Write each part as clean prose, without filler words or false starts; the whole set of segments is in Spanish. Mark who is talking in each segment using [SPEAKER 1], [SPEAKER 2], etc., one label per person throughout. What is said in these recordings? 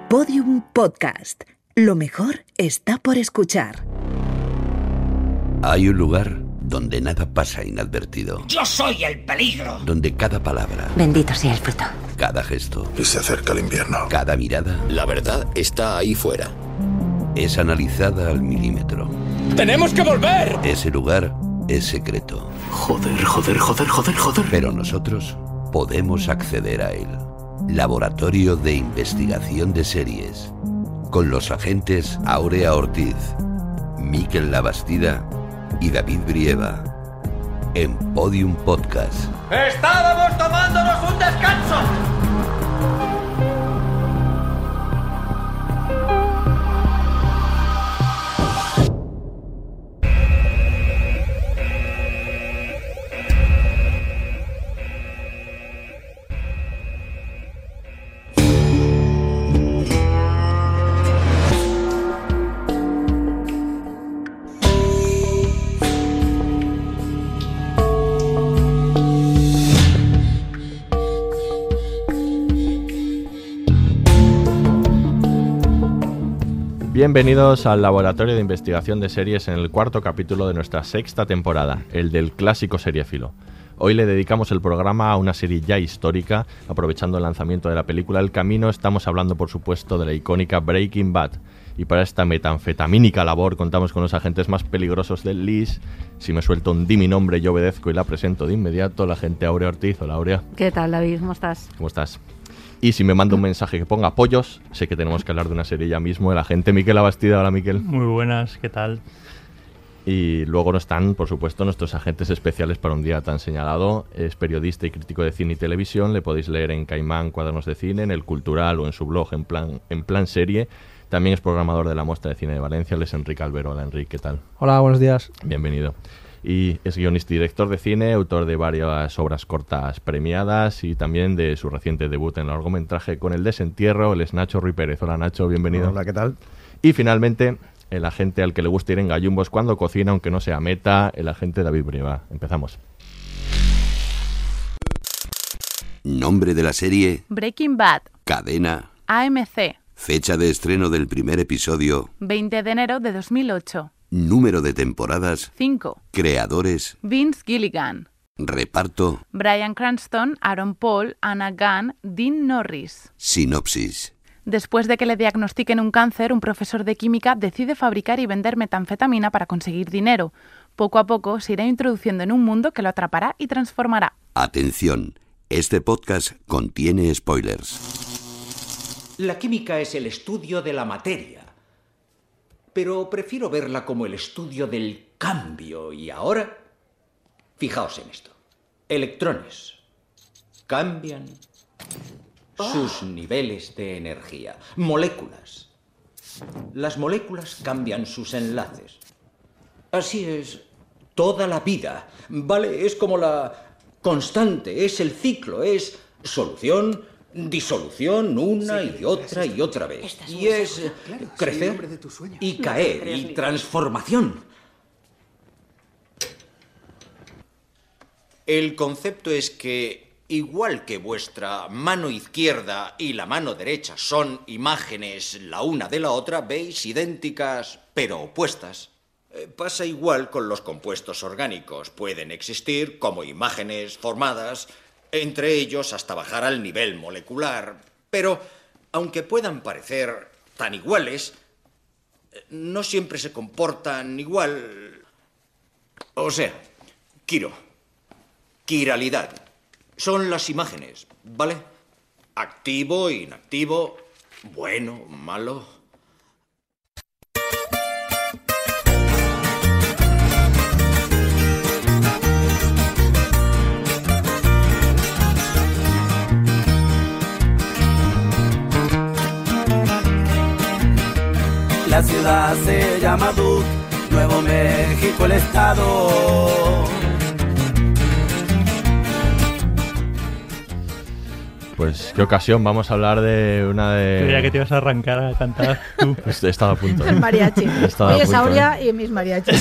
[SPEAKER 1] Podium Podcast. Lo mejor está por escuchar.
[SPEAKER 2] Hay un lugar donde nada pasa inadvertido.
[SPEAKER 3] ¡Yo soy el peligro!
[SPEAKER 2] Donde cada palabra,
[SPEAKER 4] bendito sea el fruto,
[SPEAKER 2] cada gesto,
[SPEAKER 5] y se acerca el invierno,
[SPEAKER 2] cada mirada,
[SPEAKER 6] la verdad está ahí fuera,
[SPEAKER 2] es analizada al milímetro.
[SPEAKER 3] ¡Tenemos que volver!
[SPEAKER 2] Ese lugar es secreto.
[SPEAKER 6] Joder.
[SPEAKER 2] Pero nosotros podemos acceder a él. Laboratorio de Investigación de Series. Con los agentes Aurea Ortiz, Mikel Labastida y David Brieva. En Podium Podcast.
[SPEAKER 3] ¡Estábamos tomándonos un descanso!
[SPEAKER 7] Bienvenidos al Laboratorio de Investigación de Series en el cuarto capítulo de nuestra sexta temporada, el del clásico seriéfilo. Hoy le dedicamos el programa a una serie ya histórica, aprovechando el lanzamiento de la película El Camino. Estamos hablando, por supuesto, de la icónica Breaking Bad. Y para esta metanfetamínica labor contamos con los agentes más peligrosos del LIS. Si me suelto un di mi nombre, yo obedezco y la presento de inmediato, la agente Aurea Ortiz. Hola, Aurea.
[SPEAKER 8] ¿Qué tal, David? ¿Cómo estás?
[SPEAKER 7] ¿Cómo estás? Y si me manda un mensaje que ponga pollos, sé que tenemos que hablar de una serie ya mismo. El agente Mikel Labastida. Hola, Mikel.
[SPEAKER 9] Muy buenas, ¿qué tal?
[SPEAKER 7] Y luego no están, por supuesto, nuestros agentes especiales para un día tan señalado. Es periodista y crítico de cine y televisión. Le podéis leer en Caimán Cuadernos de Cine, en El Cultural o en su blog en plan serie. También es programador de la Muestra de Cine de Valencia. Él es Enrique Albero. Hola, Enrique, ¿qué tal?
[SPEAKER 10] Hola, buenos días.
[SPEAKER 7] Bienvenido. Y es guionista y director de cine, autor de varias obras cortas premiadas y también de su reciente debut en largometraje con El Desentierro. Él es Nacho Ruiz Pérez. Hola, Nacho, bienvenido.
[SPEAKER 10] Hola, ¿qué tal?
[SPEAKER 7] Y finalmente, el agente al que le gusta ir en gallumbos cuando cocina, aunque no sea meta, el agente David Brieva. Empezamos.
[SPEAKER 2] Nombre de la serie:
[SPEAKER 8] Breaking Bad.
[SPEAKER 2] Cadena:
[SPEAKER 8] AMC.
[SPEAKER 2] Fecha de estreno del primer episodio:
[SPEAKER 8] 20 de enero de 2008.
[SPEAKER 2] Número de temporadas:
[SPEAKER 8] 5.
[SPEAKER 2] Creadores:
[SPEAKER 8] Vince Gilligan.
[SPEAKER 2] Reparto:
[SPEAKER 8] Bryan Cranston, Aaron Paul, Anna Gunn, Dean Norris.
[SPEAKER 2] Sinopsis:
[SPEAKER 8] Después de que le diagnostiquen un cáncer, un profesor de química decide fabricar y vender metanfetamina para conseguir dinero. Poco a poco se irá introduciendo en un mundo que lo atrapará y transformará.
[SPEAKER 2] Atención, este podcast contiene spoilers.
[SPEAKER 3] La química es el estudio de la materia, pero prefiero verla como el estudio del cambio. Y ahora, fijaos en esto. Electrones cambian sus niveles de energía. Moléculas. Las moléculas cambian sus enlaces. Así es toda la vida, ¿vale? Es como la constante, es el ciclo, es solución, disolución, una y otra vez. Y es crecer y caer y transformación. El concepto es que, igual que vuestra mano izquierda y la mano derecha son imágenes la una de la otra, veis, idénticas pero opuestas. Pasa igual con los compuestos orgánicos. Pueden existir como imágenes formadas, entre ellos hasta bajar al nivel molecular. Pero, aunque puedan parecer tan iguales, no siempre se comportan igual. O sea, quiralidad. Son las imágenes, ¿vale? Activo, inactivo, bueno, malo.
[SPEAKER 11] La ciudad se llama Duke, Nuevo México el estado.
[SPEAKER 7] Pues qué ocasión, vamos a hablar de una de...
[SPEAKER 9] Creía que te ibas a arrancar a cantar tú.
[SPEAKER 7] Estaba a punto.
[SPEAKER 8] El mariachi. Hoy es Aurea y mis mariachis.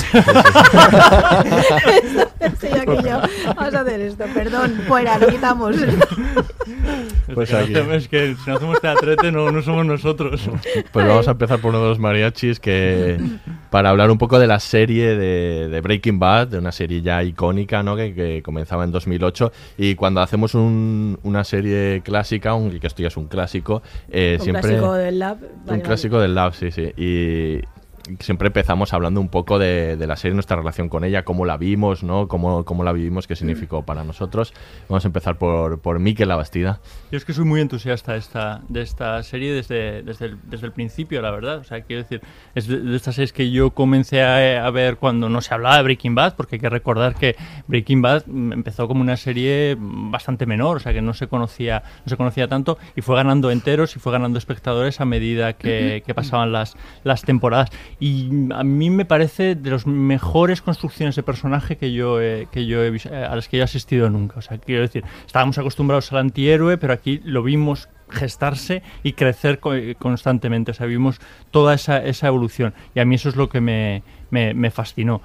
[SPEAKER 8] Estoy aquí yo. Vamos a hacer esto, perdón, fuera, lo quitamos.
[SPEAKER 7] Pues
[SPEAKER 9] es que si no hacemos teatrete no somos nosotros.
[SPEAKER 7] Pues vamos a empezar por uno de los mariachis para hablar un poco de la serie de Breaking Bad, de una serie ya icónica, ¿no? que comenzaba en 2008, y cuando hacemos una serie clásica, que esto ya es un clásico, siempre...
[SPEAKER 4] clásico del Lab.
[SPEAKER 7] Un clásico del Lab, sí. Y siempre empezamos hablando un poco de la serie, nuestra relación con ella, cómo la vimos, ¿no? Cómo la vivimos, qué significó para nosotros. Vamos a empezar por Mikel Labastida.
[SPEAKER 9] Yo es que soy muy entusiasta de esta serie desde el principio, la verdad. O sea, quiero decir, es de estas series que yo comencé a ver cuando no se hablaba de Breaking Bad, porque hay que recordar que Breaking Bad empezó como una serie bastante menor, o sea, que no se conocía tanto, y fue ganando enteros y fue ganando espectadores a medida que pasaban las temporadas. Y a mí me parece de las mejores construcciones de personaje que yo he visto, a las que yo he asistido nunca. O sea, quiero decir, estábamos acostumbrados al antihéroe, pero aquí lo vimos gestarse y crecer constantemente. O sea, vimos toda esa evolución. Y a mí eso es lo que me fascinó.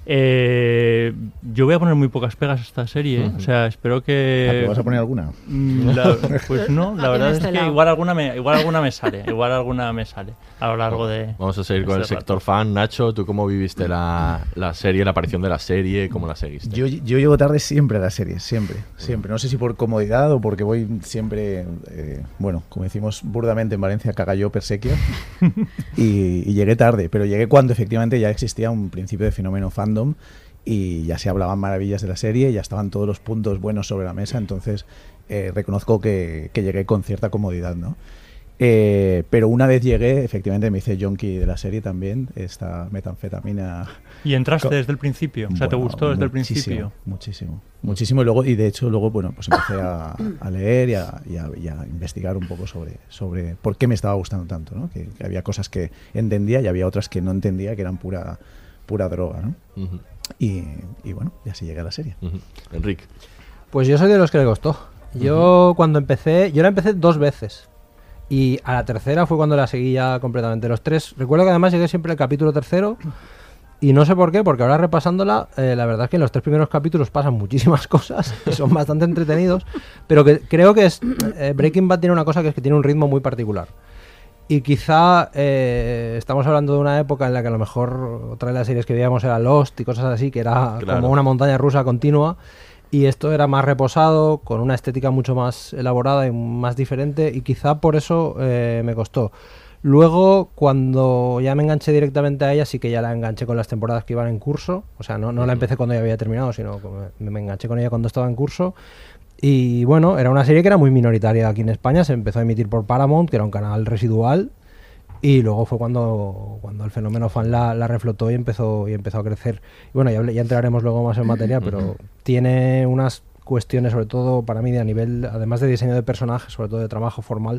[SPEAKER 9] Yo voy a poner muy pocas pegas a esta serie, o sea, espero que...
[SPEAKER 5] ¿Vas a poner alguna?
[SPEAKER 9] Pues no, la verdad es que igual alguna me sale a lo largo de...
[SPEAKER 7] Vamos a seguir con el sector fan. Nacho, ¿tú cómo viviste la serie, la aparición de la serie? ¿Cómo la seguiste?
[SPEAKER 5] Yo llego tarde siempre a la serie, siempre. No sé si por comodidad o porque voy siempre, bueno, como decimos burdamente en Valencia, cagallo persequio, y llegué tarde, pero llegué cuando efectivamente ya existía un principio de fenómeno fandom y ya se hablaban maravillas de la serie, ya estaban todos los puntos buenos sobre la mesa, entonces reconozco que llegué con cierta comodidad, ¿no? Pero una vez llegué, efectivamente me hice junkie de la serie también, esta metanfetamina.
[SPEAKER 9] ¿Y entraste desde el principio? O sea, ¿te gustó desde el principio?
[SPEAKER 5] Muchísimo. Y de hecho luego, bueno, pues empecé a leer y a investigar un poco sobre por qué me estaba gustando tanto, ¿no? Que había cosas que entendía y había otras que no entendía, que eran pura droga, ¿no? Uh-huh. Y bueno, y así llegué a la serie.
[SPEAKER 7] Uh-huh. Enrique.
[SPEAKER 10] Pues yo soy de los que le costó. Yo cuando empecé, yo la empecé 2 veces. Y a la tercera fue cuando la seguí ya completamente. Los 3, recuerdo que además llegué siempre al capítulo 3 y no sé por qué, porque ahora repasándola, la verdad es que en los 3 primeros capítulos pasan muchísimas cosas y son bastante entretenidos, pero que creo que Breaking Bad tiene una cosa, que es que tiene un ritmo muy particular. Y quizá estamos hablando de una época en la que a lo mejor otra de las series que veíamos era Lost y cosas así, que era como una montaña rusa continua. Y esto era más reposado, con una estética mucho más elaborada y más diferente, y quizá por eso me costó. Luego, cuando ya me enganché directamente a ella, sí que ya la enganché con las temporadas que iban en curso. O sea, no la empecé cuando ya había terminado, sino que me enganché con ella cuando estaba en curso. Y bueno, era una serie que era muy minoritaria aquí en España. Se empezó a emitir por Paramount, que era un canal residual. Y luego fue cuando el fenómeno fan la reflotó y empezó a crecer. Y bueno, ya entraremos luego más en materia, pero tiene unas cuestiones, sobre todo para mí, de a nivel, además de diseño de personajes, sobre todo de trabajo formal,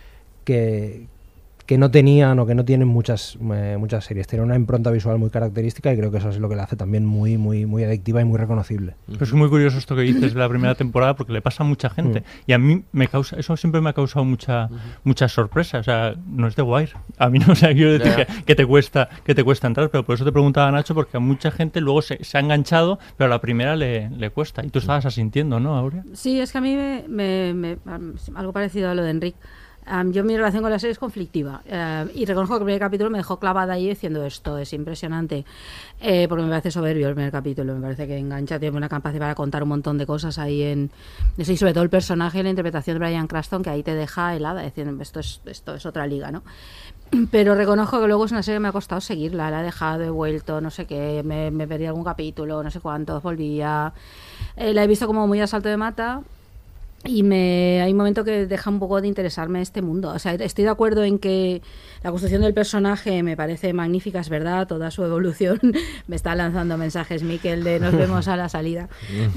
[SPEAKER 10] que no tenían o que no tienen muchas series. Tiene una impronta visual muy característica y creo que eso es lo que la hace también muy, muy, muy adictiva y muy reconocible.
[SPEAKER 9] Pero es muy curioso esto que dices de la primera temporada, porque le pasa a mucha gente y a mí eso siempre me ha causado mucha sorpresa. O sea, no es The Wire. A mí no, o sea, quiero decir que te cuesta entrar, pero por eso te preguntaba, Nacho, porque a mucha gente luego se ha enganchado, pero a la primera le cuesta. Y tú estabas asintiendo, ¿no, Aurea?
[SPEAKER 4] Sí, es que a mí me algo parecido a lo de Enrique. Yo mi relación con la serie es conflictiva y reconozco que el primer capítulo me dejó clavada ahí diciendo esto es impresionante, porque me parece soberbio el primer capítulo, me parece que engancha, tiene una capacidad para contar un montón de cosas ahí y sobre todo el personaje y la interpretación de Bryan Cranston, que ahí te deja helada diciendo esto es otra liga, ¿no? Pero reconozco que luego es una serie que me ha costado seguirla, la he dejado, he vuelto, no sé qué, me perdí algún capítulo, no sé cuántos, volvía, la he visto como muy a salto de mata. Y hay un momento que deja un poco de interesarme este mundo. O sea, estoy de acuerdo en que la construcción del personaje me parece magnífica, es verdad, toda su evolución. Me está lanzando mensajes, Mikel, de nos vemos a la salida.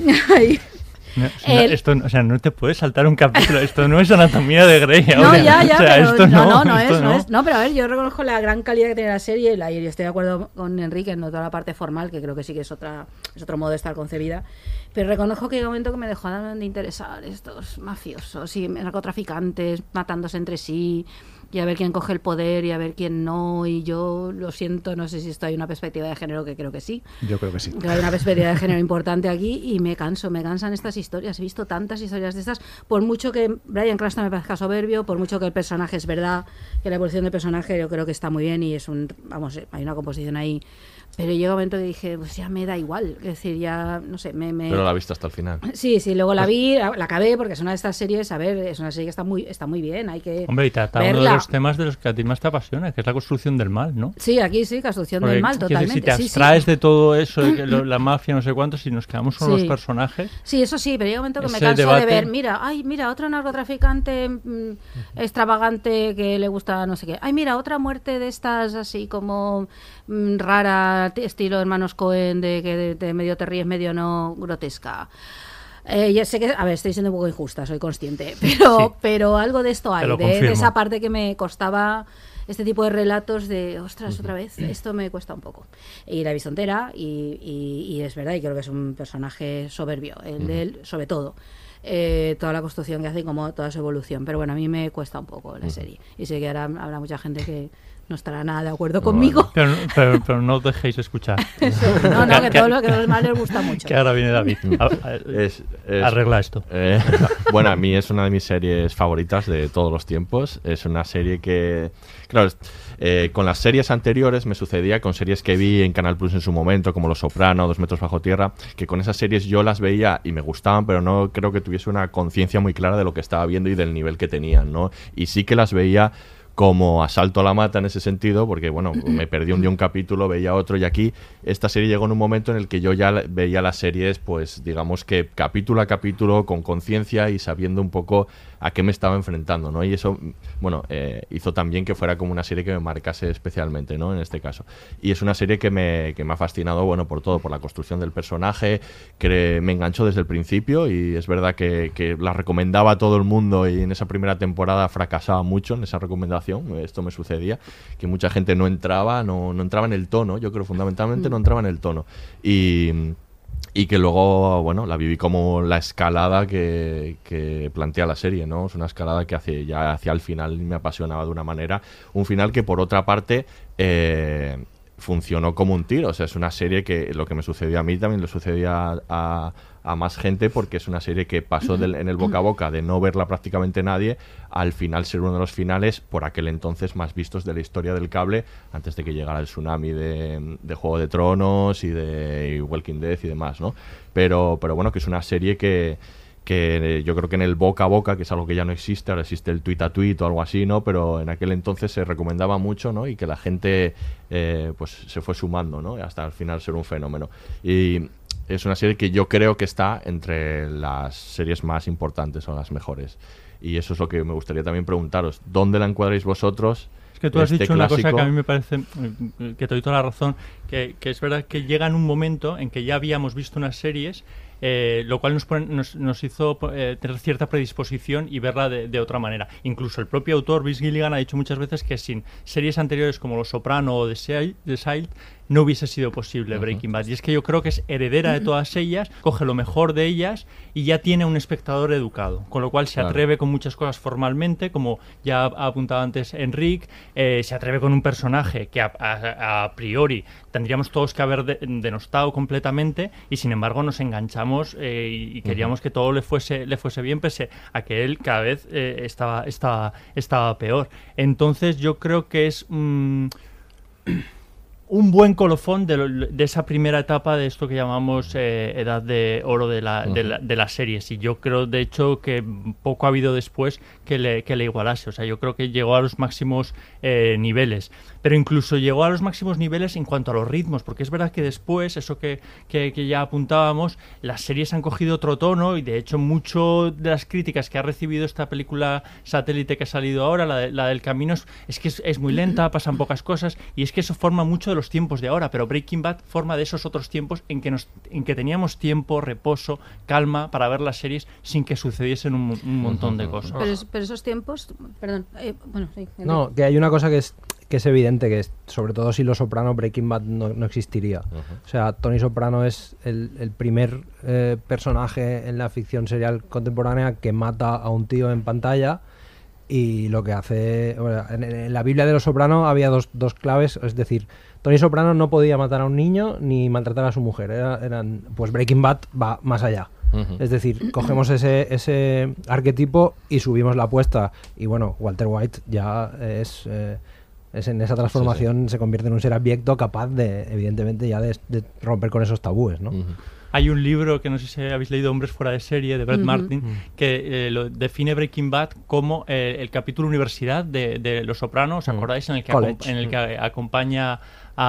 [SPEAKER 9] Esto, o sea, no te puedes saltar un capítulo. Esto no es Anatomía de Grey.
[SPEAKER 4] No, ya,
[SPEAKER 9] o sea,
[SPEAKER 4] pero
[SPEAKER 9] esto
[SPEAKER 4] no es. No, pero a ver, yo reconozco la gran calidad que tiene la serie y estoy de acuerdo con Enrique en toda la parte formal, que creo que sí que es otro modo de estar concebida. Pero reconozco que hay un momento que me dejó de interesar estos mafiosos y narcotraficantes matándose entre sí. y a ver quién coge el poder y a ver quién no, y yo lo siento, no sé si esto hay una perspectiva de género, que creo que sí.
[SPEAKER 5] Yo creo que sí.
[SPEAKER 4] Que hay una perspectiva de género importante aquí y me cansan estas historias. He visto tantas historias de estas, por mucho que Bryan Cranston me parezca soberbio, por mucho que el personaje es verdad, que la evolución del personaje yo creo que está muy bien y es hay una composición ahí. Pero llega un momento que dije, pues ya me da igual, es decir, ya, no sé, Pero
[SPEAKER 7] la viste hasta el final.
[SPEAKER 4] Sí, luego la vi, la acabé, porque es una de estas series, a ver, es una serie que está muy bien, hay que
[SPEAKER 9] Hombre, y trata
[SPEAKER 4] verla.
[SPEAKER 9] uno de los temas de los que a ti más te apasiona, que es la construcción del mal, ¿no?
[SPEAKER 4] Sí, aquí sí, construcción del mal, totalmente.
[SPEAKER 9] Si te abstraes de todo eso, la mafia, no sé cuánto, si nos quedamos con los personajes...
[SPEAKER 4] Sí, eso sí, pero llega un momento que me canso de ver, mira, otro narcotraficante extravagante que le gusta no sé qué. Ay, mira, otra muerte de estas así como rara, estilo Hermanos Cohen, de medio te ríes, medio no, grotesca. Ya sé que, a ver, estoy siendo un poco injusta, soy consciente, pero algo de esto hay, de esa parte que me costaba este tipo de relatos de, ostras, otra vez, esto me cuesta un poco. Y la he visto entera y es verdad, y creo que es un personaje soberbio, el de él, sobre todo. Toda la construcción que hace y como toda su evolución, pero bueno, a mí me cuesta un poco la serie y sé que ahora habrá mucha gente que no estará nada de acuerdo conmigo.
[SPEAKER 9] Pero no os dejéis escuchar.
[SPEAKER 4] No, que todo lo que a los demás les gusta mucho.
[SPEAKER 9] Que ahora viene David. Arregla esto.
[SPEAKER 7] Bueno, a mí es una de mis series favoritas de todos los tiempos. Es una serie que... Claro, con las series anteriores me sucedía con series que vi en Canal Plus en su momento, como Los Soprano, 2 metros bajo tierra, que con esas series yo las veía y me gustaban, pero no creo que tuviese una conciencia muy clara de lo que estaba viendo y del nivel que tenían, ¿no? Y sí que las veía como asalto a la mata en ese sentido, porque bueno, me perdí un día un capítulo, veía otro, y aquí esta serie llegó en un momento en el que yo ya veía las series, pues digamos que capítulo a capítulo, con conciencia y sabiendo un poco a qué me estaba enfrentando, ¿no? Y eso, bueno, hizo también que fuera como una serie que me marcase especialmente, ¿no? En este caso. Y es una serie que me ha fascinado, bueno, por todo, por la construcción del personaje, que me enganchó desde el principio, y es verdad que la recomendaba a todo el mundo, y en esa primera temporada fracasaba mucho en esa recomendación. Esto me sucedía, que mucha gente no entraba en el tono, yo creo fundamentalmente no entraba en el tono. Y que luego, bueno, la viví como la escalada que plantea la serie, ¿no? Es una escalada que hacia el final me apasionaba de una manera. Un final que, por otra parte, funcionó como un tiro. O sea, es una serie que lo que me sucedió a mí también le sucedía a más gente, porque es una serie que pasó en el boca a boca de no verla prácticamente nadie, al final ser uno de los finales por aquel entonces más vistos de la historia del cable, antes de que llegara el tsunami de Juego de Tronos y de Walking Dead y demás, ¿no? Pero bueno, que es una serie que yo creo que en el boca a boca, que es algo que ya no existe, ahora existe el tweet a tweet o algo así, ¿no? Pero en aquel entonces se recomendaba mucho, ¿no? Y que la gente pues se fue sumando, ¿no? Hasta al final ser un fenómeno. Y es una serie que yo creo que está entre las series más importantes o las mejores. Y eso es lo que me gustaría también preguntaros. ¿Dónde la encuadráis vosotros?
[SPEAKER 9] Es que tú has dicho una cosa que a mí me parece, que te doy toda la razón, que es verdad que llega en un momento en que ya habíamos visto unas series, lo cual nos hizo tener cierta predisposición y verla de otra manera. Incluso el propio autor, Vince Gilligan, ha dicho muchas veces que sin series anteriores como Los Soprano o The Shield no hubiese sido posible Breaking Bad. Y es que yo creo que es heredera de todas ellas, coge lo mejor de ellas y ya tiene un espectador educado, con lo cual se atreve con muchas cosas formalmente, como ya ha apuntado antes Enric, se atreve con un personaje que a priori tendríamos todos que haber denostado completamente, y sin embargo nos enganchamos y queríamos que todo le fuese bien, pese a que él cada vez estaba peor. Entonces yo creo que es un buen colofón de esa primera etapa de esto que llamamos edad de oro de las series, y yo creo de hecho que poco ha habido después que le igualase. O sea, yo creo que llegó a los máximos niveles, pero incluso llegó a los máximos niveles en cuanto a los ritmos, porque es verdad que después, eso que ya apuntábamos, las series han cogido otro tono, y de hecho mucho de las críticas que ha recibido esta película satélite que ha salido ahora, la del Camino, es que es muy lenta, pasan pocas cosas, y es que eso forma mucho de los tiempos de ahora, pero Breaking Bad forma de esos otros tiempos en que teníamos tiempo, reposo, calma para ver las series sin que sucediesen un montón de cosas.
[SPEAKER 4] Pero esos tiempos, perdón, bueno, sí.
[SPEAKER 10] No, que hay una cosa que es evidente, que es, sobre todo si Los Soprano, Breaking Bad no existiría. O sea, Tony Soprano es el primer personaje en la ficción serial contemporánea que mata a un tío en pantalla, y lo que hace... Bueno, en la Biblia de Los Soprano había dos claves, es decir, Tony Soprano no podía matar a un niño ni maltratar a su mujer. Pues Breaking Bad va más allá. Es decir, cogemos ese arquetipo y subimos la apuesta. Y bueno, Walter White ya es en esa transformación, se convierte en un ser abyecto capaz de, evidentemente, ya de romper con esos tabúes, ¿no?
[SPEAKER 9] Hay un libro que no sé si habéis leído, Hombres fuera de serie, de Brett Martin, que lo define Breaking Bad como el capítulo universidad de Los Sopranos, ¿os acordáis? En el que acompaña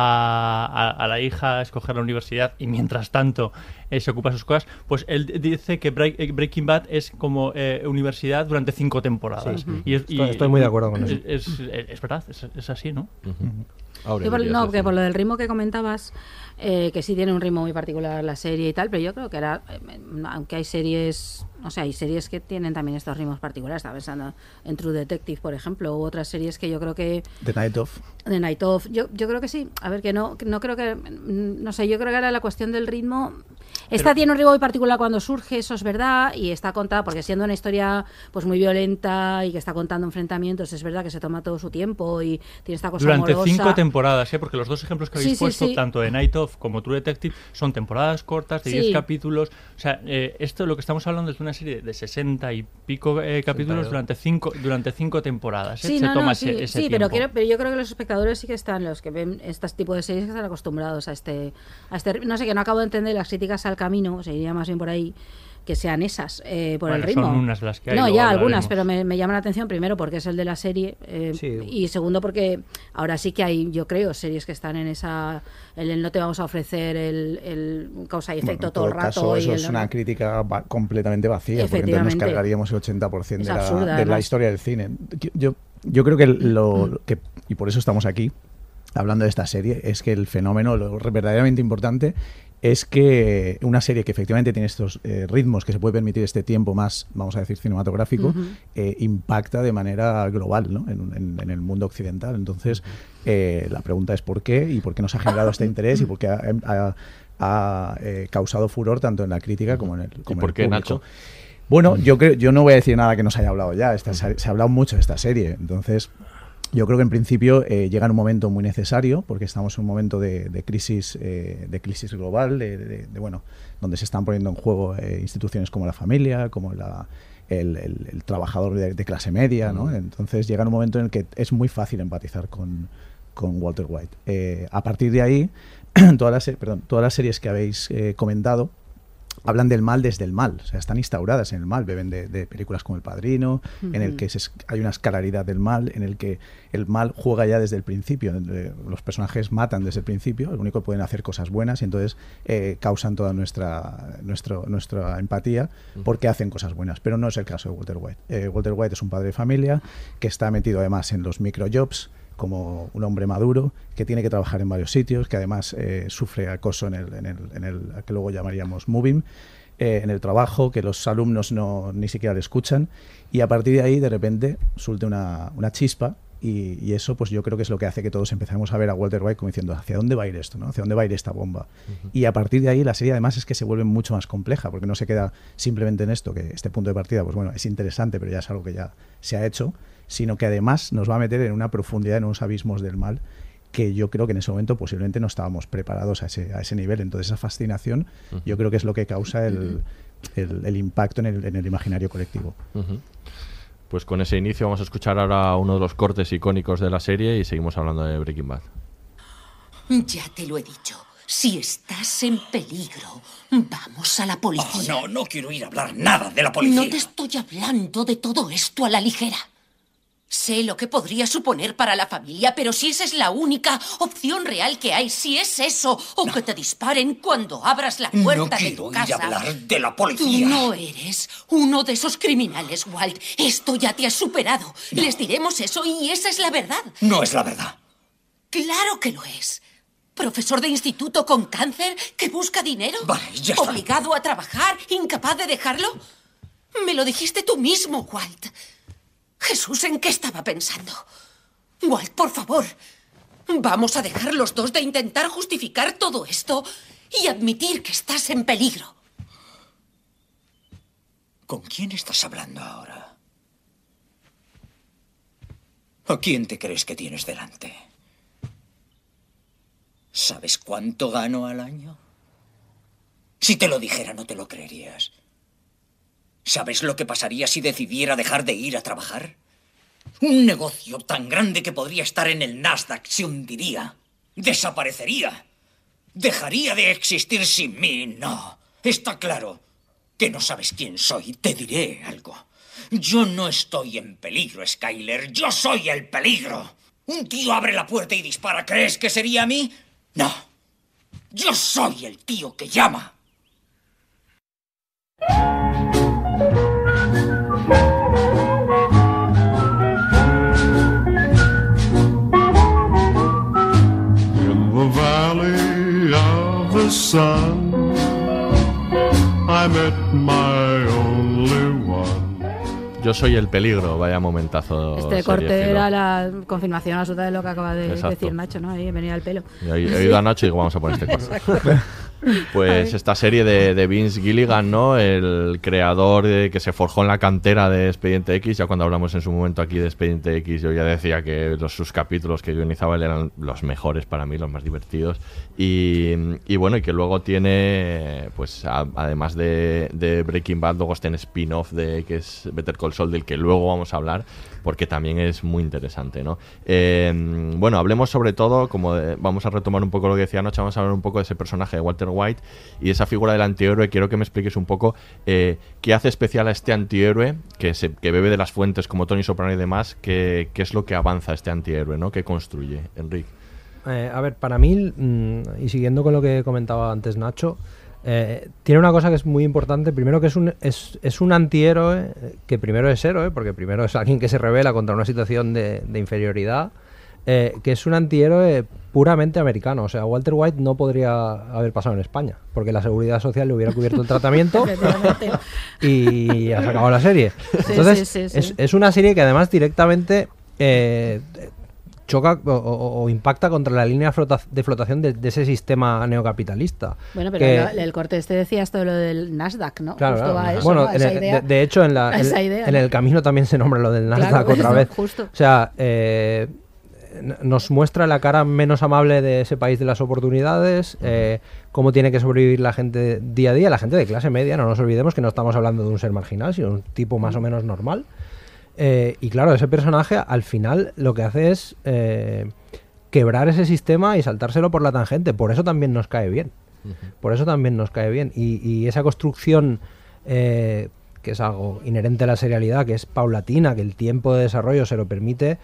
[SPEAKER 9] a la hija a escoger la universidad y mientras tanto se ocupa de sus cosas. Pues él dice que Breaking Bad es como universidad durante 5 temporadas.
[SPEAKER 10] Estoy muy de acuerdo con eso.
[SPEAKER 9] Es verdad, es así, ¿no?
[SPEAKER 4] Que por lo del ritmo que comentabas, que sí tiene un ritmo muy particular la serie y tal, pero yo creo que aunque hay series, hay series que tienen también estos ritmos particulares. Estaba pensando en True Detective, por ejemplo, u otras series que yo creo que...
[SPEAKER 5] The Night Of. Yo
[SPEAKER 4] creo que sí. A ver, que no creo que... No sé, yo creo que era la cuestión del ritmo. Esta tiene un ritmo muy particular cuando surge, eso es verdad, y está contada, porque siendo una historia pues muy violenta y que está contando enfrentamientos, es verdad que se toma todo su tiempo y tiene esta cosa
[SPEAKER 9] durante
[SPEAKER 4] amorosa.
[SPEAKER 9] 5 temporadas, porque los dos ejemplos que habéis puesto, tanto de Night Of como True Detective, son temporadas cortas de 10 capítulos. O sea, esto lo que estamos hablando es de una serie de 60 y pico capítulos durante 5 temporadas. Se toma ese tiempo.
[SPEAKER 4] Pero yo creo que los espectadores sí que están, los que ven este tipo de series, que están acostumbrados a este no sé, que no acabo de entender las críticas al camino, se iría más bien por ahí, que sean esas, por el ritmo.
[SPEAKER 9] Son unas de las que hay.
[SPEAKER 4] No, ya algunas, pero me llama la atención primero porque es el de la serie y segundo porque ahora sí que hay, yo creo, series que están en esa, no te vamos a ofrecer el causa y efecto todo el rato.
[SPEAKER 5] Caso, eso es una crítica completamente vacía, porque entonces nos cargaríamos el 80% de la historia del cine. Yo creo que y por eso estamos aquí hablando de esta serie, es que el fenómeno, lo verdaderamente importante, es que una serie que efectivamente tiene estos ritmos, que se puede permitir este tiempo más, vamos a decir, cinematográfico, impacta de manera global, ¿no? en el mundo occidental. Entonces, la pregunta es ¿por qué? Y por qué nos ha generado este interés y por qué ha causado furor tanto en la crítica como en el público.
[SPEAKER 7] ¿Y por qué, Nacho?
[SPEAKER 5] Bueno, yo no voy a decir nada que no se haya hablado ya. Se ha hablado mucho de esta serie. Entonces, yo creo que en principio llega en un momento muy necesario, porque estamos en un momento de crisis global, donde se están poniendo en juego instituciones como la familia, como el trabajador de clase media, ¿no? Entonces llega un momento en el que es muy fácil empatizar con Walter White. A partir de ahí, todas las series que habéis comentado hablan del mal desde el mal, o sea, están instauradas en el mal, beben de películas como El Padrino, en el que hay una escalaridad del mal, en el que el mal juega ya desde el principio, los personajes matan desde el principio, lo único que pueden hacer cosas buenas y entonces causan toda nuestra empatía porque hacen cosas buenas, pero no es el caso de Walter White. Walter White es un padre de familia que está metido además en los microjobs, como un hombre maduro que tiene que trabajar en varios sitios, que además sufre acoso en el que luego llamaríamos moving, en el trabajo, que los alumnos ni siquiera le escuchan, y a partir de ahí de repente surte una chispa y eso pues yo creo que es lo que hace que todos empecemos a ver a Walter White como diciendo ¿hacia dónde va a ir esto? ¿No? ¿Hacia dónde va a ir esta bomba? Y a partir de ahí la serie además es que se vuelve mucho más compleja, porque no se queda simplemente en esto, que este punto de partida pues bueno, es interesante, pero ya es algo que ya se ha hecho, sino que además nos va a meter en una profundidad, en unos abismos del mal que yo creo que en ese momento posiblemente no estábamos preparados a ese nivel. Entonces esa fascinación yo creo que es lo que causa el impacto en el imaginario colectivo.
[SPEAKER 7] Pues con ese inicio vamos a escuchar ahora uno de los cortes icónicos de la serie y seguimos hablando de Breaking Bad.
[SPEAKER 12] Ya te lo he dicho. Si estás en peligro, vamos a la policía.
[SPEAKER 3] No quiero ir a hablar nada de la policía.
[SPEAKER 12] No te estoy hablando de todo esto a la ligera. Sé lo que podría suponer para la familia, pero si esa es la única opción real que hay, si es eso, o que te disparen cuando abras la puerta de tu casa...
[SPEAKER 3] No quiero ir a hablar de la policía.
[SPEAKER 12] Tú no eres uno de esos criminales, Walt. Esto ya te has superado. No. Les diremos eso y esa es la verdad.
[SPEAKER 3] No es la verdad.
[SPEAKER 12] Claro que lo es. ¿Profesor de instituto con cáncer que busca dinero?
[SPEAKER 3] Vale, ya está.
[SPEAKER 12] ¿Obligado a trabajar, incapaz de dejarlo? Me lo dijiste tú mismo, Walt. Jesús, ¿en qué estaba pensando? Walt, por favor, vamos a dejar los dos de intentar justificar todo esto y admitir que estás en peligro.
[SPEAKER 3] ¿Con quién estás hablando ahora? ¿A quién te crees que tienes delante? ¿Sabes cuánto gano al año? Si te lo dijera, no te lo creerías. ¿Sabes lo que pasaría si decidiera dejar de ir a trabajar? Un negocio tan grande que podría estar en el Nasdaq se hundiría. Desaparecería. Dejaría de existir sin mí. No. Está claro que no sabes quién soy. Te diré algo. Yo no estoy en peligro, Skyler. Yo soy el peligro. Un tío abre la puerta y dispara. ¿Crees que sería a mí? No. Yo soy el tío que llama.
[SPEAKER 13] In the valley of the sun, I met my only one.
[SPEAKER 7] Yo soy el peligro, vaya momentazo.
[SPEAKER 4] Este corte era la confirmación absoluta de lo que acaba de
[SPEAKER 7] Exacto.
[SPEAKER 4] decir Nacho, ¿no? Ahí venía el pelo.
[SPEAKER 7] He ido a Nacho y digo, vamos a poner este corte. Pues esta serie de Vince Gilligan, ¿no? El creador que se forjó en la cantera de Expediente X. Ya cuando hablamos en su momento aquí de Expediente X, yo ya decía que sus capítulos que guionizaba él eran los mejores para mí, los más divertidos. Y bueno, y que luego tiene, pues además de Breaking Bad, luego está en spin-off que es Better Call Saul, del que luego vamos a hablar, porque también es muy interesante, ¿no? Bueno, hablemos sobre todo, vamos a retomar un poco lo que decía anoche, vamos a hablar un poco de ese personaje de Walter White y esa figura del antihéroe. Quiero que me expliques un poco qué hace especial a este antihéroe que bebe de las fuentes como Tony Soprano y demás, qué es lo que avanza este antihéroe, ¿no? ¿Qué construye, Enrique?
[SPEAKER 10] A ver, para mí, y siguiendo con lo que comentaba antes Nacho, tiene una cosa que es muy importante. Primero, que es un antihéroe que primero es héroe, porque primero es alguien que se rebela contra una situación de inferioridad, que es un antihéroe puramente americano. O sea, Walter White no podría haber pasado en España, porque la Seguridad Social le hubiera cubierto el tratamiento y ha sacado la serie. Entonces, sí. Es una serie que además directamente choca o impacta contra la línea de flotación de ese sistema neocapitalista.
[SPEAKER 4] Bueno, pero el corte este decía esto de lo del Nasdaq, ¿no?
[SPEAKER 10] Claro,
[SPEAKER 4] justo va a eso,
[SPEAKER 10] bueno,
[SPEAKER 4] ¿no? Esa idea,
[SPEAKER 10] de hecho, en el camino también se nombra lo del Nasdaq, claro, otra vez.
[SPEAKER 4] Justo.
[SPEAKER 10] O sea, nos muestra la cara menos amable de ese país de las oportunidades, cómo tiene que sobrevivir la gente día a día, la gente de clase media. No nos olvidemos que no estamos hablando de un ser marginal, sino un tipo más o menos normal. Y claro, ese personaje al final lo que hace es quebrar ese sistema y saltárselo por la tangente. Por eso también nos cae bien. Por eso también nos cae bien. Y esa construcción, que es algo inherente a la serialidad, que es paulatina, que el tiempo de desarrollo se lo permite,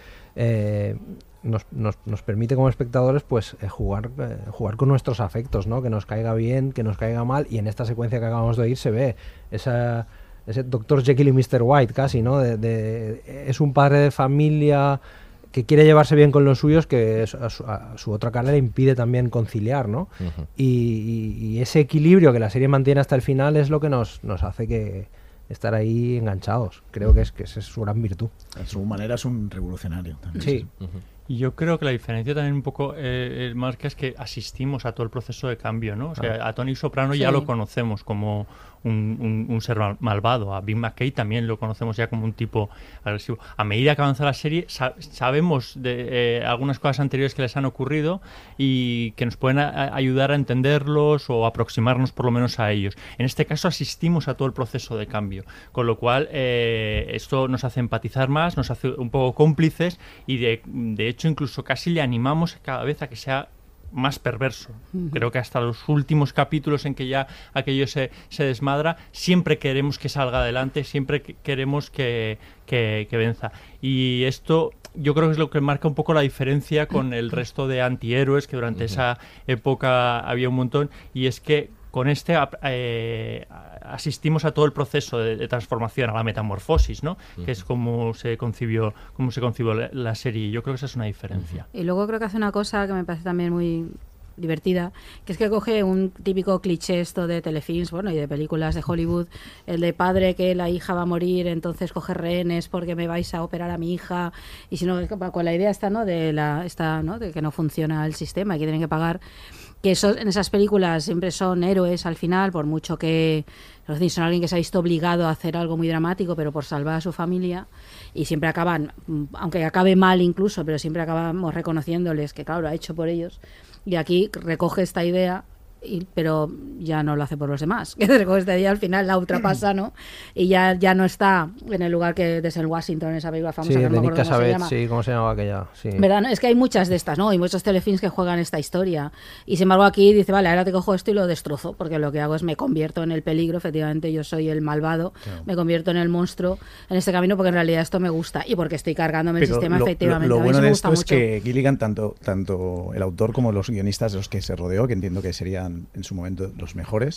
[SPEAKER 10] nos permite como espectadores pues jugar con nuestros afectos, ¿no? Que nos caiga bien, que nos caiga mal. Y en esta secuencia que acabamos de oír se ve ese Dr. Jekyll y Mr. White casi, ¿no? Es un padre de familia que quiere llevarse bien con los suyos, que a su otra cara le impide también conciliar, ¿no? Uh-huh. Y ese equilibrio que la serie mantiene hasta el final es lo que nos hace que estar ahí enganchados. Creo que esa es su gran virtud.
[SPEAKER 5] A su manera es un revolucionario también.
[SPEAKER 10] Sí.
[SPEAKER 9] Uh-huh. Y yo creo que la diferencia también un poco marca es que asistimos a todo el proceso de cambio, ¿no? O sea, a Tony Soprano ya lo conocemos como un ser malvado. A Bill McKay también lo conocemos ya como un tipo agresivo. A medida que avanza la serie, sabemos de algunas cosas anteriores que les han ocurrido y que nos pueden ayudar a entenderlos o aproximarnos por lo menos a ellos. En este caso asistimos a todo el proceso de cambio, con lo cual esto nos hace empatizar más, nos hace un poco cómplices y de hecho incluso casi le animamos cada vez a que sea más perverso. Uh-huh. Creo que hasta los últimos capítulos en que ya aquello se desmadra, siempre queremos que salga adelante, siempre queremos que venza. Y esto yo creo que es lo que marca un poco la diferencia con el resto de antihéroes que durante esa época había un montón, y es que con este asistimos a todo el proceso de transformación, a la metamorfosis, ¿no? Uh-huh. Que es como se concibió la serie. Yo creo que esa es una diferencia.
[SPEAKER 4] Y luego creo que hace una cosa que me parece también muy divertida, que es que coge un típico cliché esto de telefilms, bueno, y de películas de Hollywood, el de padre que la hija va a morir, entonces coge rehenes porque me vais a operar a mi hija, y si no, con la idea esta, ¿no? De que no funciona el sistema y que tienen que pagar. que en esas películas siempre son héroes al final, por mucho que son alguien que se ha visto obligado a hacer algo muy dramático, pero por salvar a su familia, y siempre acaban, aunque acabe mal incluso, pero siempre acabamos reconociéndoles que claro, lo ha hecho por ellos. Y aquí recoge esta idea, pero ya no lo hace por los demás, que recoge esta idea, al final la ultrapasa, ¿no? Y ya no está en el lugar que Denzel Washington, en esa película famosa,
[SPEAKER 10] Sí,
[SPEAKER 4] que no
[SPEAKER 10] de
[SPEAKER 4] me
[SPEAKER 10] Nick
[SPEAKER 4] acuerdo cómo se
[SPEAKER 10] Cassavetes,
[SPEAKER 4] llama.
[SPEAKER 10] sí, ¿cómo se llamaba aquella? Sí.
[SPEAKER 4] ¿Verdad? No, es que hay muchas de estas, ¿no? Hay muchos telefilms que juegan esta historia. Y sin embargo aquí dice, vale, ahora te cojo esto y lo destrozo, porque lo que hago es me convierto en el peligro, efectivamente yo soy el malvado, me convierto en el monstruo en este camino, porque en realidad esto me gusta y porque estoy cargándome el sistema, efectivamente.
[SPEAKER 5] Lo
[SPEAKER 4] A mí
[SPEAKER 5] bueno
[SPEAKER 4] eso me
[SPEAKER 5] de
[SPEAKER 4] gusta
[SPEAKER 5] esto es
[SPEAKER 4] mucho.
[SPEAKER 5] que Gilligan, tanto el autor como los guionistas de los que se rodeó, que entiendo que serían en su momento los mejores,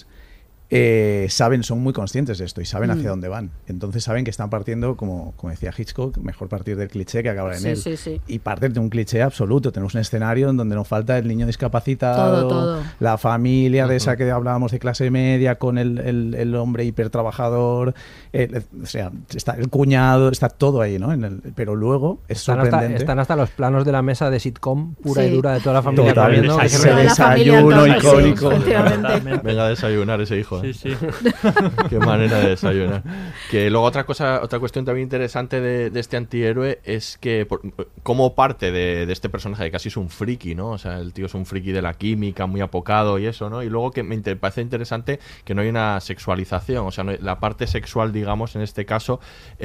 [SPEAKER 5] son muy conscientes de esto y saben hacia dónde van. Entonces saben que están partiendo, como decía Hitchcock, mejor partir del cliché que acabar en él.
[SPEAKER 4] Sí.
[SPEAKER 5] Y partir de un cliché absoluto. Tenemos un escenario en donde nos falta el niño discapacitado,
[SPEAKER 4] Todo.
[SPEAKER 5] la familia de esa que hablábamos de clase media, con el hombre hipertrabajador, o sea, está el cuñado, está todo ahí, ¿no? Pero luego es sorprendente.
[SPEAKER 10] Están hasta los planos de la mesa de sitcom pura y
[SPEAKER 4] Sí.
[SPEAKER 10] dura de toda la familia
[SPEAKER 5] Total,
[SPEAKER 10] comiendo.
[SPEAKER 5] ese
[SPEAKER 4] Toda la familia,
[SPEAKER 5] desayuno
[SPEAKER 4] entonces,
[SPEAKER 5] icónico.
[SPEAKER 4] sí, efectivamente.
[SPEAKER 7] Venga a desayunar ese hijo.
[SPEAKER 9] Sí, sí.
[SPEAKER 7] Qué manera de desayunar. Que luego otra cuestión también interesante de este antihéroe es que como parte de este personaje que casi es un friki, ¿no? O sea, el tío es un friki de la química, muy apocado y eso, ¿no? Y luego que me parece interesante que no hay una sexualización, o sea, la parte sexual, digamos, en este caso,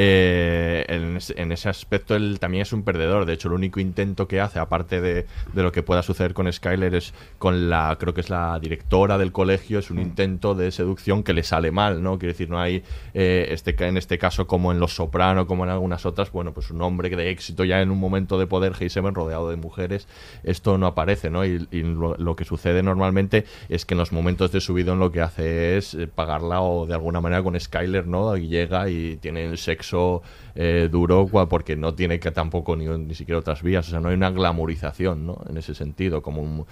[SPEAKER 7] en ese aspecto él también es un perdedor. De hecho, el único intento que hace, aparte de lo que pueda suceder con Skyler, es con creo que es la directora del colegio, es un intento de seducción que le sale mal, ¿no? Quiero decir, no hay en este caso, como en Los Soprano, como en algunas otras, bueno, pues un hombre de éxito ya en un momento de poder, Heisenberg, rodeado de mujeres, esto no aparece, ¿no? Y lo que sucede normalmente es que en los momentos de subidón lo que hace es pagarla o de alguna manera con Skyler, ¿no? Y llega y tiene el sexo duro porque no tiene que tampoco ni siquiera otras vías, o sea, no hay una glamorización, ¿no? En ese sentido, como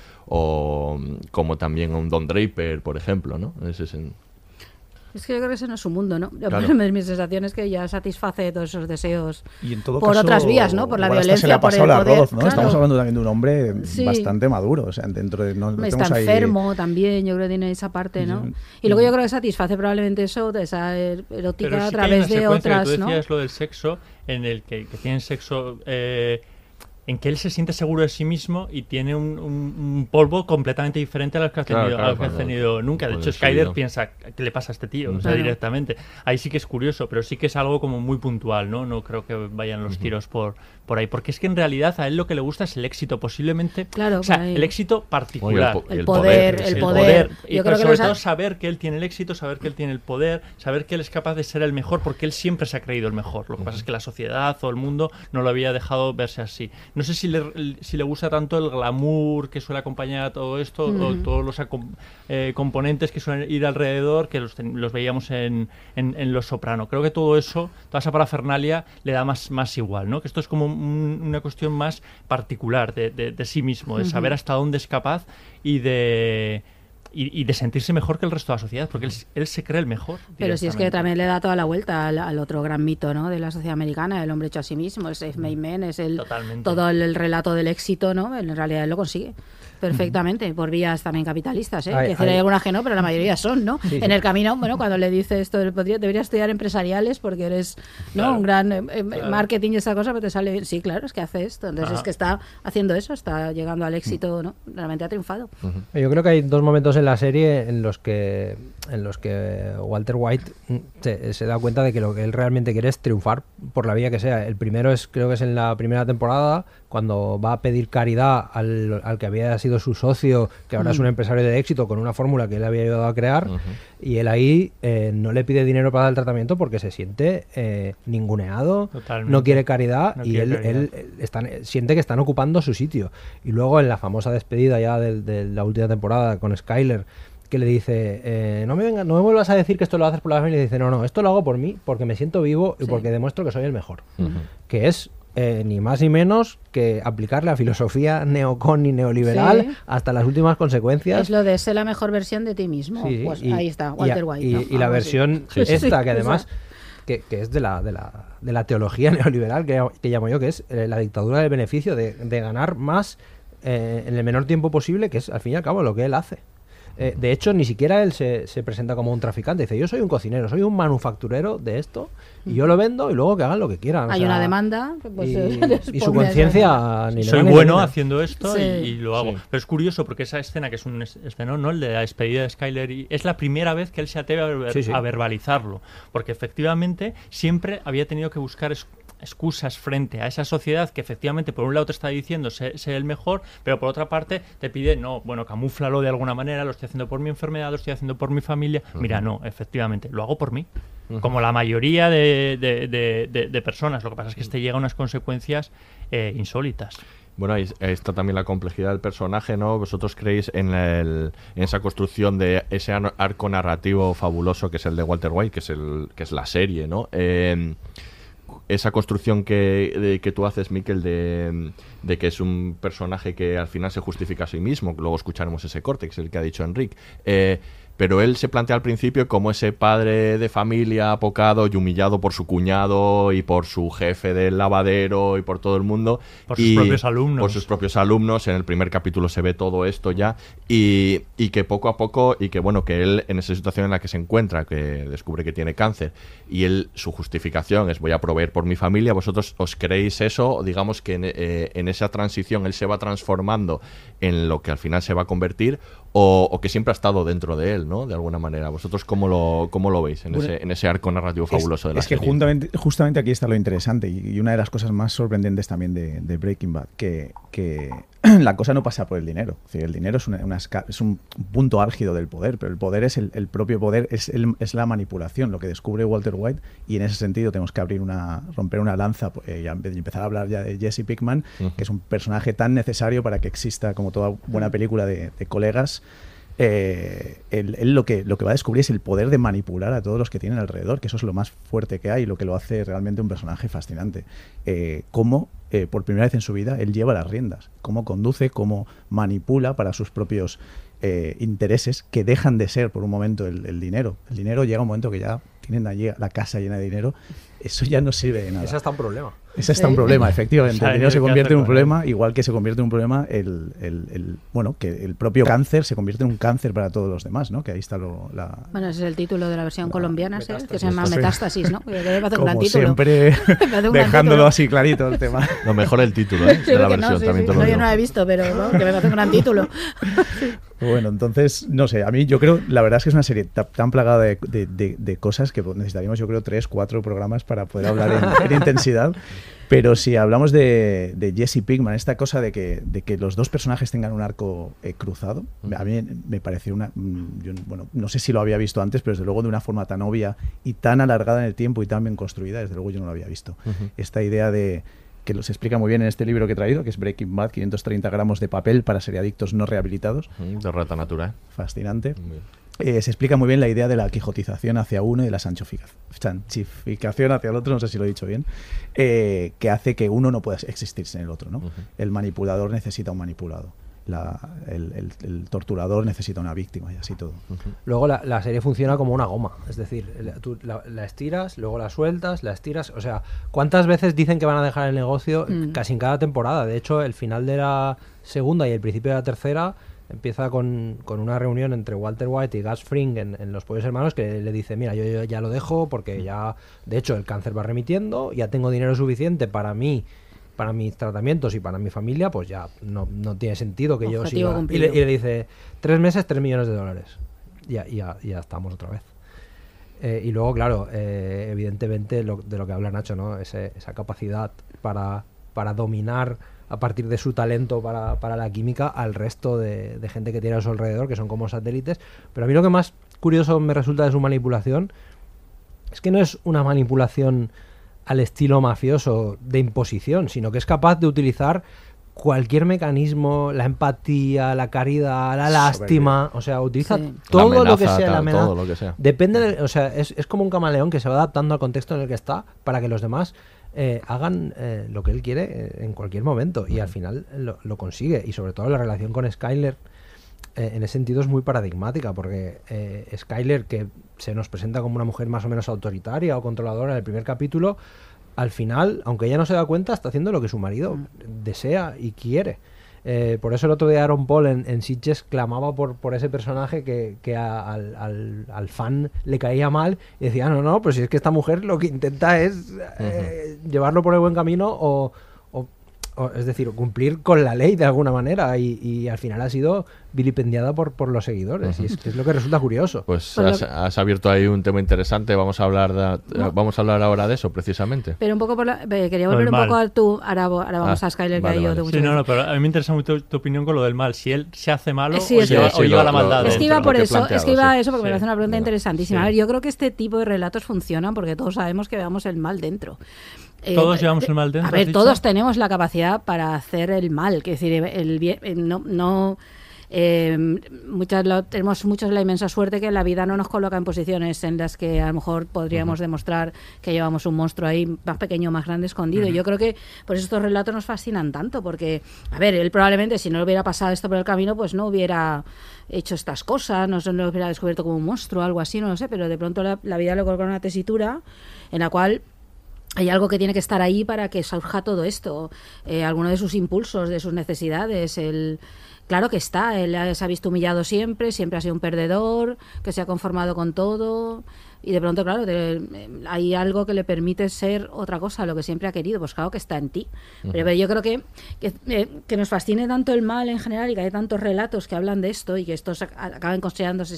[SPEAKER 7] también un Don Draper, por ejemplo, ¿no? En ese sentido.
[SPEAKER 4] Es que yo creo que ese no es su mundo, ¿no?
[SPEAKER 7] Claro.
[SPEAKER 4] Mi sensación es que ya satisface todos esos deseos
[SPEAKER 5] Y en todo
[SPEAKER 4] por
[SPEAKER 5] caso,
[SPEAKER 4] otras vías, ¿no? Por la
[SPEAKER 5] igual hasta
[SPEAKER 4] violencia,
[SPEAKER 5] se le ha
[SPEAKER 4] por el
[SPEAKER 5] pasado el
[SPEAKER 4] poder.
[SPEAKER 5] arroz, ¿no?
[SPEAKER 4] Claro.
[SPEAKER 5] Estamos hablando también de un hombre
[SPEAKER 4] Sí.
[SPEAKER 5] bastante maduro, o sea, dentro de no
[SPEAKER 4] Está
[SPEAKER 5] tenemos ahí-
[SPEAKER 4] enfermo también, yo creo que tiene esa parte, ¿no? Y luego yo creo que satisface probablemente eso, de esa erótica
[SPEAKER 9] Pero sí
[SPEAKER 4] a
[SPEAKER 9] que
[SPEAKER 4] través
[SPEAKER 9] hay una
[SPEAKER 4] de
[SPEAKER 9] secuencia
[SPEAKER 4] otras,
[SPEAKER 9] que tú
[SPEAKER 4] ¿no?
[SPEAKER 9] decías lo del sexo, en el que tienen sexo en que él se siente seguro de sí mismo y tiene un polvo completamente diferente a los que ha tenido,
[SPEAKER 7] Claro,
[SPEAKER 9] a los que ha
[SPEAKER 7] cuando-
[SPEAKER 9] tenido nunca. De
[SPEAKER 7] cuando
[SPEAKER 9] hecho,
[SPEAKER 7] es
[SPEAKER 9] Skyler
[SPEAKER 7] subido.
[SPEAKER 9] piensa, ¿qué le pasa a este tío? O sea,
[SPEAKER 4] Claro.
[SPEAKER 9] directamente. Ahí sí que es curioso, pero sí que es algo como muy puntual, ¿no? No creo que vayan los tiros por ahí. Porque es que en realidad a él lo que le gusta es el éxito, posiblemente.
[SPEAKER 4] Claro,
[SPEAKER 9] o sea,
[SPEAKER 4] por ahí.
[SPEAKER 9] el éxito particular.
[SPEAKER 7] Oye,
[SPEAKER 4] El poder.
[SPEAKER 9] Y
[SPEAKER 4] Yo
[SPEAKER 9] pero
[SPEAKER 4] creo que
[SPEAKER 9] sobre
[SPEAKER 4] los
[SPEAKER 9] todo saber que él tiene el éxito, saber que él tiene el poder, saber que él es capaz de ser el mejor, porque él siempre se ha creído el mejor. Lo que pasa es que la sociedad o el mundo no lo había dejado verse así. No sé si le gusta tanto el glamour que suele acompañar a todo esto, o todos los componentes que suelen ir alrededor, que los veíamos en Los Soprano. Creo que todo eso, toda esa parafernalia, le da más igual, ¿no? Que esto es como una cuestión más particular de sí mismo, de saber hasta dónde es capaz y de sentirse mejor que el resto de la sociedad, porque él se cree el mejor.
[SPEAKER 4] Pero si es que
[SPEAKER 9] directamente.
[SPEAKER 4] también le da toda la vuelta al otro gran mito, ¿no? De la sociedad americana, el hombre hecho a sí mismo, el self-made man, es
[SPEAKER 9] Totalmente.
[SPEAKER 4] todo el relato del éxito, ¿no? En realidad él lo consigue perfectamente, por vías también capitalistas, ¿eh?
[SPEAKER 10] Hay-
[SPEAKER 4] Es decir, hay
[SPEAKER 10] hay-
[SPEAKER 4] algunas que no, pero la mayoría son, ¿no?
[SPEAKER 10] Sí,
[SPEAKER 4] En
[SPEAKER 10] sí.
[SPEAKER 4] el camino, bueno, cuando le dice esto, deberías estudiar empresariales porque eres, ¿no?
[SPEAKER 9] Claro.
[SPEAKER 4] Un gran marketing y esa cosa, pero te sale bien. Sí, claro, es que hace esto. Entonces
[SPEAKER 9] Ajá.
[SPEAKER 4] es que está haciendo eso, está llegando al éxito, ¿no? Realmente ha triunfado.
[SPEAKER 10] Yo creo que hay dos momentos en la serie en los que Walter White se da cuenta de que lo que él realmente quiere es triunfar por la vía que sea. El primero creo que es en la primera temporada, cuando va a pedir caridad al que había sido su socio, que ahora es un empresario de éxito, con una fórmula que él había ayudado a crear, y él ahí no le pide dinero para el tratamiento porque se siente ninguneado,
[SPEAKER 9] Totalmente.
[SPEAKER 10] no quiere caridad,
[SPEAKER 9] No
[SPEAKER 10] y
[SPEAKER 9] quiere
[SPEAKER 10] él
[SPEAKER 9] caridad.
[SPEAKER 10] siente que están ocupando su sitio. Y luego en la famosa despedida ya de la última temporada con Skyler, que le dice, no me vuelvas a decir que esto lo haces por la familia, y dice, no, esto lo hago por mí, porque me siento vivo y
[SPEAKER 4] Sí.
[SPEAKER 10] porque demuestro que soy el mejor. Que es ni más ni menos que aplicar la filosofía neocon y neoliberal
[SPEAKER 4] Sí.
[SPEAKER 10] hasta las últimas consecuencias.
[SPEAKER 4] Es lo de ser la mejor versión de ti mismo.
[SPEAKER 10] Sí,
[SPEAKER 4] Pues
[SPEAKER 10] y-
[SPEAKER 4] ahí está,
[SPEAKER 10] y-
[SPEAKER 4] Walter White.
[SPEAKER 10] y,
[SPEAKER 4] ¿no?
[SPEAKER 10] y la
[SPEAKER 4] Algo así.
[SPEAKER 10] versión
[SPEAKER 4] Sí, sí,
[SPEAKER 10] esta,
[SPEAKER 4] sí,
[SPEAKER 10] que además
[SPEAKER 4] esa.
[SPEAKER 10] que es de la teología neoliberal que llamo yo, que es la dictadura del beneficio, de ganar más en el menor tiempo posible, que es al fin y al cabo lo que él hace. De hecho, ni siquiera él se presenta como un traficante. Dice, yo soy un cocinero, soy un manufacturero de esto y yo lo vendo y luego que hagan lo que quieran.
[SPEAKER 4] Hay una demanda. Pues,
[SPEAKER 10] y su conciencia...
[SPEAKER 9] Soy bueno haciendo esto y lo hago.
[SPEAKER 7] Sí.
[SPEAKER 9] Pero es curioso porque esa escena, que es un escenón, ¿no? El de la despedida de Skyler, es la primera vez que él se atreve a verbalizarlo. Porque efectivamente siempre había tenido que buscar excusas frente a esa sociedad que efectivamente por un lado te está diciendo sé el mejor, pero por otra parte te pide, no, bueno, camúflalo de alguna manera, lo estoy haciendo por mi enfermedad, lo estoy haciendo por mi familia. Mira, no, efectivamente, lo hago por mí. Como la mayoría de personas. Lo que pasa es que este llega a unas consecuencias insólitas.
[SPEAKER 7] Bueno, ahí está también la complejidad del personaje, ¿no? ¿Vosotros creéis en esa construcción de ese arco narrativo fabuloso que es el de Walter White, que es la serie, ¿no? Esa construcción que tú haces, Miquel, de que es un personaje que al final se justifica a sí mismo, luego escucharemos ese corte, que es el que ha dicho Enric, pero él se plantea al principio como ese padre de familia apocado y humillado por su cuñado y por su jefe del lavadero y por todo el mundo.
[SPEAKER 9] Por sus propios alumnos.
[SPEAKER 7] Por sus propios alumnos. En el primer capítulo se ve todo esto ya. Y que poco a poco, y que bueno, que él en esa situación en la que se encuentra, que descubre que tiene cáncer, y él, su justificación es voy a proveer por mi familia. ¿Vosotros os creéis eso? Digamos que en esa transición él se va transformando en lo que al final se va a convertir, o que siempre ha estado dentro de él, ¿no? De alguna manera. ¿Vosotros cómo lo veis en ese arco narrativo fabuloso de la serie?
[SPEAKER 5] Es que justamente aquí está lo interesante y una de las cosas más sorprendentes también de Breaking Bad, que la cosa no pasa por el dinero. Es decir, el dinero es un punto álgido del poder, pero el poder es el propio poder, es la manipulación, lo que descubre Walter White, y en ese sentido tenemos que romper una lanza y empezar a hablar ya de Jesse Pinkman, que es un personaje tan necesario para que exista, como toda buena película de colegas. Él lo que va a descubrir es el poder de manipular a todos los que tienen alrededor, que eso es lo más fuerte que hay y lo que lo hace realmente un personaje fascinante. Cómo por primera vez en su vida él lleva las riendas, cómo conduce, cómo manipula para sus propios intereses, que dejan de ser por un momento el dinero. El dinero llega un momento que ya tienen allí la casa llena de dinero, eso ya no sirve de nada.
[SPEAKER 10] Ese está un problema.
[SPEAKER 5] Ese está un problema, efectivamente. El dinero se convierte en un problema, igual que se convierte en un problema que el propio cáncer se convierte en un cáncer para todos los demás, ¿no? Que ahí está
[SPEAKER 4] Bueno, ese es el título de la versión colombiana, que se llama Metástasis, ¿no? Que me parece un gran
[SPEAKER 5] Como
[SPEAKER 4] título.
[SPEAKER 5] siempre, dejándolo así clarito el tema.
[SPEAKER 7] Lo mejor el título, ¿eh? De la versión, también te lo
[SPEAKER 4] No,
[SPEAKER 7] digo.
[SPEAKER 4] yo no la he visto, pero que me parece un gran título.
[SPEAKER 5] Bueno, entonces, no sé, a mí yo creo, la verdad es que es una serie tan plagada de cosas que necesitaríamos, yo creo, 3-4 programas para poder hablar en intensidad. Pero si hablamos de Jesse Pinkman, esta cosa de que los dos personajes tengan un arco cruzado, a mí me pareció bueno, no sé si lo había visto antes, pero desde luego de una forma tan obvia y tan alargada en el tiempo y tan bien construida, desde luego yo no lo había visto. Esta idea que los explica muy bien en este libro que he traído, que es Breaking Bad, 530 gramos de papel para seriadictos no rehabilitados.
[SPEAKER 7] De rata natural.
[SPEAKER 5] Fascinante. Se explica muy bien la idea de la quijotización hacia uno y de la sanchificación hacia el otro, no sé si lo he dicho bien, que hace que uno no pueda existir sin el otro, ¿no? El manipulador necesita un manipulado. El torturador necesita una víctima y así todo.
[SPEAKER 10] Luego la serie funciona como una goma, es decir, tú la estiras, luego la sueltas, la estiras, o sea, ¿cuántas veces dicen que van a dejar el negocio? Casi en cada temporada. De hecho, el final de la segunda y el principio de la tercera empieza con una reunión entre Walter White y Gus Fring en Los Pollos Hermanos, que le dice, mira, yo ya lo dejo porque ya, de hecho, el cáncer va remitiendo, ya tengo dinero suficiente para mí, para mis tratamientos y para mi familia, pues ya no tiene sentido que yo siga. Y le dice, 3 meses, $3 millones. Ya estamos otra vez. Y luego, claro, evidentemente de lo que habla Nacho, ¿no? Esa capacidad para dominar a partir de su talento para la química al resto de gente que tiene a su alrededor, que son como satélites. Pero a mí lo que más curioso me resulta de su manipulación es que no es una manipulación al estilo mafioso de imposición, sino que es capaz de utilizar cualquier mecanismo, la empatía, la caridad, la lástima, o sea, utiliza todo lo que sea, la amenaza,
[SPEAKER 7] todo lo que sea.
[SPEAKER 10] Depende, o sea, es como un camaleón que se va adaptando al contexto en el que está para que los demás hagan lo que él quiere en cualquier momento, y al final lo consigue. Y sobre todo la relación con Skyler en ese sentido es muy paradigmática, porque Skyler, que se nos presenta como una mujer más o menos autoritaria o controladora en el primer capítulo, al final, aunque ella no se da cuenta, está haciendo lo que su marido desea y quiere. Por eso el otro día Aaron Paul en Sitges clamaba por ese personaje que al fan le caía mal y decía, no, pero si es que esta mujer lo que intenta es llevarlo por el buen camino o es decir, cumplir con la ley de alguna manera y al final ha sido vilipendiada por los seguidores y es lo que resulta curioso.
[SPEAKER 7] Pues has abierto ahí un tema interesante, vamos a hablar ahora de eso precisamente.
[SPEAKER 4] Pero un poco quería volver un poco a tu... Ahora vamos a Skyler,
[SPEAKER 9] vale,
[SPEAKER 4] que
[SPEAKER 9] vale. Sí, pero a mí me interesa mucho tu opinión con lo del mal, si él se hace malo o lleva la maldad.
[SPEAKER 4] Es que iba por eso, porque me
[SPEAKER 9] sí.
[SPEAKER 4] hace una pregunta interesantísima.
[SPEAKER 9] Sí.
[SPEAKER 4] A ver, yo creo que este tipo de relatos funcionan porque todos sabemos que veamos el mal dentro.
[SPEAKER 9] Todos llevamos el mal dentro.
[SPEAKER 4] A ver, todos tenemos la capacidad para hacer el mal, que decir, el bien, tenemos muchos la inmensa suerte que la vida no nos coloca en posiciones en las que a lo mejor podríamos demostrar que llevamos un monstruo ahí más pequeño o más grande escondido. Yo creo que por eso estos relatos nos fascinan tanto, porque, a ver, él probablemente si no le hubiera pasado esto por el camino, pues no hubiera hecho estas cosas, no lo hubiera descubierto como un monstruo o algo así, no lo sé, pero de pronto la vida le coloca una tesitura en la cual hay algo que tiene que estar ahí para que surja todo esto, alguno de sus impulsos, de sus necesidades, claro que está, él se ha visto humillado siempre ha sido un perdedor, que se ha conformado con todo y de pronto, claro, hay algo que le permite ser otra cosa, lo que siempre ha querido, pues claro que está en ti. Pero yo creo que nos fascine tanto el mal en general y que hay tantos relatos que hablan de esto y que estos acaben considerándose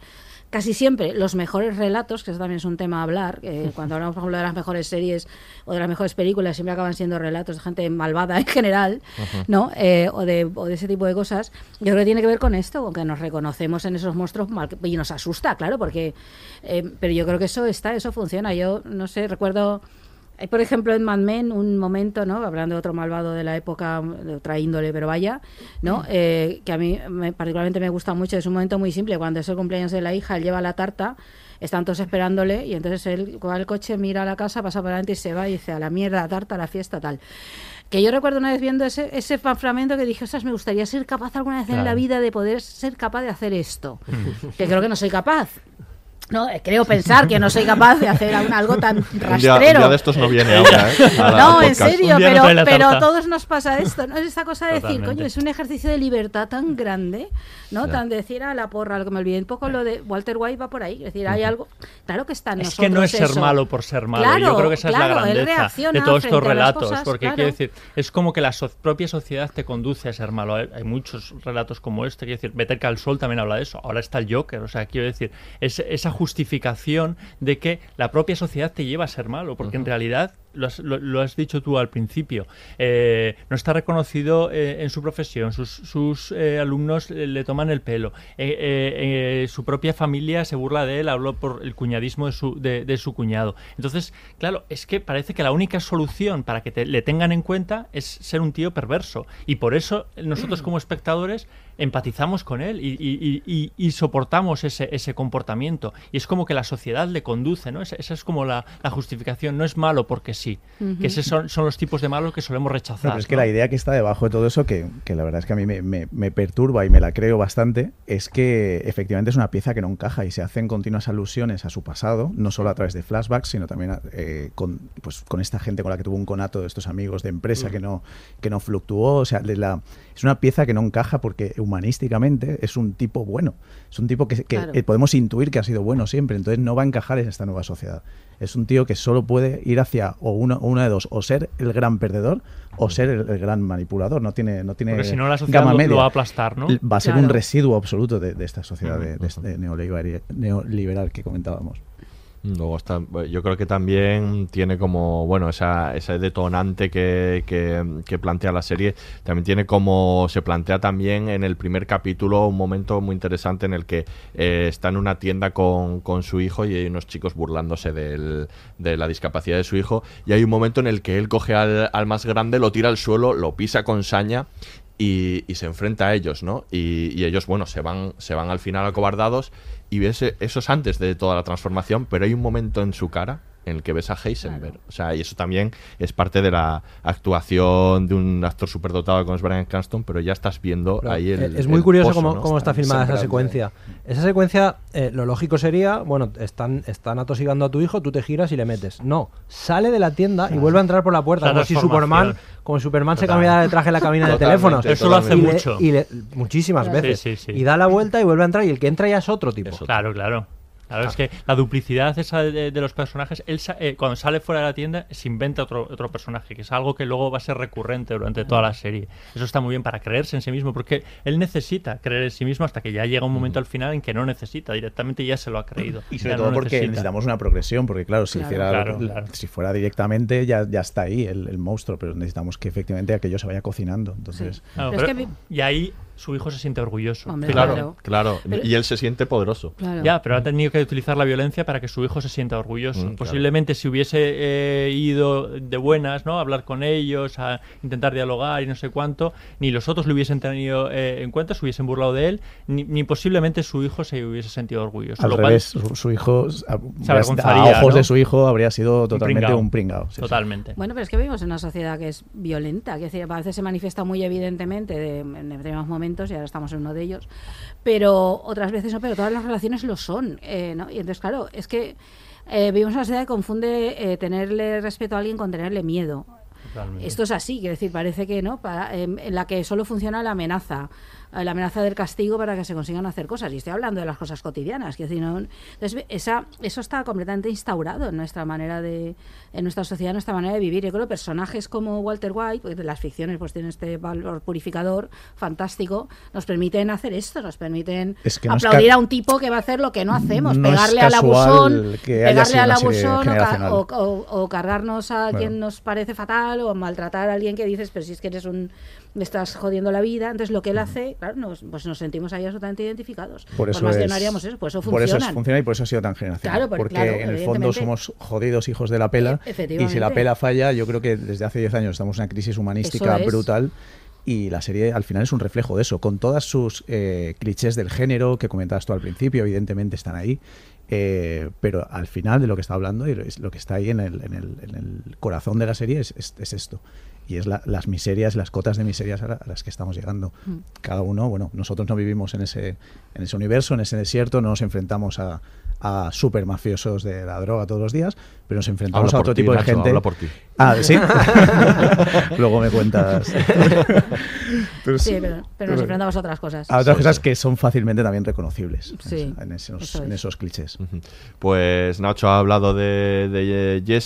[SPEAKER 4] casi siempre los mejores relatos, que eso también es un tema a hablar, cuando hablamos, por ejemplo, de las mejores series o de las mejores películas, siempre acaban siendo relatos de gente malvada en general, ¿no? O de ese tipo de cosas. Yo creo que tiene que ver con esto, con que nos reconocemos en esos monstruos y nos asusta, claro, porque pero yo creo que eso funciona. Yo no sé, recuerdo, por ejemplo, en Mad Men un momento, ¿no? Hablando de otro malvado de la época, de otra índole, pero vaya, ¿no? Que a mí particularmente me gusta mucho. Es un momento muy simple. Cuando es el cumpleaños de la hija, él lleva la tarta, están todos esperándole y entonces él va al coche, mira a la casa, pasa por delante y se va y dice, a la mierda la tarta, a la fiesta, tal. Que yo recuerdo una vez viendo ese fragmento que dije, ostras, me gustaría ser capaz alguna vez en la vida de poder ser capaz de hacer esto. Que creo que no soy capaz. No, creo pensar que no soy capaz de hacer algo tan rastrero.
[SPEAKER 7] Un día de estos no viene ahora,
[SPEAKER 4] no, en serio, pero a todos nos pasa esto, ¿no? Es esta cosa de decir, coño, es un ejercicio de libertad tan grande, ¿no? Tan de decir a la porra, lo que me olvidé un poco, lo de Walter White va por ahí. Es decir, hay algo, claro que está en nosotros.
[SPEAKER 9] Es que no es ser malo por ser malo.
[SPEAKER 4] Claro,
[SPEAKER 9] yo creo que esa es la grandeza de todos estos relatos, cosas, porque quiero decir, es como que la propia sociedad te conduce a ser malo. Hay muchos relatos como este, quiero decir, Better Call Saul también habla de eso. Ahora está el Joker, o sea, quiero decir, esa justificación de que la propia sociedad te lleva a ser malo, porque en realidad lo has dicho tú al principio, no está reconocido en su profesión, sus alumnos le toman el pelo, su propia familia se burla de él, habló por el cuñadismo de su cuñado. Entonces, claro, es que parece que la única solución para que le tengan en cuenta es ser un tío perverso, y por eso nosotros como espectadores empatizamos con él y soportamos ese comportamiento, y es como que la sociedad le conduce, ¿no? Esa es como la justificación, no es malo porque sí, que esos son los tipos de malos que solemos rechazar.
[SPEAKER 5] Pero es que la idea que está debajo de todo eso, que la verdad es que a mí me perturba y me la creo bastante, es que efectivamente es una pieza que no encaja y se hacen continuas alusiones a su pasado, no solo a través de flashbacks, sino también con esta gente con la que tuvo un conato, de estos amigos de empresa que no fluctuó. O sea, es una pieza que no encaja porque humanísticamente es un tipo bueno, es un tipo que claro, podemos intuir que ha sido bueno siempre, entonces no va a encajar en esta nueva sociedad. Es un tío que solo puede ir hacia una de dos, o ser el gran perdedor o ser el gran manipulador. No tiene porque
[SPEAKER 9] si no la sociedad lo va a aplastar, ¿no?
[SPEAKER 5] Va a ser un residuo absoluto de esta sociedad de neoliberal que comentábamos.
[SPEAKER 7] Luego yo creo que también tiene como, bueno, ese detonante que plantea la serie, también tiene como, se plantea también en el primer capítulo un momento muy interesante en el que está en una tienda con su hijo y hay unos chicos burlándose de la discapacidad de su hijo, y hay un momento en el que él coge al más grande, lo tira al suelo, lo pisa con saña y se enfrenta a ellos, ¿no? Y ellos, bueno, se van al final acobardados. y ves eso es antes de toda la transformación, pero hay un momento en su cara en el que ves a Heisenberg. O sea, y eso también es parte de la actuación de un actor superdotado como es Bryan Cranston, pero ya estás viendo ahí
[SPEAKER 10] es muy curioso
[SPEAKER 7] pozo,
[SPEAKER 10] cómo,
[SPEAKER 7] ¿no?
[SPEAKER 10] cómo está filmada esa secuencia. Esa secuencia, lo lógico sería, bueno, están atosigando a tu hijo, tú te giras y le metes. No, sale de la tienda y vuelve a entrar por la puerta, como si Superman se cambiara de traje en la cabina de teléfonos.
[SPEAKER 9] Eso lo hace mucho.
[SPEAKER 10] Muchísimas veces.
[SPEAKER 9] Sí.
[SPEAKER 10] Y da la vuelta y vuelve a entrar, y el que entra ya es otro tipo.
[SPEAKER 9] Claro, es que la duplicidad esa de los personajes, él cuando sale fuera de la tienda se inventa otro personaje, que es algo que luego va a ser recurrente durante toda la serie. Eso está muy bien para creerse en sí mismo, porque él necesita creer en sí mismo hasta que ya llega un momento al final en que no necesita, directamente ya se lo ha creído.
[SPEAKER 5] Y sobre todo porque necesitamos una progresión, porque claro, si fuera directamente ya está ahí el monstruo, pero necesitamos que efectivamente aquello se vaya cocinando. Entonces,
[SPEAKER 9] y ahí su hijo se siente orgulloso.
[SPEAKER 7] Hombre, claro. Pero, y él se siente poderoso.
[SPEAKER 9] Ya, pero ha tenido que utilizar la violencia para que su hijo se sienta orgulloso. Posiblemente si hubiese ido de buenas, ¿no? A hablar con ellos, a intentar dialogar y no sé cuánto, ni los otros lo hubiesen tenido en cuenta, se hubiesen burlado de él, ni posiblemente su hijo se hubiese sentido orgulloso.
[SPEAKER 5] Al revés, su hijo,
[SPEAKER 9] se avergonzaría,
[SPEAKER 5] a ojos de su hijo, habría sido totalmente un pringao.
[SPEAKER 9] Totalmente.
[SPEAKER 4] Bueno, pero es que vivimos en una sociedad que es violenta, que a veces se manifiesta muy evidentemente en determinados momentos, y ahora estamos en uno de ellos, pero otras veces no, pero todas las relaciones lo son, ¿no? Y entonces, claro, es que vivimos en una sociedad que confunde tenerle respeto a alguien con tenerle miedo. Totalmente. Esto es así, quiero decir, parece que no, en la que solo funciona la amenaza del castigo para que se consigan hacer cosas. Y estoy hablando de las cosas cotidianas. Quiero decir, ¿no? Entonces, eso está completamente instaurado en nuestra en nuestra sociedad, en nuestra manera de vivir. Yo creo que personajes como Walter White, pues de las ficciones, pues tienen este valor purificador fantástico, nos permiten hacer esto, nos permiten aplaudir a un tipo que va a hacer lo que no hacemos, pegarle al abusón, o cargarnos a quien nos parece fatal, o maltratar a alguien que dices, pero si es que me estás jodiendo la vida. Entonces lo que él hace, claro, pues nos sentimos ahí absolutamente identificados.
[SPEAKER 5] Por eso
[SPEAKER 4] más que no haríamos eso, por eso funciona.
[SPEAKER 5] Por eso funciona y por eso ha sido tan generacional. Porque en el fondo somos jodidos hijos de la pela, y si la pela falla, yo creo que desde hace 10 años estamos en una crisis humanística brutal. Y la serie al final es un reflejo de eso, con todas sus clichés del género que comentabas tú al principio, evidentemente están ahí, pero al final de lo que está hablando y lo que está ahí en el corazón de la serie es esto. Y es las miserias, las cotas de miserias a las que estamos llegando. Cada uno, bueno, nosotros no vivimos en ese universo, en ese desierto, no nos enfrentamos a super mafiosos de la droga todos los días, pero nos enfrentamos a otro tipo de gente.
[SPEAKER 7] Habla por ti.
[SPEAKER 5] Ah, ¿sí? Luego me cuentas.
[SPEAKER 4] Sí, pero nos enfrentamos a otras cosas.
[SPEAKER 5] A otras cosas que son fácilmente también reconocibles en esos clichés.
[SPEAKER 7] Pues Nacho ha hablado de Jesse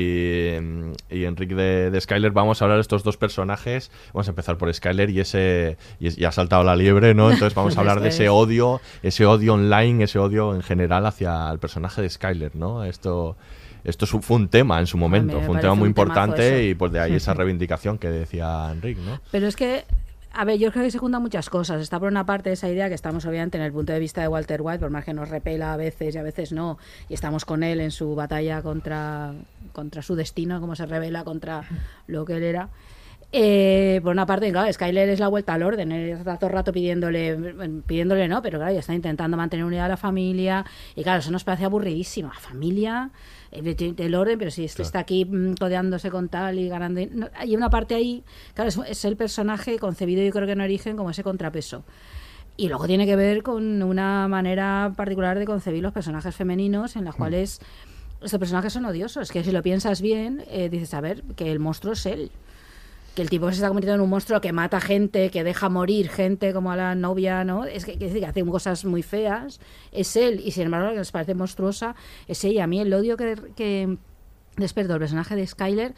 [SPEAKER 7] y Enrique de Skyler. Vamos a hablar de estos dos personajes. Vamos a empezar por Skyler y ha saltado la liebre, ¿no? Entonces vamos a hablar de ese odio online, ese odio en general hacia el personaje de Skyler, ¿no? Esto fue un tema en su momento, fue un tema muy importante, y pues de ahí esa reivindicación que decía Enrique, ¿no?
[SPEAKER 4] Pero es que, a ver, yo creo que se juntan muchas cosas. Está por una parte esa idea que estamos obviamente en el punto de vista de Walter White, por más que nos repela a veces y a veces no, y estamos con él en su batalla contra su destino, como se revela contra lo que él era. Por una parte, claro, Skyler es la vuelta al orden, está todo el rato pidiéndole no, pero claro, ya está intentando mantener unidad a la familia, y claro, eso nos parece aburridísimo. La familia, el orden, pero si está aquí codeándose con tal y ganando. No, hay una parte ahí, claro, es el personaje concebido, yo creo que en origen, como ese contrapeso. Y luego tiene que ver con una manera particular de concebir los personajes femeninos, en las cuales estos personajes son odiosos. Que si lo piensas bien, dices, a ver, que el monstruo es él. Que el tipo se está convirtiendo en un monstruo que mata gente, que deja morir gente como a la novia, ¿no? Es que hace cosas muy feas. Es él, y sin embargo, lo que nos parece monstruosa es ella. A mí el odio que despertó el personaje de Skyler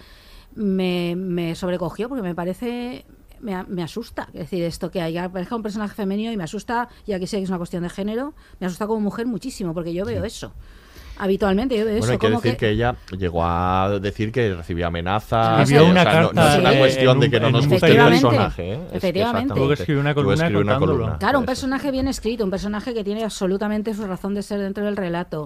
[SPEAKER 4] me sobrecogió, porque me parece... Me asusta, es decir, esto que aparezca un personaje femenino y me asusta, y aquí sé que es una cuestión de género, me asusta como mujer muchísimo, porque yo veo eso. Habitualmente yo veo eso.
[SPEAKER 7] Bueno, hay que decir que ella llegó a decir que recibía amenazas.
[SPEAKER 9] Escribió una carta.
[SPEAKER 7] No es una cuestión de que no nos guste el personaje.
[SPEAKER 4] Efectivamente.
[SPEAKER 9] Tuvo que escribir una columna.
[SPEAKER 4] Claro, un personaje bien escrito, un personaje que tiene absolutamente su razón de ser dentro del relato.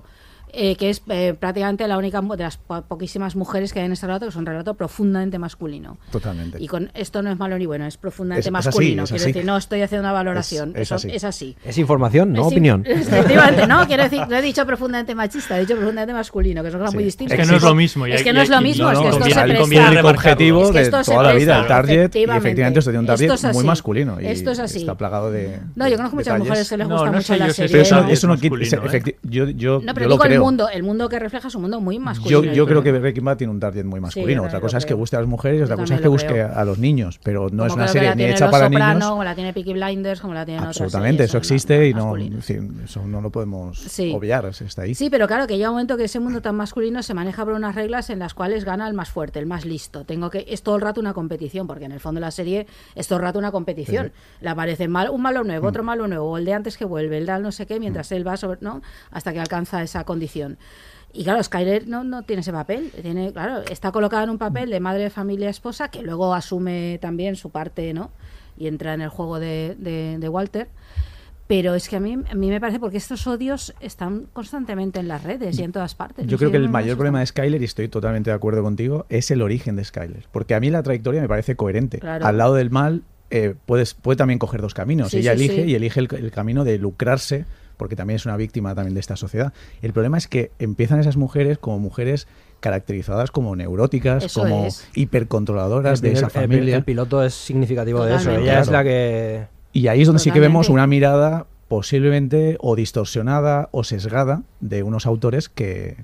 [SPEAKER 4] que es prácticamente la única de las poquísimas mujeres que hay en este relato, que es un relato profundamente masculino.
[SPEAKER 5] Totalmente.
[SPEAKER 4] Y con esto no es malo ni bueno, es profundamente
[SPEAKER 5] Es
[SPEAKER 4] masculino.
[SPEAKER 5] así,
[SPEAKER 4] Quiero decir, no estoy haciendo una valoración,
[SPEAKER 5] Es así.
[SPEAKER 4] es así.
[SPEAKER 10] Es información, no
[SPEAKER 4] Es
[SPEAKER 10] opinión.
[SPEAKER 4] Efectivamente, no, quiero decir, no he dicho profundamente machista, he dicho profundamente masculino, que son cosas muy distintas.
[SPEAKER 9] Es que no es lo mismo.
[SPEAKER 4] Es que no es lo mismo, es que esto se
[SPEAKER 5] el
[SPEAKER 4] presta.
[SPEAKER 5] público objetivo
[SPEAKER 4] Es que
[SPEAKER 5] de
[SPEAKER 4] esto se
[SPEAKER 5] toda la vida,
[SPEAKER 4] presta,
[SPEAKER 5] el target, y
[SPEAKER 4] efectivamente.
[SPEAKER 5] efectivamente esto tiene un target
[SPEAKER 4] Esto es así.
[SPEAKER 5] muy masculino. Y
[SPEAKER 4] Esto es así.
[SPEAKER 5] está plagado de.
[SPEAKER 4] No, yo conozco muchas
[SPEAKER 5] detalles.
[SPEAKER 4] mujeres que les gusta
[SPEAKER 9] no
[SPEAKER 4] mucho
[SPEAKER 9] sé
[SPEAKER 4] la
[SPEAKER 9] yo si
[SPEAKER 4] serie.
[SPEAKER 5] Pero
[SPEAKER 9] es
[SPEAKER 5] eso no quita.
[SPEAKER 9] masculino,
[SPEAKER 5] Yo
[SPEAKER 4] No, pero
[SPEAKER 5] lo
[SPEAKER 4] digo
[SPEAKER 5] creo.
[SPEAKER 4] el mundo que refleja es un mundo muy masculino.
[SPEAKER 5] Yo creo que Breaking Bad tiene un target muy masculino.
[SPEAKER 4] yo
[SPEAKER 5] Otra
[SPEAKER 4] también
[SPEAKER 5] cosa
[SPEAKER 4] lo
[SPEAKER 5] es que
[SPEAKER 4] creo.
[SPEAKER 5] guste a las mujeres y otra
[SPEAKER 4] Yo
[SPEAKER 5] cosa es que
[SPEAKER 4] también lo
[SPEAKER 5] busque
[SPEAKER 4] creo.
[SPEAKER 5] a los niños. Pero no es
[SPEAKER 4] Como
[SPEAKER 5] una
[SPEAKER 4] creo que
[SPEAKER 5] serie
[SPEAKER 4] la
[SPEAKER 5] ni
[SPEAKER 4] tiene
[SPEAKER 5] hecha
[SPEAKER 4] Los
[SPEAKER 5] para
[SPEAKER 4] Soprano,
[SPEAKER 5] niños.
[SPEAKER 4] como la tiene Peaky Blinders, como la tiene otras
[SPEAKER 5] Absolutamente,
[SPEAKER 4] series,
[SPEAKER 5] eso
[SPEAKER 4] son
[SPEAKER 5] existe y no,
[SPEAKER 4] masculinas.
[SPEAKER 5] en fin, eso no lo podemos
[SPEAKER 4] Sí.
[SPEAKER 5] obviar, está ahí.
[SPEAKER 4] Sí, pero claro, que llega un momento que ese mundo tan masculino se maneja por unas reglas en las cuales gana el más fuerte, el más listo. Es todo el rato una competición, porque en el fondo la serie es todo el rato una competición. Le aparece un malo nuevo, otro malo nuevo, o el de antes que vuelve, el de no sé qué, mientras él va sobre, ¿no? Hasta que alcanza esa condición. Y claro, Skyler no tiene ese papel. Claro, está colocada en un papel de madre de familia, esposa, que luego asume también su parte, ¿no? Y entra en el juego de Walter. Pero es que a mí me parece, porque estos odios están constantemente en las redes y en todas partes.
[SPEAKER 5] Yo creo que el mayor problema de Skyler, y estoy totalmente de acuerdo contigo, es el origen de Skyler. Porque a mí la trayectoria me parece coherente.
[SPEAKER 4] Claro.
[SPEAKER 5] Al lado del mal puede también coger dos caminos.
[SPEAKER 4] Sí,
[SPEAKER 5] Ella
[SPEAKER 4] sí,
[SPEAKER 5] elige
[SPEAKER 4] sí.
[SPEAKER 5] y elige el camino de lucrarse, porque también es una víctima también de esta sociedad. El problema es que empiezan esas mujeres como mujeres caracterizadas como neuróticas,
[SPEAKER 4] Eso
[SPEAKER 5] como
[SPEAKER 4] es.
[SPEAKER 5] hipercontroladoras de esa familia.
[SPEAKER 10] El piloto es significativo de eso.
[SPEAKER 4] Totalmente.
[SPEAKER 10] Ella es
[SPEAKER 5] Claro.
[SPEAKER 10] la que...
[SPEAKER 5] Y ahí es donde sí que vemos
[SPEAKER 4] Totalmente.
[SPEAKER 5] una mirada posiblemente o distorsionada o sesgada de unos autores que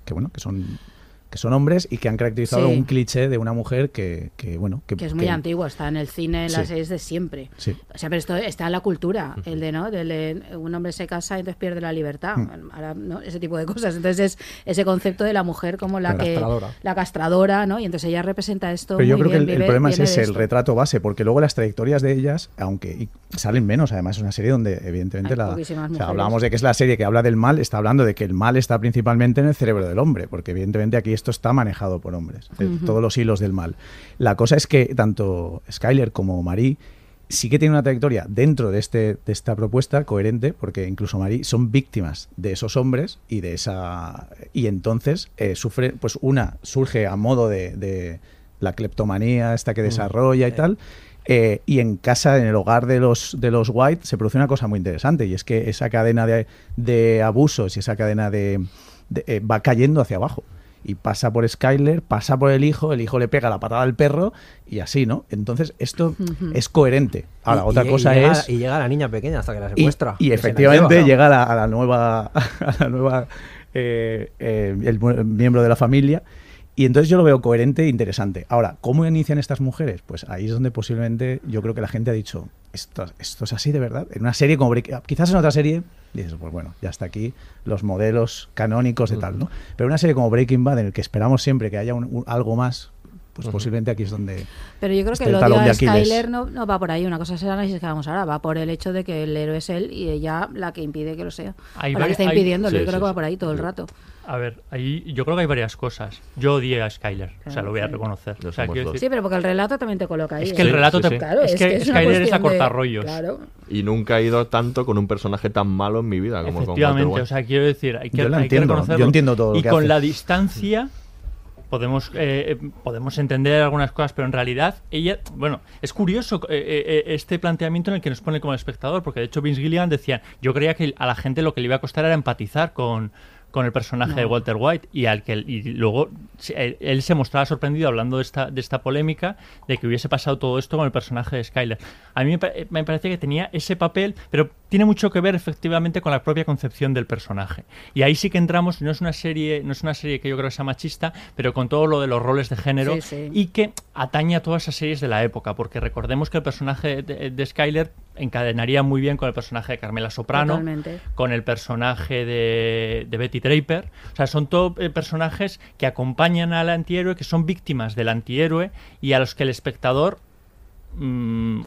[SPEAKER 5] son hombres y que han caracterizado
[SPEAKER 4] Sí.
[SPEAKER 5] un cliché de una mujer que
[SPEAKER 4] es muy antiguo, está en el cine, en las
[SPEAKER 5] Sí.
[SPEAKER 4] series de siempre.
[SPEAKER 5] Sí.
[SPEAKER 4] O sea, pero esto está en la cultura, el de un hombre se casa y entonces pierde la libertad. Ahora, ¿no? Ese tipo de cosas. Entonces es ese concepto de la mujer como la castradora, ¿no? Y entonces ella representa esto.
[SPEAKER 5] Pero yo
[SPEAKER 4] muy
[SPEAKER 5] creo que
[SPEAKER 4] bien,
[SPEAKER 5] el problema es
[SPEAKER 4] viene de
[SPEAKER 5] ese, el
[SPEAKER 4] esto.
[SPEAKER 5] retrato base, porque luego las trayectorias de ellas, aunque salen menos, además es una serie donde evidentemente
[SPEAKER 4] Hay poquísimas mujeres.
[SPEAKER 5] hablábamos de que es la serie que habla del mal, está hablando de que el mal está principalmente en el cerebro del hombre, porque evidentemente aquí esto está manejado por hombres, todos los hilos del mal. La cosa es que tanto Skyler como Marie sí que tienen una trayectoria dentro de esta propuesta coherente, porque incluso Marie son víctimas de esos hombres y entonces surge a modo de la cleptomanía esta que desarrolla y tal. Y en casa, en el hogar de los White, se produce una cosa muy interesante, y es que esa cadena de abusos y esa cadena va cayendo hacia abajo. Y pasa por Skyler, pasa por el hijo le pega la patada al perro y así, ¿no? Entonces esto es coherente. Ahora, otra cosa es...
[SPEAKER 10] Y llega la niña pequeña hasta que la secuestra.
[SPEAKER 5] Y efectivamente llega a la nueva el miembro de la familia. Y entonces yo lo veo coherente e interesante. Ahora, ¿cómo inician estas mujeres? Pues ahí es donde posiblemente yo creo que la gente ha dicho, ¿esto es así de verdad? En una serie como quizás en otra serie dices, pues bueno, ya está aquí los modelos canónicos de tal, ¿no? Pero una serie como Breaking Bad, en el que esperamos siempre que haya algo más, pues posiblemente aquí es donde...
[SPEAKER 4] Pero yo creo que
[SPEAKER 5] el
[SPEAKER 4] el odio
[SPEAKER 5] talón de
[SPEAKER 4] a
[SPEAKER 5] Aquiles.
[SPEAKER 4] Skyler no va por ahí. Una cosa es el análisis que vamos ahora, va por el hecho de que el héroe es él y ella la que impide que lo sea.
[SPEAKER 9] Hay
[SPEAKER 4] O la que está
[SPEAKER 9] hay-
[SPEAKER 4] impidiéndolo.
[SPEAKER 7] sí,
[SPEAKER 4] Yo creo
[SPEAKER 7] sí,
[SPEAKER 4] que va
[SPEAKER 7] sí.
[SPEAKER 4] por ahí todo el rato.
[SPEAKER 9] A ver, ahí yo creo que hay varias cosas. Yo odié a Skyler, o sea, lo voy a reconocer.
[SPEAKER 7] Ya
[SPEAKER 9] O sea,
[SPEAKER 7] somos
[SPEAKER 9] quiero
[SPEAKER 7] dos.
[SPEAKER 9] decir,
[SPEAKER 4] Sí, pero porque el relato también te coloca ahí.
[SPEAKER 9] es que el
[SPEAKER 7] Sí,
[SPEAKER 9] relato
[SPEAKER 7] sí,
[SPEAKER 9] te...
[SPEAKER 7] sí.
[SPEAKER 4] Claro,
[SPEAKER 9] es que
[SPEAKER 4] es una
[SPEAKER 9] Skyler es a
[SPEAKER 4] cuestión de-
[SPEAKER 9] cortarrollos.
[SPEAKER 4] Claro.
[SPEAKER 7] Y nunca he ido tanto con un personaje tan malo en mi vida como con Walter
[SPEAKER 9] Efectivamente,
[SPEAKER 7] White.
[SPEAKER 9] o sea, quiero decir, hay que,
[SPEAKER 5] Yo la
[SPEAKER 9] hay que
[SPEAKER 5] entiendo,
[SPEAKER 9] reconocerlo.
[SPEAKER 5] yo entiendo todo lo
[SPEAKER 9] y
[SPEAKER 5] que
[SPEAKER 9] con
[SPEAKER 5] hace.
[SPEAKER 9] la distancia podemos entender algunas cosas, pero en realidad ella, bueno, es curioso este planteamiento en el que nos pone como espectador, porque de hecho Vince Gilligan decía, yo creía que a la gente lo que le iba a costar era empatizar con el personaje de Walter White, y luego él se mostraba sorprendido hablando de esta polémica de que hubiese pasado todo esto con el personaje de Skyler. A mí me parece que tenía ese papel, pero tiene mucho que ver efectivamente con la propia concepción del personaje. Y ahí sí que entramos, no es una serie que yo creo que sea machista, pero con todo lo de los roles de género,
[SPEAKER 4] Sí, sí.
[SPEAKER 9] y que atañe a todas esas series de la época, porque recordemos que el personaje de Skyler encadenaría muy bien con el personaje de Carmela Soprano,
[SPEAKER 4] Totalmente.
[SPEAKER 9] con el personaje de Betty Draper. O sea, son todos personajes que acompañan al antihéroe, que son víctimas del antihéroe y a los que el espectador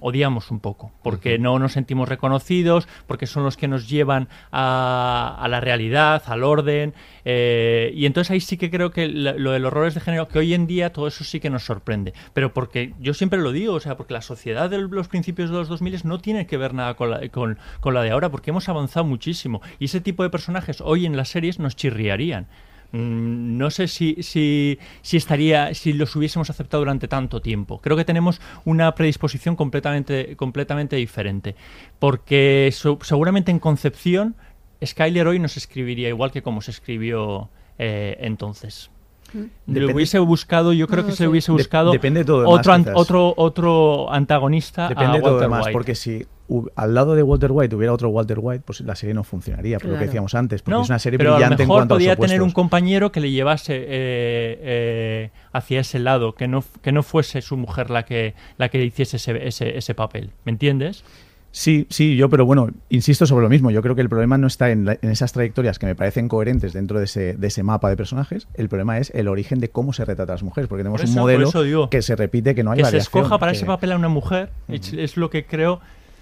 [SPEAKER 9] odiamos un poco, porque no nos sentimos reconocidos, porque son los que nos llevan a la realidad, al orden, y entonces ahí sí que creo que lo de los roles de género, que hoy en día todo eso sí que nos sorprende, pero porque yo siempre lo digo, o sea, porque la sociedad de los principios de los 2000 no tiene que ver nada con la de ahora, porque hemos avanzado muchísimo, y ese tipo de personajes hoy en las series nos chirriarían. No sé si los hubiésemos aceptado durante tanto tiempo. Creo que tenemos una predisposición completamente diferente, porque seguramente en concepción Skyler hoy no se escribiría igual que como se escribió entonces. Lo hubiese buscado, yo creo que se hubiese buscado otro antagonista.
[SPEAKER 5] Depende
[SPEAKER 9] a
[SPEAKER 5] de todo
[SPEAKER 9] Walter
[SPEAKER 5] demás,
[SPEAKER 9] White.
[SPEAKER 5] porque si al lado de Walter White hubiera otro Walter White, pues la serie no funcionaría, por lo que decíamos antes, porque es una serie brillante en cuanto a
[SPEAKER 9] a lo mejor podía tener un
[SPEAKER 5] opuestos.
[SPEAKER 9] compañero que le llevase hacia ese lado, que no fuese su mujer la que hiciese ese papel, ¿me entiendes?
[SPEAKER 5] Sí, yo, pero bueno, insisto sobre lo mismo. Yo creo que el problema no está en esas trayectorias que me parecen coherentes dentro de ese mapa de personajes. El problema es el origen de cómo se retrata a las mujeres, porque tenemos un modelo que se repite, que no hay variación.
[SPEAKER 9] Que se escoja para ese papel a una mujer, es lo que creo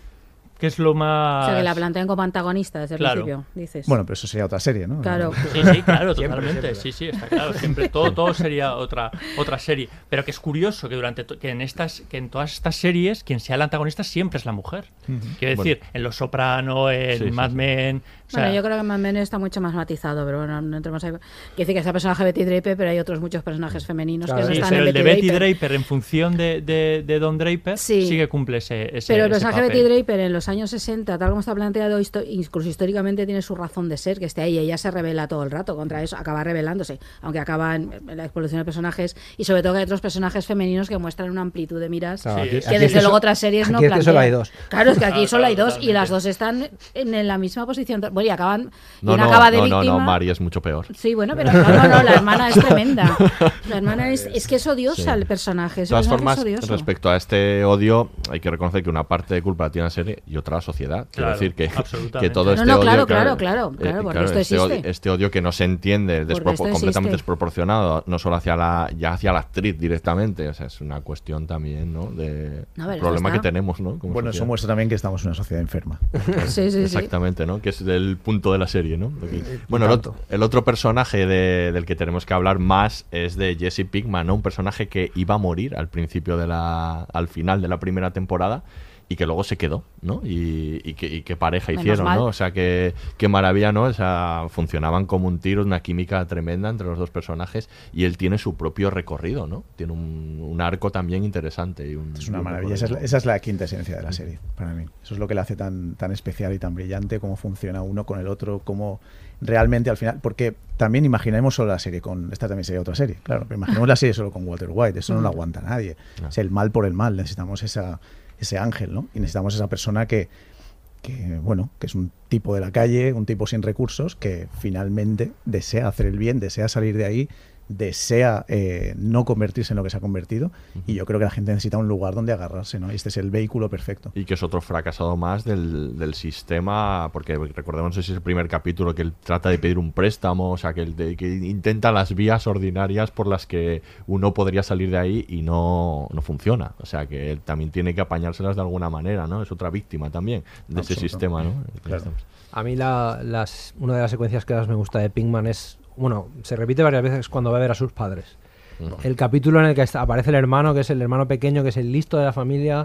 [SPEAKER 9] que es lo más...
[SPEAKER 4] O sea, que la planteen como antagonista desde el principio, dices.
[SPEAKER 5] Bueno, pero eso sería otra serie, ¿no?
[SPEAKER 4] Claro.
[SPEAKER 9] Sí, claro, totalmente. Siempre. Sí, está claro. Siempre todo sería otra serie. Pero que es curioso que en todas estas series quien sea el antagonista siempre es la mujer. Quiero decir, en Los Soprano, en Mad Men...
[SPEAKER 4] Bueno, yo creo que Mad Men está mucho más matizado, pero bueno, no entremos ahí. Quiere decir que está el personaje Betty Draper, pero hay otros muchos personajes femeninos que no están
[SPEAKER 9] pero
[SPEAKER 4] en
[SPEAKER 9] el de Betty Draper, en función de Don Draper, sí que cumple ese
[SPEAKER 4] Pero el personaje de
[SPEAKER 9] papel.
[SPEAKER 4] Betty Draper en los años 60, tal como está planteado, incluso históricamente tiene su razón de ser, que esté ahí. Ella se revela todo el rato contra eso, acaba rebelándose, aunque acaba en la evolución de personajes, y sobre todo que hay otros personajes femeninos que muestran una amplitud de miras que desde luego otras series no plantean.
[SPEAKER 10] Solo hay dos.
[SPEAKER 4] Claro, es que aquí solo hay dos y las dos están en la misma posición. Bueno, y acaban...
[SPEAKER 7] No, Mari es mucho peor.
[SPEAKER 4] Sí, bueno, pero no, la hermana es tremenda. La hermana es que es odiosa el personaje.
[SPEAKER 7] De todas formas, respecto a este odio, hay que reconocer que una parte de culpa la tiene la serie y otra la sociedad. Quiero decir que todo este odio...
[SPEAKER 4] Claro, porque esto existe.
[SPEAKER 7] Este odio que no se entiende, completamente desproporcionado, no solo hacia la actriz directamente. O sea, es una cuestión también, ¿no? De problema que tenemos, ¿no? Como
[SPEAKER 5] bueno, eso muestra también que estamos en una sociedad enferma.
[SPEAKER 4] Sí.
[SPEAKER 7] Exactamente, ¿no? Que es del punto de la serie, ¿no? Bueno, el otro personaje del que tenemos que hablar más es de Jesse Pinkman, ¿no? Un personaje que iba a morir al final de la primera temporada y que luego se quedó, ¿no? Y qué pareja hicieron, ¿no? O sea, qué maravilla, ¿no? O sea, funcionaban como un tiro, una química tremenda entre los dos personajes, y él tiene su propio recorrido, ¿no? Tiene un arco también interesante.
[SPEAKER 5] Es una maravilla. Esa es la quinta esencia de la serie, para mí. Eso es lo que le hace tan especial y tan brillante, cómo funciona uno con el otro, cómo realmente al final... Porque también imaginemos solo la serie esta también sería otra serie, claro, pero imaginemos la serie solo con Walter White, eso no lo aguanta nadie. Es el mal por el mal, necesitamos ese ángel, ¿no? Y necesitamos esa persona que es un tipo de la calle, un tipo sin recursos, que finalmente desea hacer el bien, desea salir de ahí, desea no convertirse en lo que se ha convertido, y yo creo que la gente necesita un lugar donde agarrarse, ¿no? Y este es el vehículo perfecto.
[SPEAKER 7] Y que es otro fracasado más del sistema, porque recordemos, no sé si es el primer capítulo, que él trata de pedir un préstamo, o sea, que intenta las vías ordinarias por las que uno podría salir de ahí y no funciona. O sea, que él también tiene que apañárselas de alguna manera, ¿no? Es otra víctima también de ese sistema, ¿no?
[SPEAKER 5] Claro.
[SPEAKER 10] A mí una de las secuencias que más me gusta de Pinkman es... Bueno, se repite varias veces cuando va a ver a sus padres. El capítulo en el que aparece el hermano, que es el hermano pequeño, que es el listo de la familia,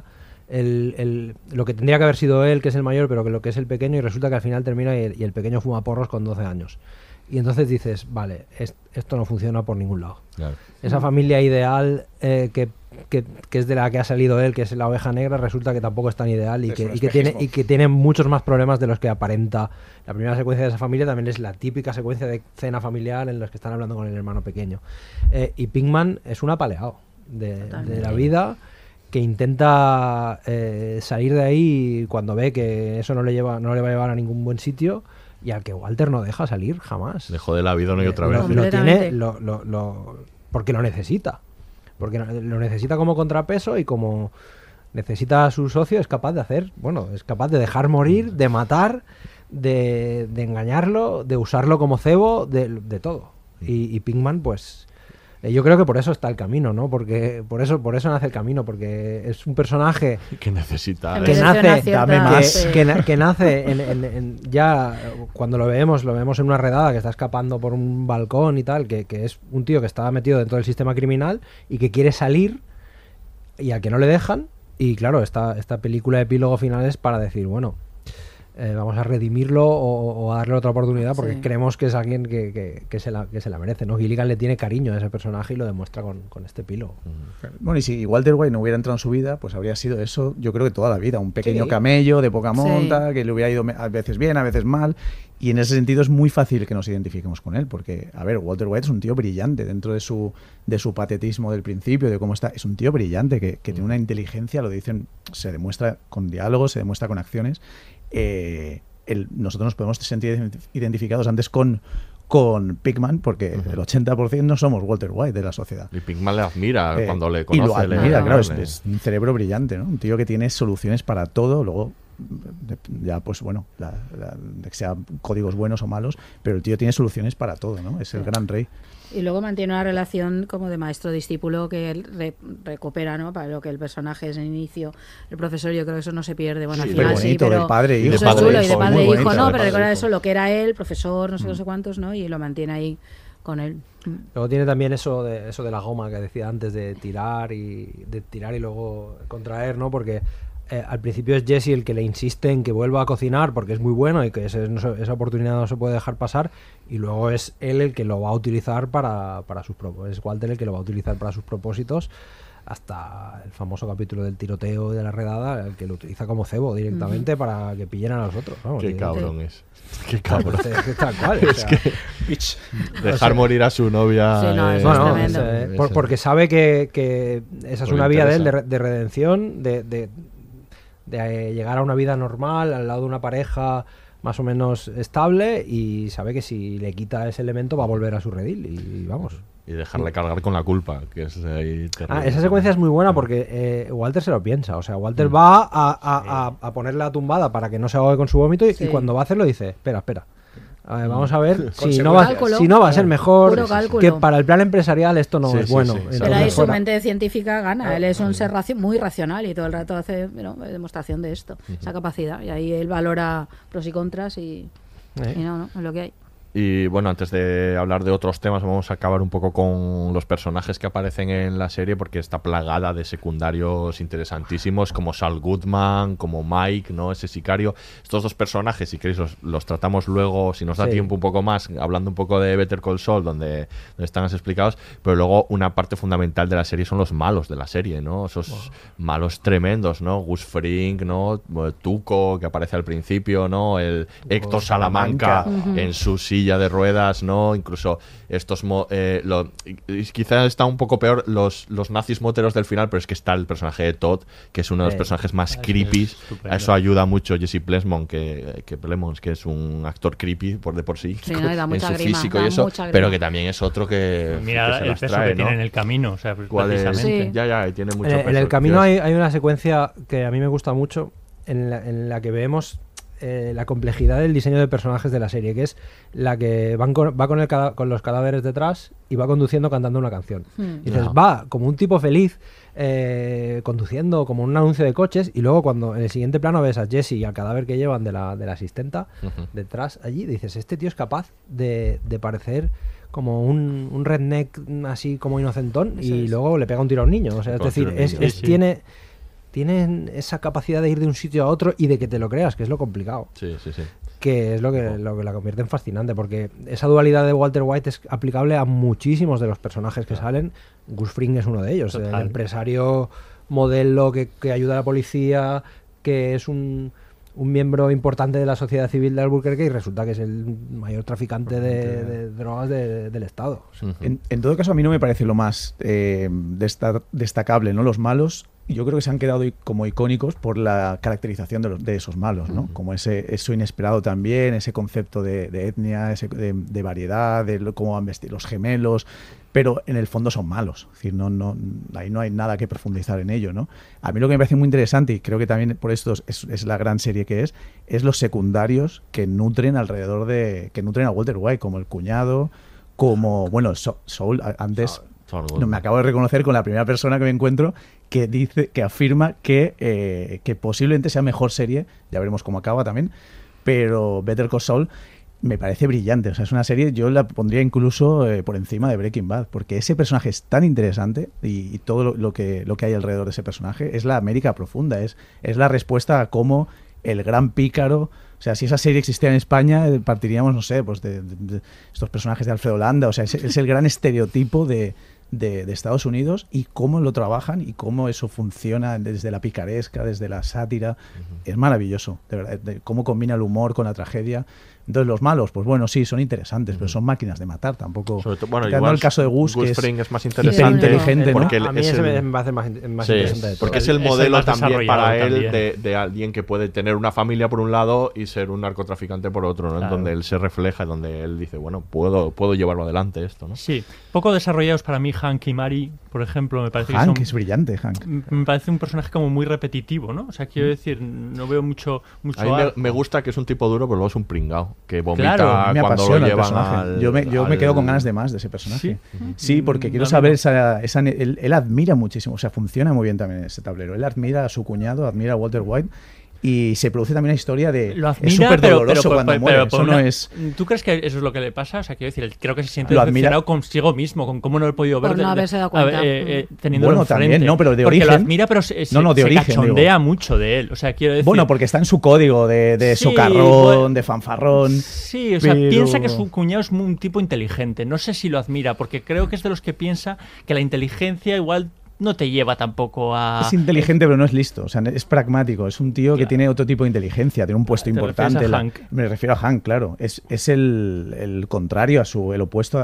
[SPEAKER 10] lo que tendría que haber sido él, que es el mayor, pero que lo que es el pequeño, y resulta que al final termina y el pequeño fuma porros con 12 años. Y entonces dices, vale, esto no funciona por ningún lado. Claro. Esa familia ideal que es de la que ha salido él, que es la oveja negra, resulta que tampoco es tan ideal y que tiene muchos más problemas de los que aparenta. La primera secuencia de esa familia también es la típica secuencia de cena familiar en la que están hablando con el hermano pequeño. Y Pinkman es un apaleado de la vida, que intenta salir de ahí cuando ve que eso no le va a llevar a ningún buen sitio, y al que Walter no deja salir jamás.
[SPEAKER 7] Dejó de la vida una y otra vez.
[SPEAKER 10] Lo tiene porque lo necesita. Porque lo necesita como contrapeso, y como necesita a su socio, es capaz de dejar morir, de matar, de engañarlo, de usarlo como cebo, de todo. Y Pinkman, pues Yo creo que por eso está el camino, ¿no? Porque por eso nace el camino, porque es un personaje
[SPEAKER 7] que necesita
[SPEAKER 10] que nace ya cuando lo vemos en una redada que está escapando por un balcón y tal, que es un tío que estaba metido dentro del sistema criminal y que quiere salir y al que no le dejan. Y claro, esta película de epílogo final es para decir, bueno, vamos a redimirlo o a darle otra oportunidad porque creemos que es alguien que se la merece, ¿no? Gilligan le tiene cariño a ese personaje y lo demuestra con este epílogo.
[SPEAKER 5] Bueno, y si Walter White no hubiera entrado en su vida, pues habría sido eso, yo creo que toda la vida, un pequeño camello de poca monta, que le hubiera ido a veces bien, a veces mal, y en ese sentido es muy fácil que nos identifiquemos con él, porque, a ver, Walter White es un tío brillante dentro de su patetismo del principio, de cómo está, es un tío brillante, que tiene una inteligencia, lo dicen, se demuestra con diálogos, se demuestra con acciones. Nosotros nos podemos sentir identificados antes con Pickman, porque el 80% no somos Walter White de la sociedad.
[SPEAKER 7] Y Pickman le admira cuando le conoce.
[SPEAKER 5] Y lo admira, claro, es un cerebro brillante, ¿no? Un tío que tiene soluciones para todo, luego ya pues bueno, que sean códigos buenos o malos, pero el tío tiene soluciones para todo, ¿no? Es el gran rey.
[SPEAKER 4] Y luego mantiene una relación como de maestro-discípulo que él recupera, ¿no? Para lo que el personaje es en inicio. El profesor, yo creo que eso no se pierde. Bueno, al final
[SPEAKER 5] bonito,
[SPEAKER 4] sí, pero
[SPEAKER 5] del padre e hijo.
[SPEAKER 4] Eso es chulo, y de padre e hijo,
[SPEAKER 5] bonito,
[SPEAKER 4] ¿no? Pero recuerda eso, lo que era él, profesor, no sé cuántos, ¿no? Y lo mantiene ahí con él.
[SPEAKER 10] Luego tiene también eso de la goma que decía antes, de tirar y luego contraer, ¿no? Porque al principio es Jesse el que le insiste en que vuelva a cocinar porque es muy bueno y que esa oportunidad no se puede dejar pasar, y luego es él el que lo va a utilizar para sus propósitos. Es Walter el que lo va a utilizar para sus propósitos, hasta el famoso capítulo del tiroteo de la redada, el que lo utiliza como cebo directamente para que pillen a los otros. Vamos,
[SPEAKER 7] qué cabrón es. Qué cabrón.
[SPEAKER 10] Es tal cual.
[SPEAKER 7] Es que dejar morir a su novia.
[SPEAKER 4] Sí, no, eso es tremendo.
[SPEAKER 10] Porque sabe que esa es una vía de él de redención, de llegar a una vida normal al lado de una pareja más o menos estable, y sabe que si le quita ese elemento va a volver a su redil y vamos.
[SPEAKER 7] Y dejarle cargar con la culpa, que es ahí terrible.
[SPEAKER 10] Esa secuencia es muy buena porque Walter se lo piensa. O sea, Walter va a ponerle la tumbada para que no se ahogue con su vómito y cuando va a hacerlo dice, espera. Vamos a ver si no va a ser mejor, que para el plan empresarial esto no es bueno.
[SPEAKER 4] Pero ahí su mente científica gana. Él es un ser muy racional y todo el rato hace demostración de esto, esa capacidad. Y ahí él valora pros y contras y no, es lo que hay.
[SPEAKER 7] Y bueno, antes de hablar de otros temas, vamos a acabar un poco con los personajes que aparecen en la serie, porque está plagada de secundarios interesantísimos, como Saul Goodman, como Mike, ¿no? Ese sicario. Estos dos personajes, si queréis, los tratamos luego, si nos da tiempo un poco más, hablando un poco de Better Call Saul, donde están explicados. Pero luego una parte fundamental de la serie son los malos de la serie, ¿no? Esos malos tremendos, ¿no? Gus Fring, ¿no? Tuco, que aparece al principio, ¿no? El Héctor Salamanca en su silla de ruedas, ¿no? Incluso estos quizás está un poco peor los nazis moteros del final, pero es que está el personaje de Todd, que es uno de los personajes más creepy. A eso ayuda mucho Jesse Plemons, que es un actor creepy por sí, en su físico y eso, pero que también es otro que
[SPEAKER 9] mira
[SPEAKER 7] que
[SPEAKER 9] el peso que tiene en el camino, o sea,
[SPEAKER 7] precisamente. Ya, tiene mucho peso.
[SPEAKER 10] En el camino hay una secuencia que a mí me gusta mucho, en la que vemos la complejidad del diseño de personajes de la serie, que es la que va con los cadáveres detrás y va conduciendo cantando una canción. Y dices, va como un tipo feliz conduciendo como un anuncio de coches, y luego cuando en el siguiente plano ves a Jesse y al cadáver que llevan de la asistenta detrás allí, dices, este tío es capaz de parecer como un redneck así como inocentón, y luego le pega un tiro a un niño. O sea, es decir, tienen esa capacidad de ir de un sitio a otro y de que te lo creas, que es lo complicado.
[SPEAKER 7] Sí.
[SPEAKER 10] Que es lo que la convierte en fascinante, porque esa dualidad de Walter White es aplicable a muchísimos de los personajes que salen. Gus Fring es uno de ellos, el empresario modelo que ayuda a la policía, que es un miembro importante de la sociedad civil de Albuquerque, y resulta que es el mayor traficante de drogas del estado.
[SPEAKER 5] En todo caso, a mí no me parece lo más destacable, ¿no? Los malos, yo creo que se han quedado como icónicos por la caracterización de esos malos, ¿no? Como eso inesperado también, ese concepto de etnia, de variedad, de cómo van vestidos los gemelos, pero en el fondo son malos. Es decir, ahí no hay nada que profundizar en ello, ¿no? A mí lo que me parece muy interesante, y creo que también por esto es la gran serie que es los secundarios que nutren alrededor que nutren a Walter White, como el cuñado, como, bueno, Saul, antes No, me acabo de reconocer con la primera persona que me encuentro que afirma que posiblemente sea mejor serie, ya veremos cómo acaba también, pero Better Call Saul me parece brillante. O sea, es una serie, yo la pondría incluso por encima de Breaking Bad, porque ese personaje es tan interesante y todo lo que hay alrededor de ese personaje es la América profunda, es la respuesta a cómo el gran pícaro. O sea, si esa serie existiera en España, partiríamos, no sé, pues de estos personajes de Alfredo Landa. O sea, es el gran estereotipo de Estados Unidos y cómo lo trabajan y cómo eso funciona desde la picaresca, desde la sátira. Es maravilloso, de verdad, cómo combina el humor con la tragedia. Entonces los malos, pues bueno, sí, son interesantes, pero son máquinas de matar, tampoco.
[SPEAKER 7] Sobre todo, bueno,
[SPEAKER 5] igual el caso de Gus, que
[SPEAKER 7] Fring es más
[SPEAKER 5] interesante, inteligente,
[SPEAKER 7] porque
[SPEAKER 10] a mí ese me parece más interesante de todo.
[SPEAKER 7] porque es el modelo también para él de alguien que puede tener una familia por un lado y ser un narcotraficante por otro, ¿no? Claro. En donde él se refleja, donde él dice, bueno, puedo llevarlo adelante esto, ¿no?
[SPEAKER 9] Sí, poco desarrollados para mí Hank y Mary, por ejemplo, me parece
[SPEAKER 5] Hank
[SPEAKER 9] que
[SPEAKER 5] es brillante, Hank.
[SPEAKER 9] Me parece un personaje como muy repetitivo, ¿no? O sea, quiero decir, no veo mucho
[SPEAKER 7] a mí me gusta que es un tipo duro, pero luego es un pringao, que vomita.
[SPEAKER 5] Claro. Me
[SPEAKER 7] cuando
[SPEAKER 5] apasiona
[SPEAKER 7] lo llevan
[SPEAKER 5] el personaje. Yo me quedo con ganas de más de ese personaje. Sí, porque quiero saber él admira muchísimo, o sea, funciona muy bien también ese tablero. Él admira a su cuñado, admira a Walter White. Y se produce también una historia de...
[SPEAKER 9] Lo admira,
[SPEAKER 5] es súper doloroso cuando muere. Eso no es...
[SPEAKER 9] ¿Tú crees que eso es lo que le pasa? O sea, quiero decir, creo que se siente decepcionado consigo mismo, con cómo no lo he podido ver.
[SPEAKER 4] Por no haberse dado cuenta.
[SPEAKER 9] Teniéndolo
[SPEAKER 5] bueno,
[SPEAKER 9] enfrente.
[SPEAKER 5] También, no, pero de
[SPEAKER 9] porque
[SPEAKER 5] origen...
[SPEAKER 9] lo admira, pero se
[SPEAKER 5] origen,
[SPEAKER 9] cachondea mucho de él. O sea, quiero decir...
[SPEAKER 5] Bueno, porque está en su código de socarrón, de fanfarrón...
[SPEAKER 9] Sí, o sea, piensa que su cuñado es un tipo inteligente. No sé si lo admira, porque creo que es de los que piensa que la inteligencia igual... no te lleva tampoco a...
[SPEAKER 5] Es inteligente, pero no es listo. O sea, es pragmático. Es un tío que tiene otro tipo de inteligencia, tiene un puesto importante. Me refiero a Hank, claro. Es el contrario, el opuesto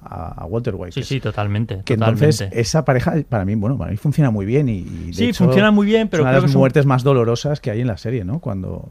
[SPEAKER 5] a Walter White.
[SPEAKER 9] Sí, totalmente.
[SPEAKER 5] Entonces, esa pareja, para mí funciona muy bien. Y de hecho,
[SPEAKER 9] funciona muy bien, pero
[SPEAKER 5] es una de las muertes más dolorosas que hay en la serie, ¿no? Cuando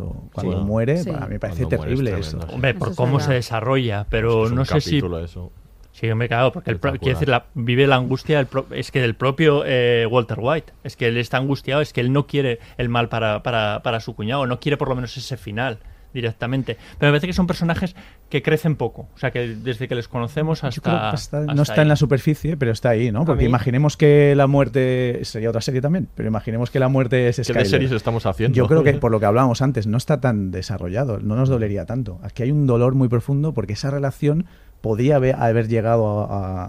[SPEAKER 5] muere, a mí me parece terrible eso.
[SPEAKER 9] Hombre, por cómo se desarrolla, pero no sé si...
[SPEAKER 7] Eso.
[SPEAKER 9] Sí, me he cagado, porque quiero decir, vive la angustia es que del propio Walter White. Es que él está angustiado, es que él no quiere el mal para su cuñado, no quiere por lo menos ese final directamente. Pero me parece que son personajes que crecen poco. O sea, que desde que les conocemos hasta...
[SPEAKER 5] no está en la superficie, pero está ahí, ¿no? Porque imaginemos que la muerte... Sería otra serie también, pero imaginemos que la muerte es Skyler.
[SPEAKER 7] ¿Qué series estamos haciendo?
[SPEAKER 5] Yo creo que, por lo que hablábamos antes, no está tan desarrollado, no nos dolería tanto. Aquí hay un dolor muy profundo porque esa relación podía haber llegado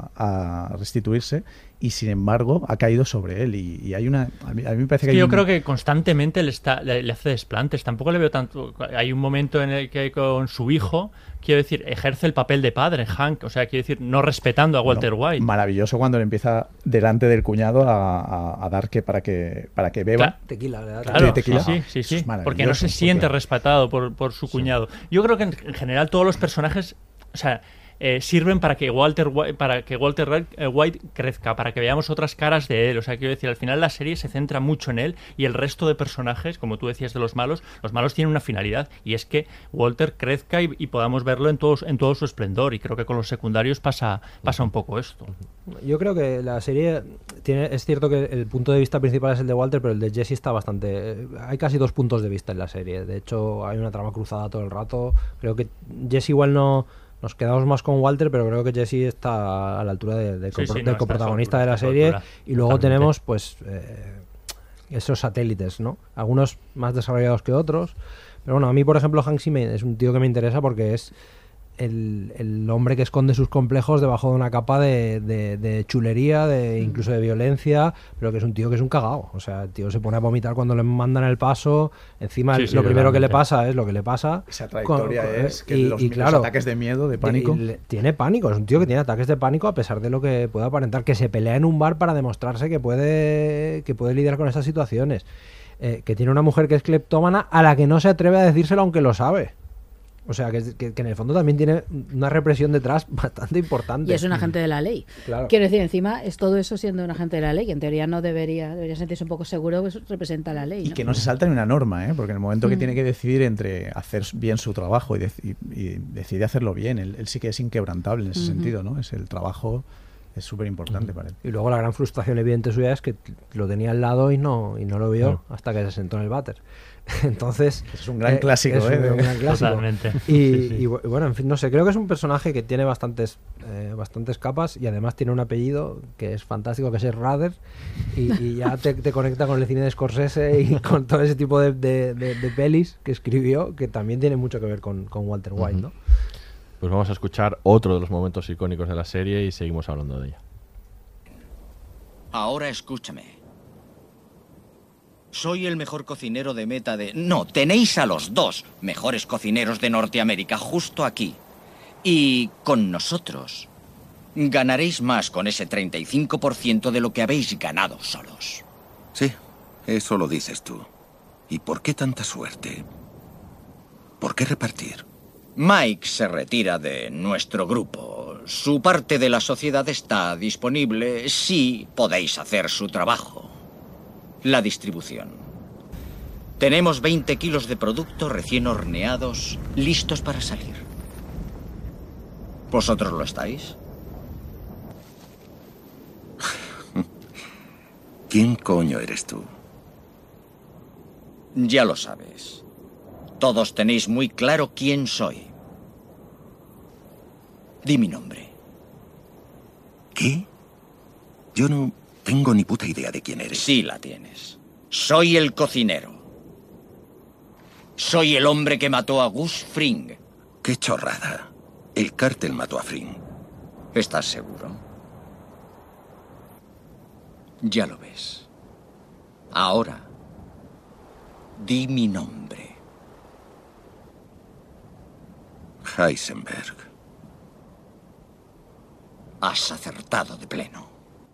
[SPEAKER 5] a restituirse y sin embargo ha caído sobre él y hay una... A mí me parece que
[SPEAKER 9] yo creo que constantemente le hace desplantes. Tampoco le veo tanto... Hay un momento en el que con su hijo, quiero decir, ejerce el papel de padre, Hank, o sea, quiero decir, no respetando a Walter White.
[SPEAKER 5] Maravilloso cuando le empieza delante del cuñado a dar para que beba.
[SPEAKER 10] Tequila, ¿verdad?
[SPEAKER 5] Claro, tequila.
[SPEAKER 9] Sí. Porque no se siente respetado por su cuñado. Yo creo que en general todos los personajes... O sea, sirven para que Walter White crezca, para que veamos otras caras de él. O sea, quiero decir, al final la serie se centra mucho en él y el resto de personajes, como tú decías de los malos tienen una finalidad y es que Walter crezca y podamos verlo en todo su esplendor. Y creo que con los secundarios pasa un poco esto.
[SPEAKER 10] Yo creo que la serie es cierto que el punto de vista principal es el de Walter, pero el de Jesse está bastante... Hay casi dos puntos de vista en la serie. De hecho, hay una trama cruzada todo el rato. Creo que Jesse igual no... Nos quedamos más con Walter, pero creo que Jesse está a la altura del coprotagonista de la serie. Y luego tenemos, pues, esos satélites, ¿no? Algunos más desarrollados que otros. Pero bueno, a mí, por ejemplo, Hank Simen es un tío que me interesa porque es el hombre que esconde sus complejos debajo de una capa de chulería, incluso de violencia, pero que es un tío que es un cagao. O sea, el tío se pone a vomitar cuando le mandan el paso. Encima, lo primero que le pasa es lo que le pasa.
[SPEAKER 5] Esa trayectoria es que los ataques de miedo, de pánico.
[SPEAKER 10] Tiene pánico, es un tío que tiene ataques de pánico a pesar de lo que pueda aparentar, que se pelea en un bar para demostrarse que puede lidiar con esas situaciones. Que tiene una mujer que es cleptómana a la que no se atreve a decírselo aunque lo sabe. O sea, que en el fondo también tiene una represión detrás bastante importante.
[SPEAKER 4] Y es un agente de la ley.
[SPEAKER 10] Claro.
[SPEAKER 4] Quiero decir, encima, es todo eso siendo un agente de la ley, que en teoría no debería sentirse un poco seguro, pues representa la ley, ¿no?
[SPEAKER 5] Y que no se salta ni una norma, ¿eh? Porque en el momento que tiene que decidir entre hacer bien su trabajo y decide hacerlo bien, él sí que es inquebrantable en ese sentido, ¿no? Es el trabajo Es súper importante para él.
[SPEAKER 10] Y luego la gran frustración evidente suya es que lo tenía al lado y no lo vio hasta que se sentó en el váter. Entonces
[SPEAKER 5] es un gran clásico,
[SPEAKER 10] es un gran clásico.
[SPEAKER 9] Totalmente.
[SPEAKER 10] Y bueno, en fin, no sé, creo que es un personaje que tiene bastantes capas y además tiene un apellido que es fantástico, que es Rader, y ya te conecta con el cine de Scorsese y con todo ese tipo de pelis que escribió, que también tiene mucho que ver con Walter White, ¿no?
[SPEAKER 7] Pues vamos a escuchar otro de los momentos icónicos de la serie y seguimos hablando de ella.
[SPEAKER 14] Ahora escúchame. Soy el mejor cocinero de Meta de... No, tenéis a los dos mejores cocineros de Norteamérica justo aquí. Y con nosotros ganaréis más con ese 35% de lo que habéis ganado solos.
[SPEAKER 15] Sí, eso lo dices tú. ¿Y por qué tanta suerte? ¿Por qué repartir?
[SPEAKER 14] Mike se retira de nuestro grupo. Su parte de la sociedad está disponible si podéis hacer su trabajo. La distribución. Tenemos 20 kilos de producto recién horneados, listos para salir. ¿Vosotros lo estáis?
[SPEAKER 15] ¿Quién coño eres tú?
[SPEAKER 14] Ya lo sabes. Todos tenéis muy claro quién soy. Di mi nombre.
[SPEAKER 15] ¿Qué? Yo no tengo ni puta idea de quién eres.
[SPEAKER 14] Sí la tienes. Soy el cocinero. Soy el hombre que mató a Gus Fring.
[SPEAKER 15] ¡Qué chorrada! El cártel mató a Fring.
[SPEAKER 14] ¿Estás seguro? Ya lo ves. Ahora, di mi nombre.
[SPEAKER 15] Heisenberg.
[SPEAKER 14] Has acertado de pleno.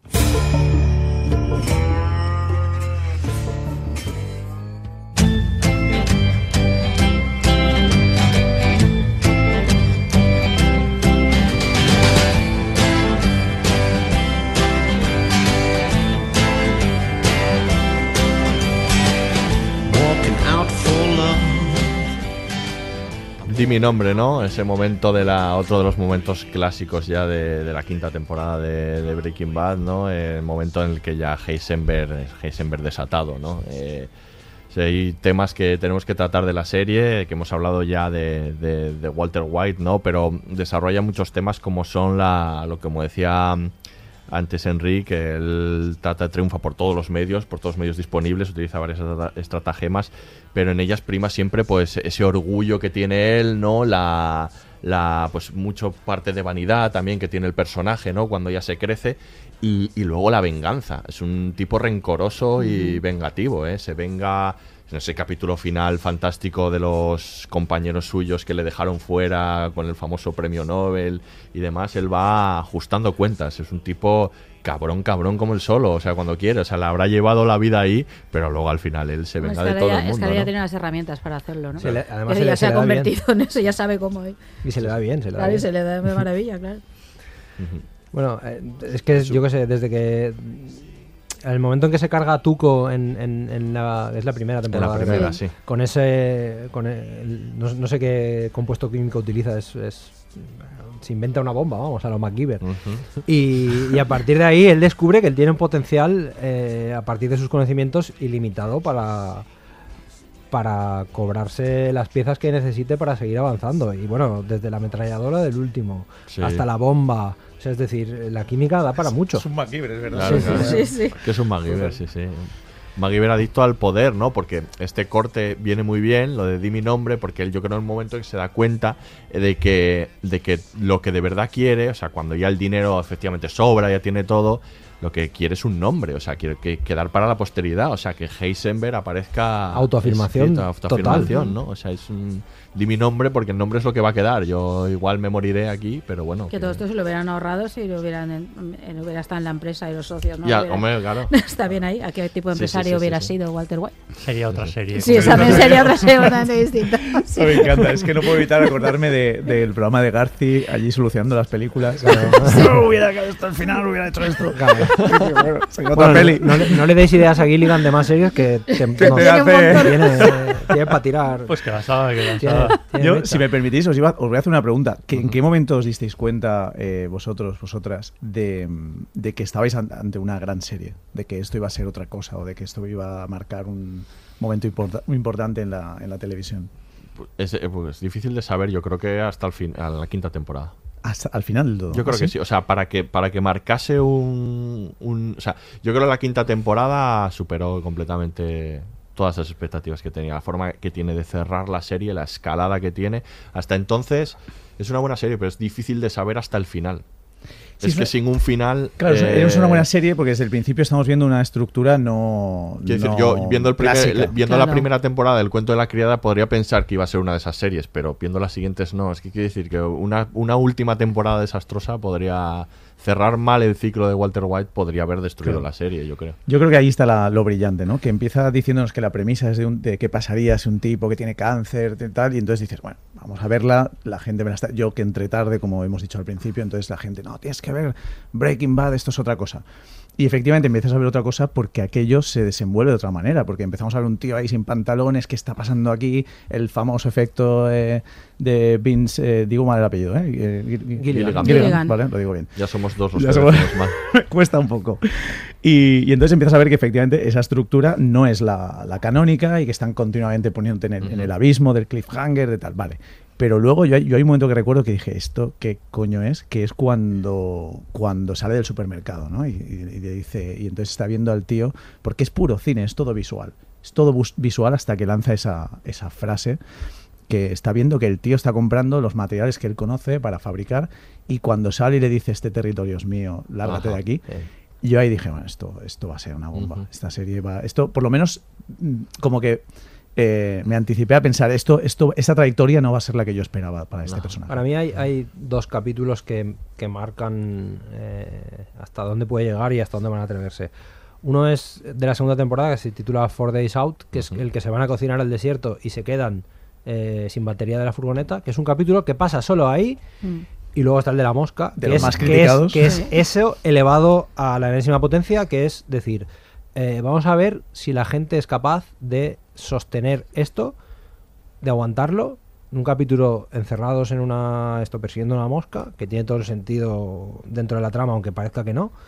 [SPEAKER 7] Di mi nombre, ¿no? Ese momento otro de los momentos clásicos ya de la quinta temporada de Breaking Bad, ¿no? El momento en el que ya Heisenberg desatado, ¿no? Hay temas que tenemos que tratar de la serie, que hemos hablado ya de Walter White, ¿no? Pero desarrolla muchos temas como son como decía antes Enrique, él triunfa por todos los medios disponibles, utiliza varias estratagemas, pero en ellas prima siempre pues ese orgullo que tiene él, ¿no? Pues mucho parte de vanidad también que tiene el personaje, ¿no? Cuando ya se crece, y luego la venganza. Es un tipo rencoroso y vengativo, ¿eh? Se venga en ese capítulo final fantástico de los compañeros suyos que le dejaron fuera con el famoso premio Nobel y demás. Él va ajustando cuentas. Es un tipo cabrón como él solo, o sea, cuando quiere. O sea, le habrá llevado la vida ahí, pero luego al final él se venga de todo el mundo.
[SPEAKER 4] Es que ya
[SPEAKER 7] ¿no?
[SPEAKER 4] tiene las herramientas para hacerlo, ¿no?
[SPEAKER 10] Además
[SPEAKER 4] ya se ha convertido en eso, ya sabe cómo es.
[SPEAKER 10] Y se le da bien,
[SPEAKER 4] se le da de maravilla, claro.
[SPEAKER 10] Bueno, es que yo qué sé, desde que... El momento en que se carga a Tuco es la primera temporada.
[SPEAKER 7] En la primera, sí.
[SPEAKER 10] Con no sé qué compuesto químico utiliza, se inventa una bomba, vamos, a lo MacGyver. Y a partir de ahí él descubre que él tiene un potencial, a partir de sus conocimientos, ilimitado para cobrarse las piezas que necesite para seguir avanzando. Y bueno, desde la ametralladora del último hasta la bomba. O sea, es decir, la química da para mucho.
[SPEAKER 5] Es un MacGyver, es verdad.
[SPEAKER 7] Claro. Sí. Que es un MacGyver, sí. MacGyver adicto al poder, ¿no? Porque este corte viene muy bien, lo de di mi nombre, porque él, yo creo, en un momento en que se da cuenta de que lo que de verdad quiere, o sea, cuando ya el dinero efectivamente sobra, ya tiene todo, lo que quiere es un nombre, o sea, quiere quedar para la posteridad, o sea, que Heisenberg aparezca...
[SPEAKER 10] Autoafirmación
[SPEAKER 7] total, ¿no? O sea, es un... Di mi nombre porque el nombre es lo que va a quedar. Yo igual me moriré aquí, pero bueno.
[SPEAKER 4] Que todo esto se lo hubieran ahorrado si hubiera estado en la empresa y los socios, ¿no?
[SPEAKER 7] Ya, hombre, claro.
[SPEAKER 4] Está bien ahí. ¿A qué tipo de empresario hubiera sido Walter White?
[SPEAKER 9] Sería otra serie.
[SPEAKER 4] Sí, también sería otra serie bastante distinta. Sí.
[SPEAKER 5] Me encanta. Es que no puedo evitar acordarme del programa de Garci allí solucionando las películas. Claro. No hubiera quedado esto al final, hubiera hecho esto. Claro.
[SPEAKER 10] Bueno, no le deis ideas a Gilligan de más series que tiene Tiene para tirar.
[SPEAKER 9] Pues que la sabe,
[SPEAKER 10] Tiene
[SPEAKER 5] Yo,
[SPEAKER 10] mecha.
[SPEAKER 5] si me permitís, os voy a hacer una pregunta. ¿En qué momento os disteis cuenta, vosotras, de que estabais ante una gran serie? De que esto iba a ser otra cosa o de que esto iba a marcar un momento muy importante en la televisión.
[SPEAKER 7] Es difícil de saber, yo creo que hasta a la quinta temporada.
[SPEAKER 5] Hasta al final del todo.
[SPEAKER 7] Yo creo que sí, o sea, para que marcase o sea, yo creo que la quinta temporada superó completamente todas las expectativas que tenía, la forma que tiene de cerrar la serie, la escalada que tiene. Hasta entonces es una buena serie, pero es difícil de saber hasta el final.
[SPEAKER 5] Sí,
[SPEAKER 7] es que sin un final...
[SPEAKER 5] Claro, es una buena serie porque desde el principio estamos viendo una estructura
[SPEAKER 7] Quiero decir, yo viendo
[SPEAKER 4] Claro.
[SPEAKER 7] la primera temporada del Cuento de la Criada podría pensar que iba a ser una de esas series, pero viendo las siguientes no. Es que quiero decir que una última temporada desastrosa podría cerrar mal el ciclo de Walter White, podría haber destruido la serie, yo creo.
[SPEAKER 5] Yo creo que ahí está lo brillante, ¿no? Que empieza diciéndonos que la premisa es de qué pasaría si un tipo que tiene cáncer y tal, y entonces dices, bueno, vamos a verla, la gente me la está... Yo que entré tarde, como hemos dicho al principio, entonces la gente, no, tienes que ver Breaking Bad, esto es otra cosa. Y efectivamente empiezas a ver otra cosa porque aquello se desenvuelve de otra manera, porque empezamos a ver un tío ahí sin pantalones, ¿qué está pasando aquí? El famoso efecto de Vince, digo mal el apellido, Gilligan, ¿vale? Lo digo bien.
[SPEAKER 7] Ya somos dos los
[SPEAKER 5] Ya
[SPEAKER 7] que
[SPEAKER 5] somos-
[SPEAKER 7] decimos mal.
[SPEAKER 5] Cuesta un poco. Y entonces empiezas a ver que efectivamente esa estructura no es la canónica y que están continuamente poniéndote en el abismo del cliffhanger, de tal, vale. Pero luego yo hay un momento que recuerdo que dije, ¿esto qué coño es? Que es cuando sale del supermercado, ¿no? Y dice, y entonces está viendo al tío, porque es puro cine, es todo visual. Es todo visual hasta que lanza esa frase, que está viendo que el tío está comprando los materiales que él conoce para fabricar, y cuando sale y le dice, este territorio es mío, lárgate de aquí. Yo ahí dije, bueno, esto va a ser una bomba. Esta serie va... Esto, por lo menos, como que me anticipé a pensar, esa trayectoria no va a ser la que yo esperaba para este personaje.
[SPEAKER 10] Para mí hay dos capítulos que marcan hasta dónde puede llegar y hasta dónde van a atreverse. Uno es de la segunda temporada, que se titula 4 Days Out, que es el que se van a cocinar al desierto y se quedan sin batería de la furgoneta, que es un capítulo que pasa solo ahí. Y luego está el de la mosca,
[SPEAKER 5] De los más criticados.
[SPEAKER 10] que es eso elevado a la enésima potencia, que es decir, vamos a ver si la gente es capaz de sostener esto, de aguantarlo. Un capítulo encerrados en persiguiendo una mosca, que tiene todo el sentido dentro de la trama, aunque parezca que no.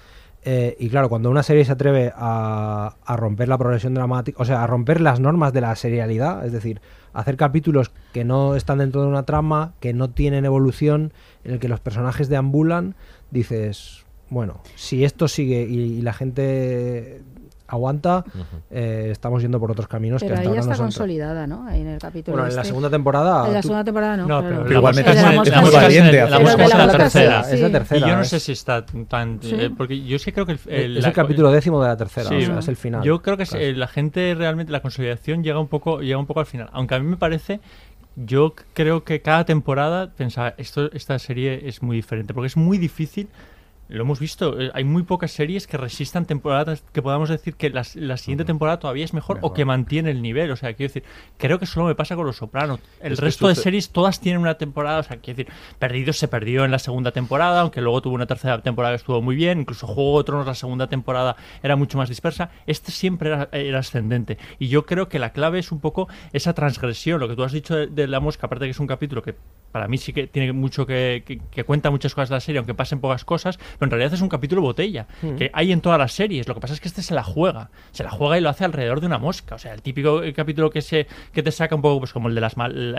[SPEAKER 10] Y claro, cuando una serie se atreve a romper la progresión dramática, o sea, a romper las normas de la serialidad, es decir, hacer capítulos que no están dentro de una trama, que no tienen evolución, en el que los personajes deambulan, dices, bueno, si esto sigue y la gente aguanta, estamos yendo por otros caminos.
[SPEAKER 4] Pero
[SPEAKER 10] que hasta
[SPEAKER 4] ahí ya
[SPEAKER 10] ahora
[SPEAKER 4] está
[SPEAKER 10] no son
[SPEAKER 4] consolidada, ¿no? Ahí en el capítulo.
[SPEAKER 10] Bueno, en la
[SPEAKER 4] este.
[SPEAKER 10] segunda temporada.
[SPEAKER 4] En la segunda temporada no.
[SPEAKER 9] No,
[SPEAKER 4] claro.
[SPEAKER 9] pero
[SPEAKER 5] igualmente
[SPEAKER 4] El de la
[SPEAKER 5] es
[SPEAKER 4] mosca
[SPEAKER 5] muy
[SPEAKER 4] sí.
[SPEAKER 5] valiente.
[SPEAKER 9] La mosca
[SPEAKER 4] Pero
[SPEAKER 9] es
[SPEAKER 4] de
[SPEAKER 9] la
[SPEAKER 4] mosca
[SPEAKER 9] tercera.
[SPEAKER 4] sí.
[SPEAKER 10] Es la tercera.
[SPEAKER 9] Y yo no
[SPEAKER 10] es-
[SPEAKER 9] sé si está tan...
[SPEAKER 4] Sí.
[SPEAKER 9] porque yo sí creo que
[SPEAKER 10] es el capítulo 10º de la tercera,
[SPEAKER 9] Sí,
[SPEAKER 10] o sea, es el final.
[SPEAKER 9] Yo creo que
[SPEAKER 10] casi.
[SPEAKER 9] la gente realmente, la consolidación llega un poco al final. Aunque a mí me parece, yo creo que cada temporada pensaba, esta serie es muy diferente, porque es muy difícil. Lo hemos visto, hay muy pocas series que resistan temporadas que podamos decir que la siguiente temporada todavía es mejor o que mantiene el nivel. O sea, quiero decir, creo que solo me pasa con Los Sopranos. El
[SPEAKER 7] Es que
[SPEAKER 9] resto de series todas tienen una temporada, o sea, quiero decir, Perdidos se perdió en la segunda temporada, aunque luego tuvo una tercera temporada que estuvo muy bien, incluso Juego de Tronos la segunda temporada era mucho más dispersa. Este siempre era ascendente. Y yo creo que la clave es un poco esa transgresión, lo que tú has dicho de La Mosca, aparte de que es un capítulo que para mí sí que tiene mucho que cuenta muchas cosas de la serie, aunque pasen pocas cosas, pero en realidad es un capítulo botella, que hay en todas las series. Lo que pasa es que este se la juega y lo hace alrededor de una mosca. O sea, el típico capítulo que te saca un poco, pues como el de las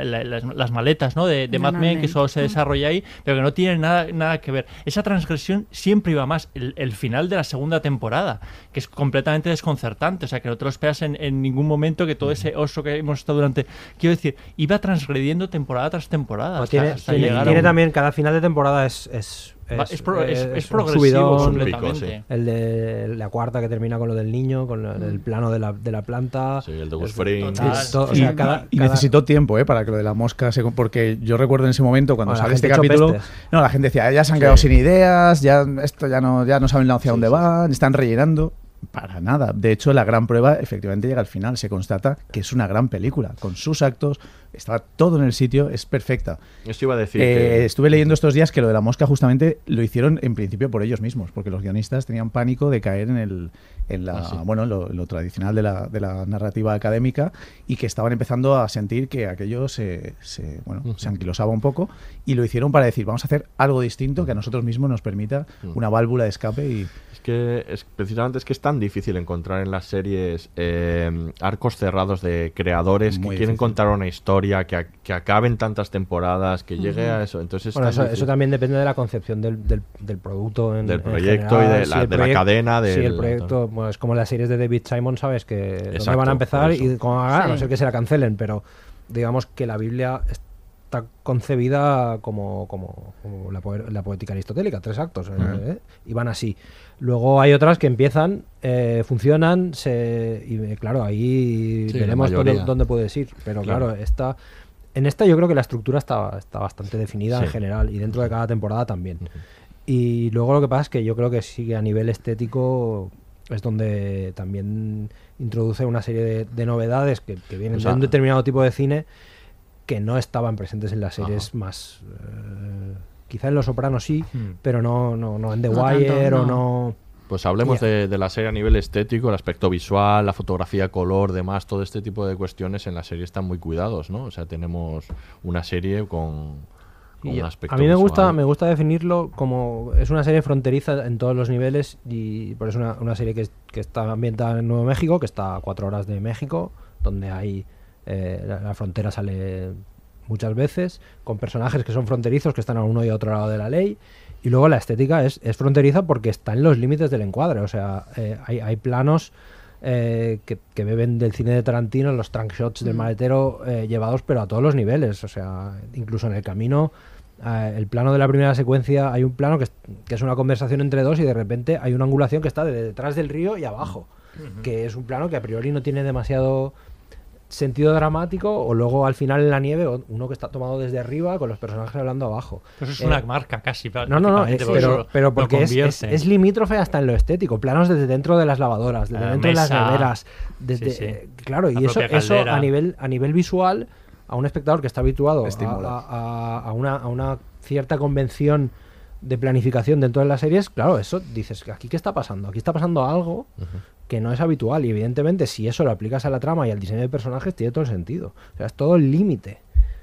[SPEAKER 9] maletas, ¿no? De Mad Men, que solo se desarrolla ahí, pero que no tiene nada que ver. Esa transgresión siempre iba más. El final de la segunda temporada, que es completamente desconcertante, o sea, que no te lo esperas en ningún momento, que todo ese oso que hemos estado quiero decir, iba transgrediendo temporada tras temporada.
[SPEAKER 10] No,
[SPEAKER 9] hasta llegar a
[SPEAKER 10] tiene
[SPEAKER 9] un-
[SPEAKER 10] también, cada final de temporada es
[SPEAKER 9] es
[SPEAKER 10] un
[SPEAKER 9] progresivo
[SPEAKER 10] subidón.
[SPEAKER 9] completamente.
[SPEAKER 10] El de la cuarta que termina con lo del niño, con el plano de la planta.
[SPEAKER 7] Sí, el de Gus Fring.
[SPEAKER 10] O sea,
[SPEAKER 5] Y necesitó tiempo para que lo de la mosca porque yo recuerdo en ese momento cuando
[SPEAKER 10] Bueno, la
[SPEAKER 5] sale este
[SPEAKER 10] gente echó
[SPEAKER 5] capítulo,
[SPEAKER 10] pestes.
[SPEAKER 5] no, la gente decía, ya se han quedado sin ideas, ya no saben hacia dónde van, están rellenando. Para nada. De hecho, la gran prueba efectivamente llega al final. Se constata que es una gran película, con sus actos, estaba todo en el sitio, es perfecta.
[SPEAKER 7] Eso iba a decir que...
[SPEAKER 5] Estuve leyendo estos días que lo de la mosca justamente lo hicieron en principio por ellos mismos, porque los guionistas tenían pánico de caer en lo tradicional de la narrativa académica, y que estaban empezando a sentir que aquello se anquilosaba un poco, y lo hicieron para decir, vamos a hacer algo distinto que a nosotros mismos nos permita una válvula de escape. Y
[SPEAKER 7] precisamente es que es tan difícil encontrar en las series arcos cerrados de creadores que quieren contar una historia, que acaben tantas temporadas, que llegue a eso. Entonces
[SPEAKER 10] eso también depende de la concepción del producto, del
[SPEAKER 7] proyecto,
[SPEAKER 10] en
[SPEAKER 7] y de la cadena.
[SPEAKER 10] Sí, el proyecto, bueno, es como las series de David Simon, sabes que dónde van a empezar y a no ser que se la cancelen, pero digamos que la Biblia está concebida como la poética aristotélica, 3 actos, y van así. Luego hay otras que empiezan, funcionan, y claro, ahí veremos dónde puedes ir. Pero claro, en esta yo creo que la estructura está bastante definida en general, y dentro de cada temporada también. Y luego lo que pasa es que yo creo que sí que a nivel estético es donde también introduce una serie de novedades que vienen de un determinado tipo de cine que no estaban presentes en las series más... quizá en Los Sopranos sí, pero no en The Wire o no...
[SPEAKER 7] Pues hablemos de la serie a nivel estético, el aspecto visual, la fotografía, color, demás, todo este tipo de cuestiones en la serie están muy cuidados, ¿no? O sea, tenemos una serie con un aspecto
[SPEAKER 10] a mí
[SPEAKER 7] visual.
[SPEAKER 10] me gusta definirlo como... Es una serie fronteriza en todos los niveles, y por eso una serie que está ambientada en Nuevo México, que está a 4 horas de México, donde hay... la frontera sale muchas veces, con personajes que son fronterizos, que están a uno y a otro lado de la ley, y luego la estética es fronteriza porque está en los límites del encuadre. O sea, hay planos que beben del cine de Tarantino, los trunk shots del maletero, llevados pero a todos los niveles. O sea, incluso en el camino, el plano de la primera secuencia, hay un plano que es una conversación entre dos, y de repente hay una angulación que está de detrás del río y abajo, que es un plano que a priori no tiene demasiado sentido dramático, o luego al final en la nieve uno que está tomado desde arriba con los personajes hablando abajo.
[SPEAKER 9] Pues es una marca casi.
[SPEAKER 10] No, pero porque es limítrofe hasta en lo estético. Planos desde dentro de las lavadoras, desde dentro de las neveras, claro, y eso a nivel visual, a un espectador que está habituado a una cierta convención de planificación dentro de las series, claro, eso dices, ¿aquí qué está pasando? Aquí está pasando algo que no es habitual, y evidentemente si eso lo aplicas a la trama y al diseño de personajes tiene todo el sentido. O sea, es todo el límite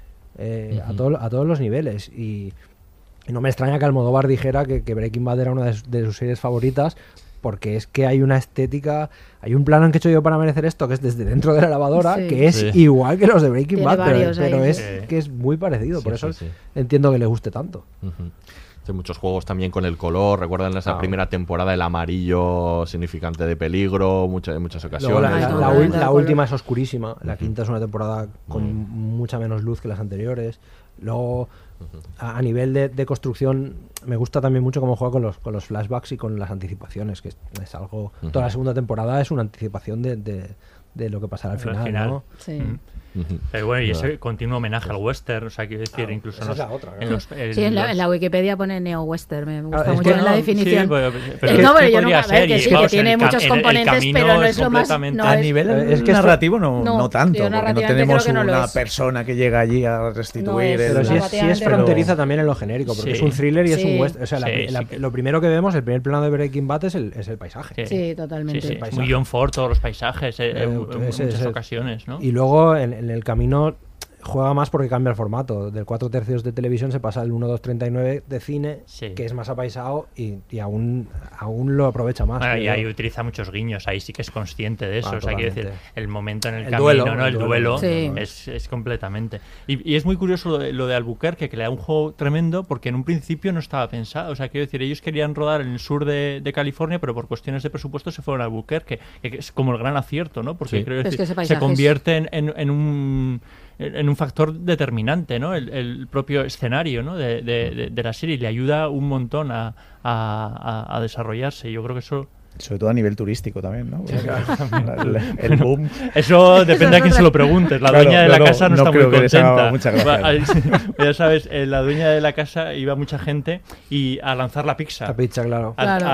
[SPEAKER 10] a todos los niveles, y no me extraña que Almodóvar dijera que Breaking Bad era una de sus series favoritas, porque es que hay una estética, hay un plano en que he hecho yo para merecer esto, que es desde dentro de la lavadora, que es igual que los de Breaking Bad, pero que es muy parecido, por eso entiendo que le guste tanto.
[SPEAKER 7] Muchos juegos también con el color. Recuerdan esa primera temporada, el amarillo significante de peligro, en muchas ocasiones.
[SPEAKER 10] La última es oscurísima. La quinta es una temporada con mucha menos luz que las anteriores. Luego, a nivel de construcción, me gusta también mucho cómo juega con los flashbacks y con las anticipaciones, que es algo... Toda la segunda temporada es una anticipación de lo que pasará al final, ¿no?
[SPEAKER 4] Sí.
[SPEAKER 9] Pero bueno, y ese continuo homenaje al western, o sea, quiero decir, incluso
[SPEAKER 4] en la Wikipedia pone neo-western, me gusta mucho en la definición.
[SPEAKER 9] Sí, pero
[SPEAKER 4] yo nunca, que tiene muchos componentes, pero no es lo más...
[SPEAKER 5] A nivel narrativo no tanto, porque no tenemos una persona que llega allí a restituir...
[SPEAKER 10] Pero sí es fronteriza también en lo genérico, porque es un thriller y es un western. O sea, lo primero que vemos, el primer plano de Breaking Bad es el paisaje.
[SPEAKER 4] Sí, totalmente.
[SPEAKER 9] Es muy John Ford, todos los paisajes, en muchas ocasiones, ¿no?
[SPEAKER 10] Y luego en el camino juega más porque cambia el formato. Del 4/3 de televisión se pasa al 1/2/39 de cine, que es más apaisado y aún lo aprovecha más.
[SPEAKER 9] Bueno, y ahí utiliza muchos guiños, ahí sí que es consciente de eso. O sea, quiero decir, el momento en el camino,
[SPEAKER 10] duelo,
[SPEAKER 9] ¿no? El duelo es completamente. Y es muy curioso lo de Albuquerque, que le da un juego tremendo, porque en un principio no estaba pensado. O sea, quiero decir, ellos querían rodar en el sur de California, pero por cuestiones de presupuesto se fueron a Albuquerque, que es como el gran acierto, ¿no? Porque creo que se convierte en un factor determinante, ¿no? El propio escenario, ¿no? de la serie le ayuda un montón a desarrollarse. Yo creo que eso
[SPEAKER 5] Sobre todo a nivel turístico también, ¿no? El boom.
[SPEAKER 9] Eso depende a quién se lo preguntes. La dueña de la casa no está muy contenta.
[SPEAKER 5] Muchas gracias.
[SPEAKER 9] Ya sabes, la dueña de la casa iba mucha gente y a lanzar la pizza.
[SPEAKER 10] La pizza, claro.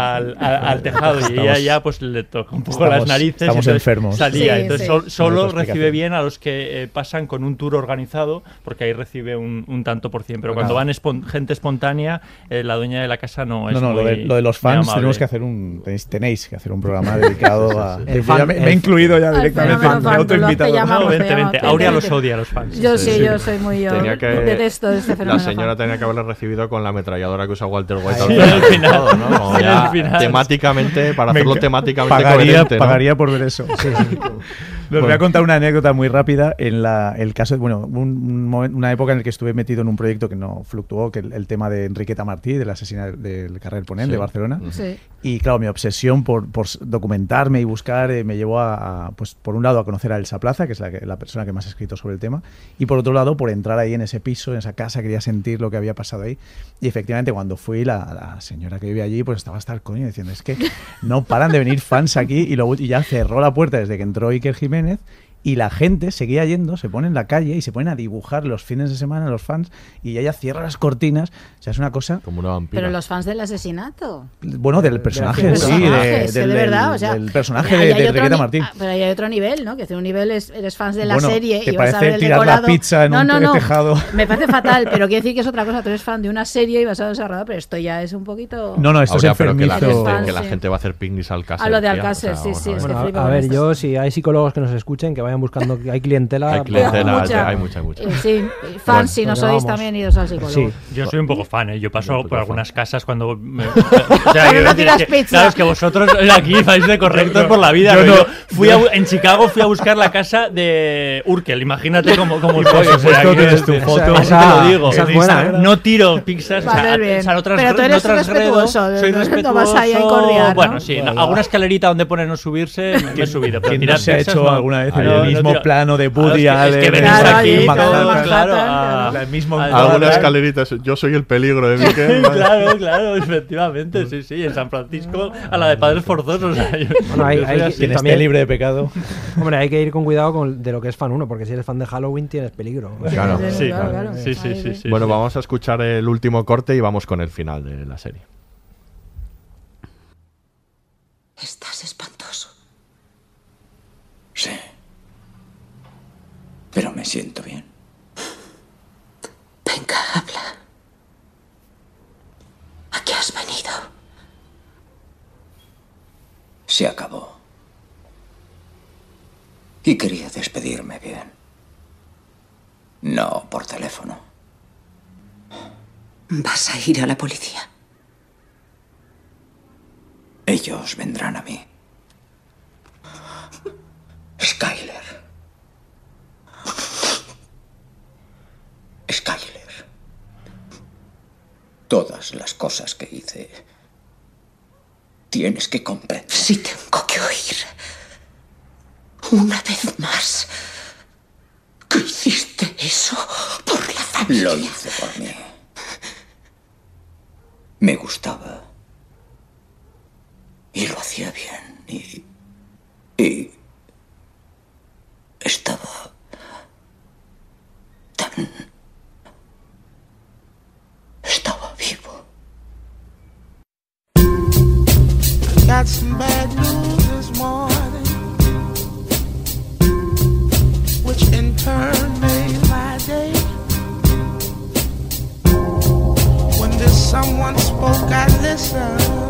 [SPEAKER 9] Al tejado. Y ella ya pues le toca un poco las narices.
[SPEAKER 5] Estamos enfermos.
[SPEAKER 9] Salía. Entonces solo recibe bien a los que pasan con un tour organizado, porque ahí recibe un tanto por cien. Pero cuando van gente espontánea, la dueña de la casa no es muy
[SPEAKER 5] lo de los fans tenemos que hacer tenéis que hacer un programa dedicado a... me he incluido ya directamente, me he autoinvitado.
[SPEAKER 9] Vente. Aurea los odia a los fans.
[SPEAKER 4] Yo soy muy... detesto este fenómeno.
[SPEAKER 7] La señora tenía que haberle recibido con la ametralladora que usa Walter White
[SPEAKER 9] al final,
[SPEAKER 7] ¿no? Como ya temáticamente, para hacerlo temáticamente coherente, ¿no?
[SPEAKER 5] Pagaría por ver eso. Sí. Les voy a contar una anécdota muy rápida. El caso, una época en la que estuve metido en un proyecto que no fluctuó, que el tema de Enriqueta Martí, del asesinato del Carrer Ponent de Barcelona.
[SPEAKER 4] Sí.
[SPEAKER 5] Y claro, mi obsesión por documentarme y buscar me llevó pues por un lado a conocer a Elsa Plaza, que es la persona que más ha escrito sobre el tema, y por otro lado por entrar ahí en ese piso, en esa casa, quería sentir lo que había pasado ahí. Y efectivamente cuando fui, la señora que vive allí pues estaba hasta el coño diciendo, es que no paran de venir fans aquí, y ya cerró la puerta desde que entró Iker Jiménez. Y la gente seguía yendo, se pone en la calle y se ponen a dibujar los fines de semana los fans, y ella cierra las cortinas. O sea, es una cosa...
[SPEAKER 7] Como una vampira.
[SPEAKER 4] Pero los fans del asesinato.
[SPEAKER 5] Bueno, del personaje, sí.
[SPEAKER 4] De verdad, o sea,
[SPEAKER 5] del personaje de Enriqueta Martí.
[SPEAKER 4] Pero hay otro nivel, ¿no? Que un nivel eres fans de la serie
[SPEAKER 5] ¿te
[SPEAKER 4] y vas a ver
[SPEAKER 5] parece
[SPEAKER 4] el
[SPEAKER 5] tirar
[SPEAKER 4] decorado?
[SPEAKER 5] La pizza en un tejado?
[SPEAKER 4] Me parece fatal, pero quiere decir que es otra cosa. Tú eres fan de una serie y vas a ver ese pero esto ya es un poquito...
[SPEAKER 5] No, esto es enfermizo.
[SPEAKER 7] Que la gente va a gente va a hacer picnics al Alcácer.
[SPEAKER 4] A lo de Alcácer, sí.
[SPEAKER 10] A ver, si hay psicólogos que nos escuchen, que vayan buscando... Hay clientela,
[SPEAKER 7] hay mucha.
[SPEAKER 4] Sí, fans, si no sois también idos al psicólogo.
[SPEAKER 10] Sí.
[SPEAKER 9] Yo soy un poco fan, ¿eh? Yo paso por algunas casas cuando... o
[SPEAKER 4] sea, que no tiras pizza.
[SPEAKER 9] Claro, es que vosotros aquí vais de correctos por la vida. En Chicago fui a buscar la casa de Urkel. Imagínate cómo soy.
[SPEAKER 5] Tienes tu foto.
[SPEAKER 9] Así te lo digo.
[SPEAKER 10] Esa es buena, ¿eh?
[SPEAKER 9] No tiro pizzas.
[SPEAKER 4] Pero tú eres respetuoso.
[SPEAKER 9] Soy respetuoso.
[SPEAKER 4] No vas ahí a cordiar, ¿no?
[SPEAKER 9] Bueno, sí. Alguna escalerita donde pone no subirse me he subido.
[SPEAKER 5] Pero tirar se ha hecho alguna vez en el mismo plano de Woody Allen.
[SPEAKER 9] Es que venís aquí, claro.
[SPEAKER 7] Alguna escalerita. Yo soy el peligro de Miquel.
[SPEAKER 9] Claro, efectivamente. Sí. En San Francisco a la de Padres Forzosos.
[SPEAKER 5] Quien esté libre de pecado.
[SPEAKER 10] Hombre, hay que ir con cuidado de lo que es fan uno, porque si eres fan de Halloween tienes peligro.
[SPEAKER 7] Claro.
[SPEAKER 9] Sí.
[SPEAKER 7] Bueno, vamos a escuchar el último corte y vamos con el final de la serie.
[SPEAKER 12] Estás espantoso.
[SPEAKER 14] Sí. Pero me siento bien.
[SPEAKER 12] Venga, habla. ¿A qué has venido?
[SPEAKER 14] Se acabó. Y quería despedirme bien. No por teléfono.
[SPEAKER 12] ¿Vas a ir a la policía?
[SPEAKER 14] Ellos vendrán a mí. Skyler. Todas las cosas que hice, tienes que comprender.
[SPEAKER 12] Si tengo que oír una vez más que hiciste eso por la familia.
[SPEAKER 14] Lo hice por mí. Me gustaba. Y lo hacía bien. Y estaba tan... Estaba vivo.
[SPEAKER 16] Got some bad news this morning, which in turn made my day. When this someone spoke, I listened.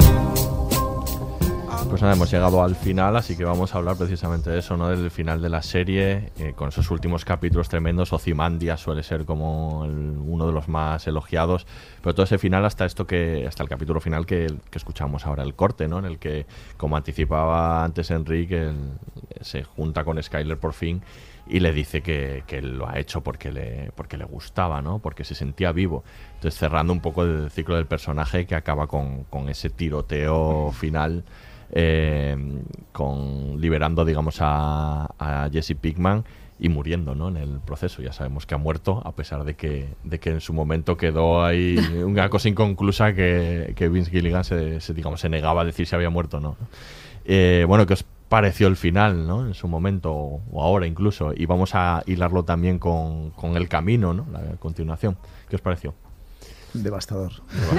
[SPEAKER 7] Pues nada, hemos llegado al final, así que vamos a hablar precisamente de eso, ¿no? Del final de la serie, con esos últimos capítulos tremendos. Ozymandias suele ser como uno de los más elogiados, pero todo ese final hasta el capítulo final que escuchamos ahora, el corte, ¿no? En el que, como anticipaba antes Enrique, se junta con Skyler por fin y le dice que él lo ha hecho porque le gustaba, ¿no? Porque se sentía vivo. Entonces, cerrando un poco el ciclo del personaje, que acaba con ese tiroteo final, liberando, digamos, a Jesse Pinkman y muriendo, ¿no? En el proceso. Ya sabemos que ha muerto, a pesar de que en su momento quedó ahí una cosa inconclusa que Vince Gilligan se negaba a decir si había muerto o no. Bueno, ¿qué os pareció el final, ¿no? En su momento, o ahora incluso? Y vamos a hilarlo también con El Camino, ¿no? La continuación. ¿Qué os pareció?
[SPEAKER 5] Devastador.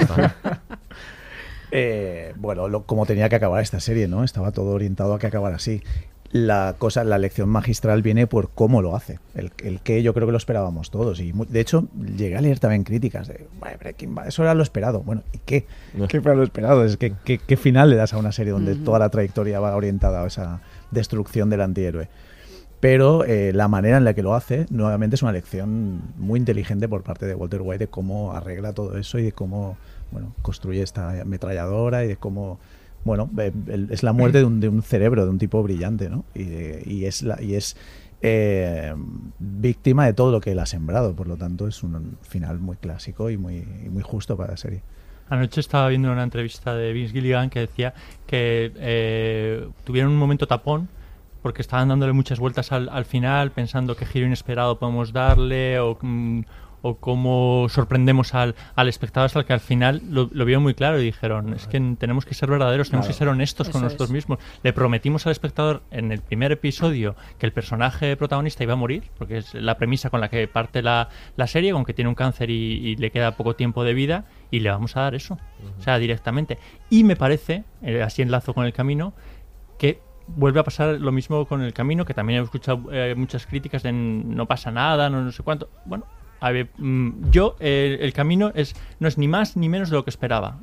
[SPEAKER 5] Bueno, como tenía que acabar esta serie, ¿no? Estaba todo orientado a que acabara así. La lección magistral viene por cómo lo hace. El que yo creo que lo esperábamos todos. Y de hecho, llegué a leer también críticas de Breaking Bad, eso era lo esperado. Bueno, ¿y qué? ¿Qué fue lo esperado? Es que ¿qué final le das a una serie donde toda la trayectoria va orientada a esa destrucción del antihéroe? Pero la manera en la que lo hace, nuevamente, es una lección muy inteligente por parte de Walter White de cómo arregla todo eso y de cómo construye esta ametralladora y de cómo... Bueno, es la muerte de un cerebro, de un tipo brillante, ¿no? Y es víctima de todo lo que él ha sembrado. Por lo tanto, es un final muy clásico y muy justo para la serie.
[SPEAKER 9] Anoche estaba viendo una entrevista de Vince Gilligan que decía que tuvieron un momento tapón porque estaban dándole muchas vueltas al final, pensando qué giro inesperado podemos darle o cómo sorprendemos al espectador, hasta que al final lo vieron muy claro y dijeron, es que tenemos que ser verdaderos, tenemos que ser honestos con nosotros mismos. Le prometimos al espectador en el primer episodio que el personaje protagonista iba a morir, porque es la premisa con la que parte la serie, con que tiene un cáncer y le queda poco tiempo de vida, y le vamos a dar eso, o sea, directamente. Y me parece, así enlazo con El Camino, que vuelve a pasar lo mismo con El Camino, que también he escuchado muchas críticas de no pasa nada, no sé cuánto. Bueno, a ver, El Camino no es ni más ni menos de lo que esperaba.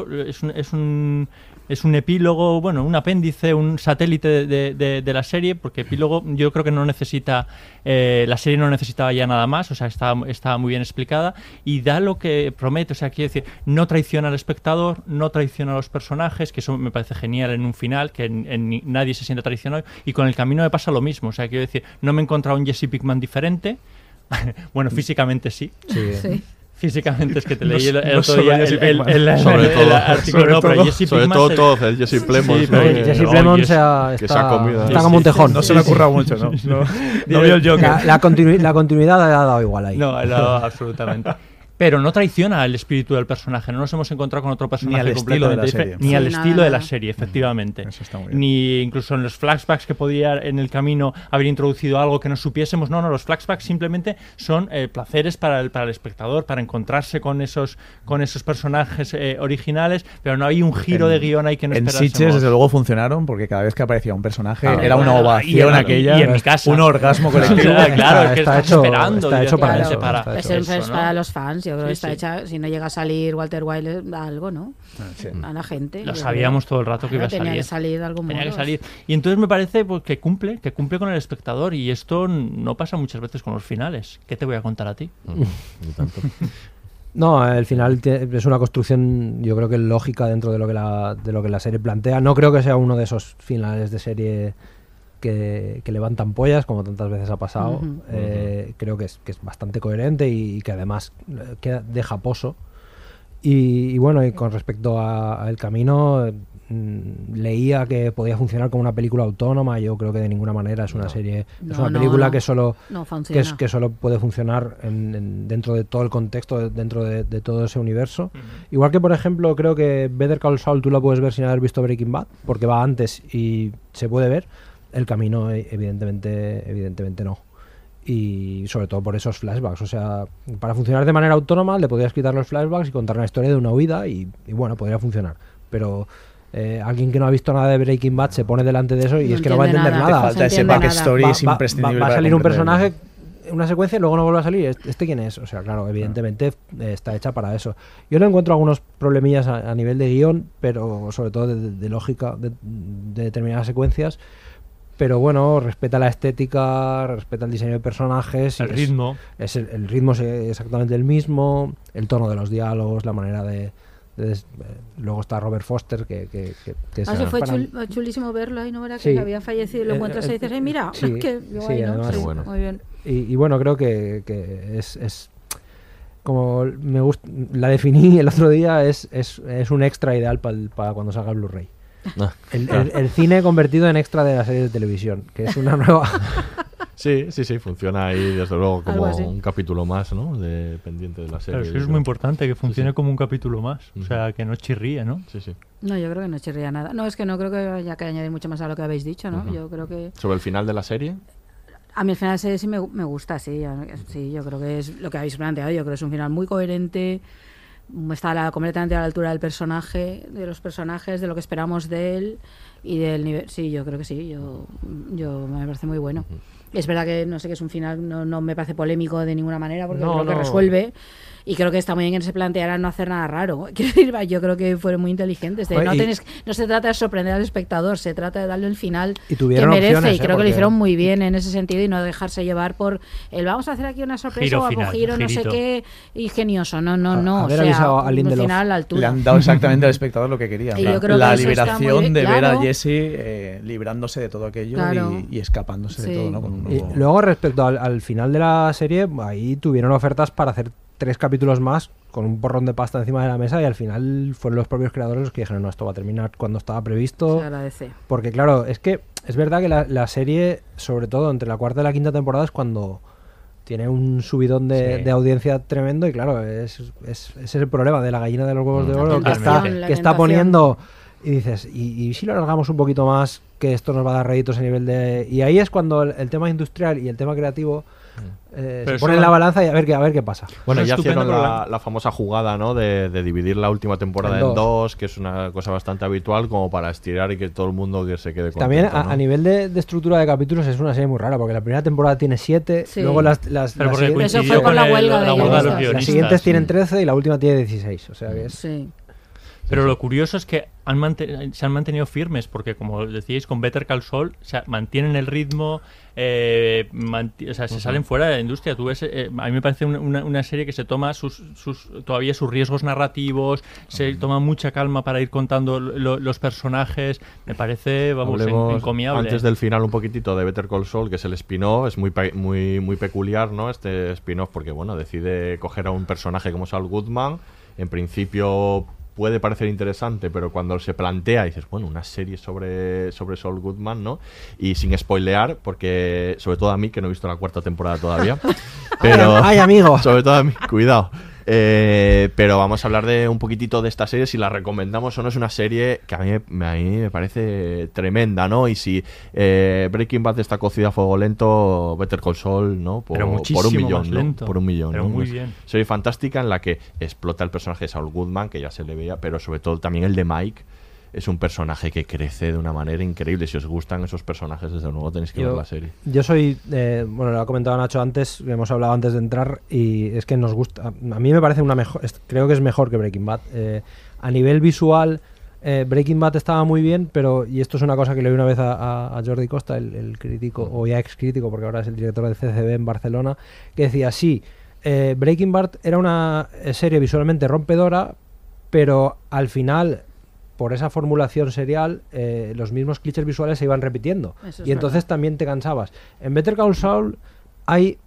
[SPEAKER 9] Es un epílogo, bueno, un apéndice, un satélite de la serie, porque epílogo yo creo que no necesita, la serie no necesitaba ya nada más, o sea, está muy bien explicada y da lo que promete, o sea, quiere decir, no traiciona al espectador, no traiciona a los personajes, que eso me parece genial en un final, que nadie se siente traicionado, y con El Camino me pasa lo mismo, o sea, quiero decir, no me he encontrado un Jesse Pinkman diferente. Bueno, físicamente sí. Físicamente es que te leí el otro día el artículo, pero Jesse Plemons...
[SPEAKER 7] Sobre todo Jesse Plemons.
[SPEAKER 10] Jesse Plemons está como un tejón.
[SPEAKER 5] No se le ha currado mucho, ¿no? No vio el Joker.
[SPEAKER 10] La continuidad ha dado igual ahí.
[SPEAKER 9] No, ha dado absolutamente. Pero no traiciona el espíritu del personaje. No nos hemos encontrado con otro personaje completamente diferente. Ni al estilo de la serie, efectivamente.
[SPEAKER 5] Eso está muy bien.
[SPEAKER 9] Ni incluso en los flashbacks que podía en El Camino haber introducido algo que no supiésemos. No, los flashbacks simplemente son placeres para el espectador, para encontrarse con esos personajes originales, pero no hay un giro de guión ahí que no esperásemos.
[SPEAKER 5] En Sitges, desde luego, funcionaron, porque cada vez que aparecía un personaje era una ovación aquella.
[SPEAKER 9] Y en mi casa.
[SPEAKER 5] Un orgasmo colectivo.
[SPEAKER 9] Claro, es que
[SPEAKER 10] está
[SPEAKER 9] esperando.
[SPEAKER 10] Está hecho para
[SPEAKER 9] eso.
[SPEAKER 4] Es para los fans. Yo creo que está hecha, si no llega a salir Walter White, algo, ¿no?
[SPEAKER 5] Sí.
[SPEAKER 4] A la gente.
[SPEAKER 9] Lo sabíamos todo el rato que iba a salir.
[SPEAKER 4] Tenía que salir de algún modo.
[SPEAKER 9] Tenía que salir. Y entonces me parece que cumple con el espectador, y esto no pasa muchas veces con los finales. ¿Qué te voy a contar a ti?
[SPEAKER 10] No, el final es una construcción, yo creo que lógica dentro de lo que la serie plantea. No creo que sea uno de esos finales de serie que levantan pollas, como tantas veces ha pasado. Creo que es bastante coherente y que además deja pozo. Y bueno, y con respecto a El Camino, leía que podía funcionar como una película autónoma. Yo creo que de ninguna manera es una serie, es una película que solo puede funcionar dentro de todo el contexto, dentro de todo ese universo. Igual que, por ejemplo, creo que Better Call Saul tú la puedes ver sin haber visto Breaking Bad, porque va antes y se puede ver. El Camino, evidentemente no. Y sobre todo por esos flashbacks. O sea, para funcionar de manera autónoma le podrías quitar los flashbacks y contar una historia de una huida y bueno, podría funcionar. Pero alguien que no ha visto nada de Breaking Bad se pone delante de eso y es que no va a entender nada.
[SPEAKER 5] Falta ese backstory, es imprescindible.
[SPEAKER 10] Va a salir un personaje, una secuencia y luego no vuelve a salir. ¿Este quién es? O sea, claro, evidentemente está hecha para eso. Yo le encuentro algunos problemillas a nivel de guión, pero sobre todo de lógica de determinadas secuencias. Pero bueno, respeta la estética, respeta el diseño de personajes.
[SPEAKER 9] El ritmo.
[SPEAKER 10] El ritmo es exactamente el mismo, el tono de los diálogos, la manera de luego está Robert Foster, que
[SPEAKER 4] fue chulísimo verlo ahí, ¿no? Era que había fallecido y lo encuentras y dices, mira, qué guay, ¿no?
[SPEAKER 10] Además,
[SPEAKER 4] bueno. Muy bien.
[SPEAKER 10] Y bueno, creo que es como me gusta, la definí el otro día, es un extra ideal para cuando salga el Blu-ray. El cine convertido en extra de la serie de televisión, que es una nueva
[SPEAKER 7] Sí, funciona ahí desde luego como
[SPEAKER 4] Algo así.
[SPEAKER 7] un capítulo más, ¿no? Pendiente de la serie.
[SPEAKER 9] Claro, es que
[SPEAKER 7] yo
[SPEAKER 9] es
[SPEAKER 7] creo.
[SPEAKER 9] muy importante que funcione
[SPEAKER 7] Sí.
[SPEAKER 9] como un capítulo más. O sea, que no chirríe, ¿no?
[SPEAKER 7] Sí.
[SPEAKER 4] No, yo creo que no chirría nada. No, es que no creo que haya que añadir mucho más a lo que habéis dicho, ¿no?
[SPEAKER 7] Ujú.
[SPEAKER 4] Yo creo que...
[SPEAKER 7] ¿Sobre el final de la serie?
[SPEAKER 4] A mí el final sí me gusta, sí. Sí, yo creo que es lo que habéis planteado. Yo creo que es un final muy coherente. Está completamente a la altura del personaje, de los personajes, de lo que esperamos de él y del nivel. Sí, yo creo que sí. Yo me parece muy bueno. Es verdad que no sé, que es un final, no me parece polémico de ninguna manera, porque creo que resuelve. Y creo que está muy bien que se planteara no hacer nada raro. Quiero decir, yo creo que fueron muy inteligentes. No se trata de sorprender al espectador, se trata de darle el final
[SPEAKER 10] Y
[SPEAKER 4] que
[SPEAKER 10] tuvieron
[SPEAKER 4] merece.
[SPEAKER 10] opciones,
[SPEAKER 4] Y creo que
[SPEAKER 10] porque-
[SPEAKER 4] lo hicieron muy bien en ese sentido y no dejarse llevar por el vamos a hacer aquí una sorpresa
[SPEAKER 9] Giro
[SPEAKER 4] o
[SPEAKER 9] final,
[SPEAKER 4] algo giro, no sé
[SPEAKER 9] girito.
[SPEAKER 4] qué, ingenioso. No.
[SPEAKER 10] Haber
[SPEAKER 4] O sea,
[SPEAKER 10] avisado a
[SPEAKER 4] un
[SPEAKER 10] Lindelof.
[SPEAKER 4] final a la
[SPEAKER 5] Le
[SPEAKER 4] altura.
[SPEAKER 5] han dado exactamente al espectador lo que quería.
[SPEAKER 4] Y yo creo
[SPEAKER 5] la
[SPEAKER 4] que eso está
[SPEAKER 5] liberación
[SPEAKER 4] muy bien,
[SPEAKER 5] de ver a
[SPEAKER 4] claro.
[SPEAKER 5] Jesse librándose de todo aquello
[SPEAKER 4] Claro.
[SPEAKER 5] y escapándose de
[SPEAKER 4] Sí.
[SPEAKER 5] todo, ¿no? Con un
[SPEAKER 10] Y
[SPEAKER 5] nuevo-
[SPEAKER 10] luego respecto al final de la serie, ahí tuvieron ofertas para hacer 3 capítulos más con un porrón de pasta encima de la mesa y al final fueron los propios creadores los que dijeron no, esto va a terminar cuando estaba previsto.
[SPEAKER 4] Se agradece.
[SPEAKER 10] Porque claro, es que es verdad que la serie, sobre todo entre la cuarta y la quinta temporada, es cuando tiene un subidón de audiencia tremendo y claro, es el problema de la gallina de los huevos de oro que está,
[SPEAKER 4] tentación,
[SPEAKER 10] que está poniendo y dices, y si lo alargamos un poquito más, que esto nos va a dar réditos a nivel de... Y ahí es cuando el tema industrial y el tema creativo se
[SPEAKER 9] eso
[SPEAKER 10] ponen en la balanza y a ver qué pasa.
[SPEAKER 7] Bueno,
[SPEAKER 9] Eso
[SPEAKER 7] ya
[SPEAKER 9] es estupendo,
[SPEAKER 7] hicieron
[SPEAKER 9] pero
[SPEAKER 7] la famosa jugada, ¿no? De dividir la última temporada
[SPEAKER 10] En
[SPEAKER 7] en
[SPEAKER 10] 2,
[SPEAKER 7] que es una cosa bastante habitual como para estirar y que todo el mundo que se quede contento.
[SPEAKER 10] También
[SPEAKER 7] ¿no?
[SPEAKER 10] a nivel de estructura de capítulos es una serie muy rara, porque la primera temporada tiene 7,
[SPEAKER 4] Sí.
[SPEAKER 10] luego las
[SPEAKER 9] Pero porque
[SPEAKER 10] siguientes-
[SPEAKER 9] coincidió
[SPEAKER 4] Eso fue con la huelga de
[SPEAKER 9] la huelga de los
[SPEAKER 4] guionistas.
[SPEAKER 9] guionistas.
[SPEAKER 10] las siguientes tienen 13 y la última tiene 16, o sea que es...
[SPEAKER 4] Sí.
[SPEAKER 9] Pero lo curioso es que se han mantenido firmes, porque como decíais, con Better Call Saul mantienen el ritmo, se salen fuera de la industria. Tú ves, a mí me parece una serie que se toma todavía sus riesgos narrativos, se toma mucha calma para ir contando los personajes. Me parece, vamos,
[SPEAKER 7] Hablemos
[SPEAKER 9] encomiable.
[SPEAKER 7] antes del final un poquitito de Better Call Saul, que es el spin-off. Es muy peculiar, ¿no? Este spin-off, porque bueno, decide coger a un personaje como Saul Goodman. En principio puede parecer interesante, pero cuando se plantea dices, bueno, una serie sobre Saul Goodman, ¿no? Y sin spoilear, porque sobre todo a mí, que no he visto la cuarta temporada todavía, pero
[SPEAKER 10] ¡Ay, amigo!
[SPEAKER 7] sobre todo a mí, cuidado. Pero vamos a hablar de un poquitito de esta serie, si la recomendamos o no. Es una serie que a mí me parece tremenda, ¿no? Y si Breaking Bad está cocida a fuego lento, Better Call Saul, ¿no?
[SPEAKER 9] Pero
[SPEAKER 7] por
[SPEAKER 9] muchísimo
[SPEAKER 7] un millón,
[SPEAKER 9] más
[SPEAKER 7] ¿no?
[SPEAKER 9] lento.
[SPEAKER 7] Por un millón,
[SPEAKER 9] Pero
[SPEAKER 7] ¿no?
[SPEAKER 9] muy
[SPEAKER 7] Una
[SPEAKER 9] bien.
[SPEAKER 7] serie fantástica en la que explota el personaje de Saul Goodman, que ya se le veía, pero sobre todo también el de Mike. Es un personaje que crece de una manera increíble. Si os gustan esos personajes, desde luego tenéis que ver la serie.
[SPEAKER 10] Yo soy, bueno, lo ha comentado Nacho antes, hemos hablado antes de entrar y es que nos gusta, a mí me parece una mejor, creo que es mejor que Breaking Bad. A nivel visual, Breaking Bad estaba muy bien, pero, y esto es una cosa que le oí una vez a Jordi Costa, el crítico, o ya ex crítico, porque ahora es el director del CCB en Barcelona, que decía, sí, Breaking Bad era una serie visualmente rompedora, pero al final, por esa formulación serial, los mismos clichés visuales se iban repitiendo.
[SPEAKER 4] Eso es
[SPEAKER 10] Y entonces
[SPEAKER 4] verdad.
[SPEAKER 10] también te cansabas. En Better Call Saul hay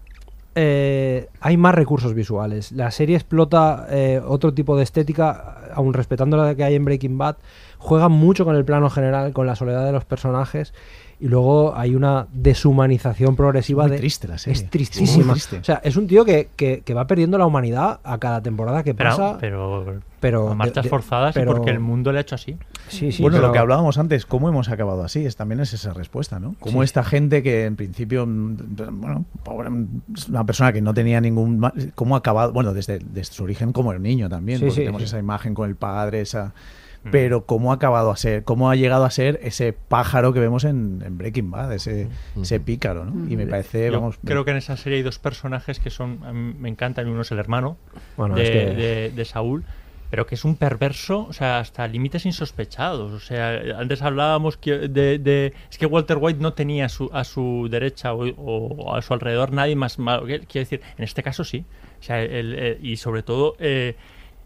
[SPEAKER 10] más recursos visuales. La serie explota otro tipo de estética, aun respetando la que hay en Breaking Bad. Juega mucho con el plano general, con la soledad de los personajes. Y luego hay una deshumanización progresiva.
[SPEAKER 5] Es muy triste la serie.
[SPEAKER 10] Es tristísima.
[SPEAKER 5] Muy triste.
[SPEAKER 10] O sea, es un tío que va perdiendo la humanidad a cada temporada que pasa.
[SPEAKER 9] Pero a marchas forzadas y porque el mundo le ha hecho así.
[SPEAKER 10] Sí, sí,
[SPEAKER 5] bueno,
[SPEAKER 10] pero-
[SPEAKER 5] lo que hablábamos antes, ¿cómo hemos acabado así? También es esa respuesta, ¿no? Cómo
[SPEAKER 10] Sí.
[SPEAKER 5] esta gente que en principio, bueno, pobre, es una persona que no tenía ningún... ¿Cómo ha acabado? Bueno, desde su origen como el niño también,
[SPEAKER 10] Sí,
[SPEAKER 5] porque
[SPEAKER 10] sí,
[SPEAKER 5] tenemos
[SPEAKER 10] sí.
[SPEAKER 5] esa imagen con el padre, pero cómo ha acabado a ser, cómo ha llegado a ser ese pájaro que vemos en Breaking Bad, ese pícaro, ¿no? Y me parece,
[SPEAKER 9] Yo
[SPEAKER 5] vamos...
[SPEAKER 9] creo que en esa serie hay dos personajes que son, a mí me encantan. Uno es el hermano
[SPEAKER 10] Bueno,
[SPEAKER 9] de,
[SPEAKER 10] es que-
[SPEAKER 9] de Saúl, pero que es un perverso, o sea, hasta límites insospechados. O sea, antes hablábamos es que Walter White no tenía a su derecha o a su alrededor nadie más malo que él. Quiero decir, en este caso sí. O sea, y sobre todo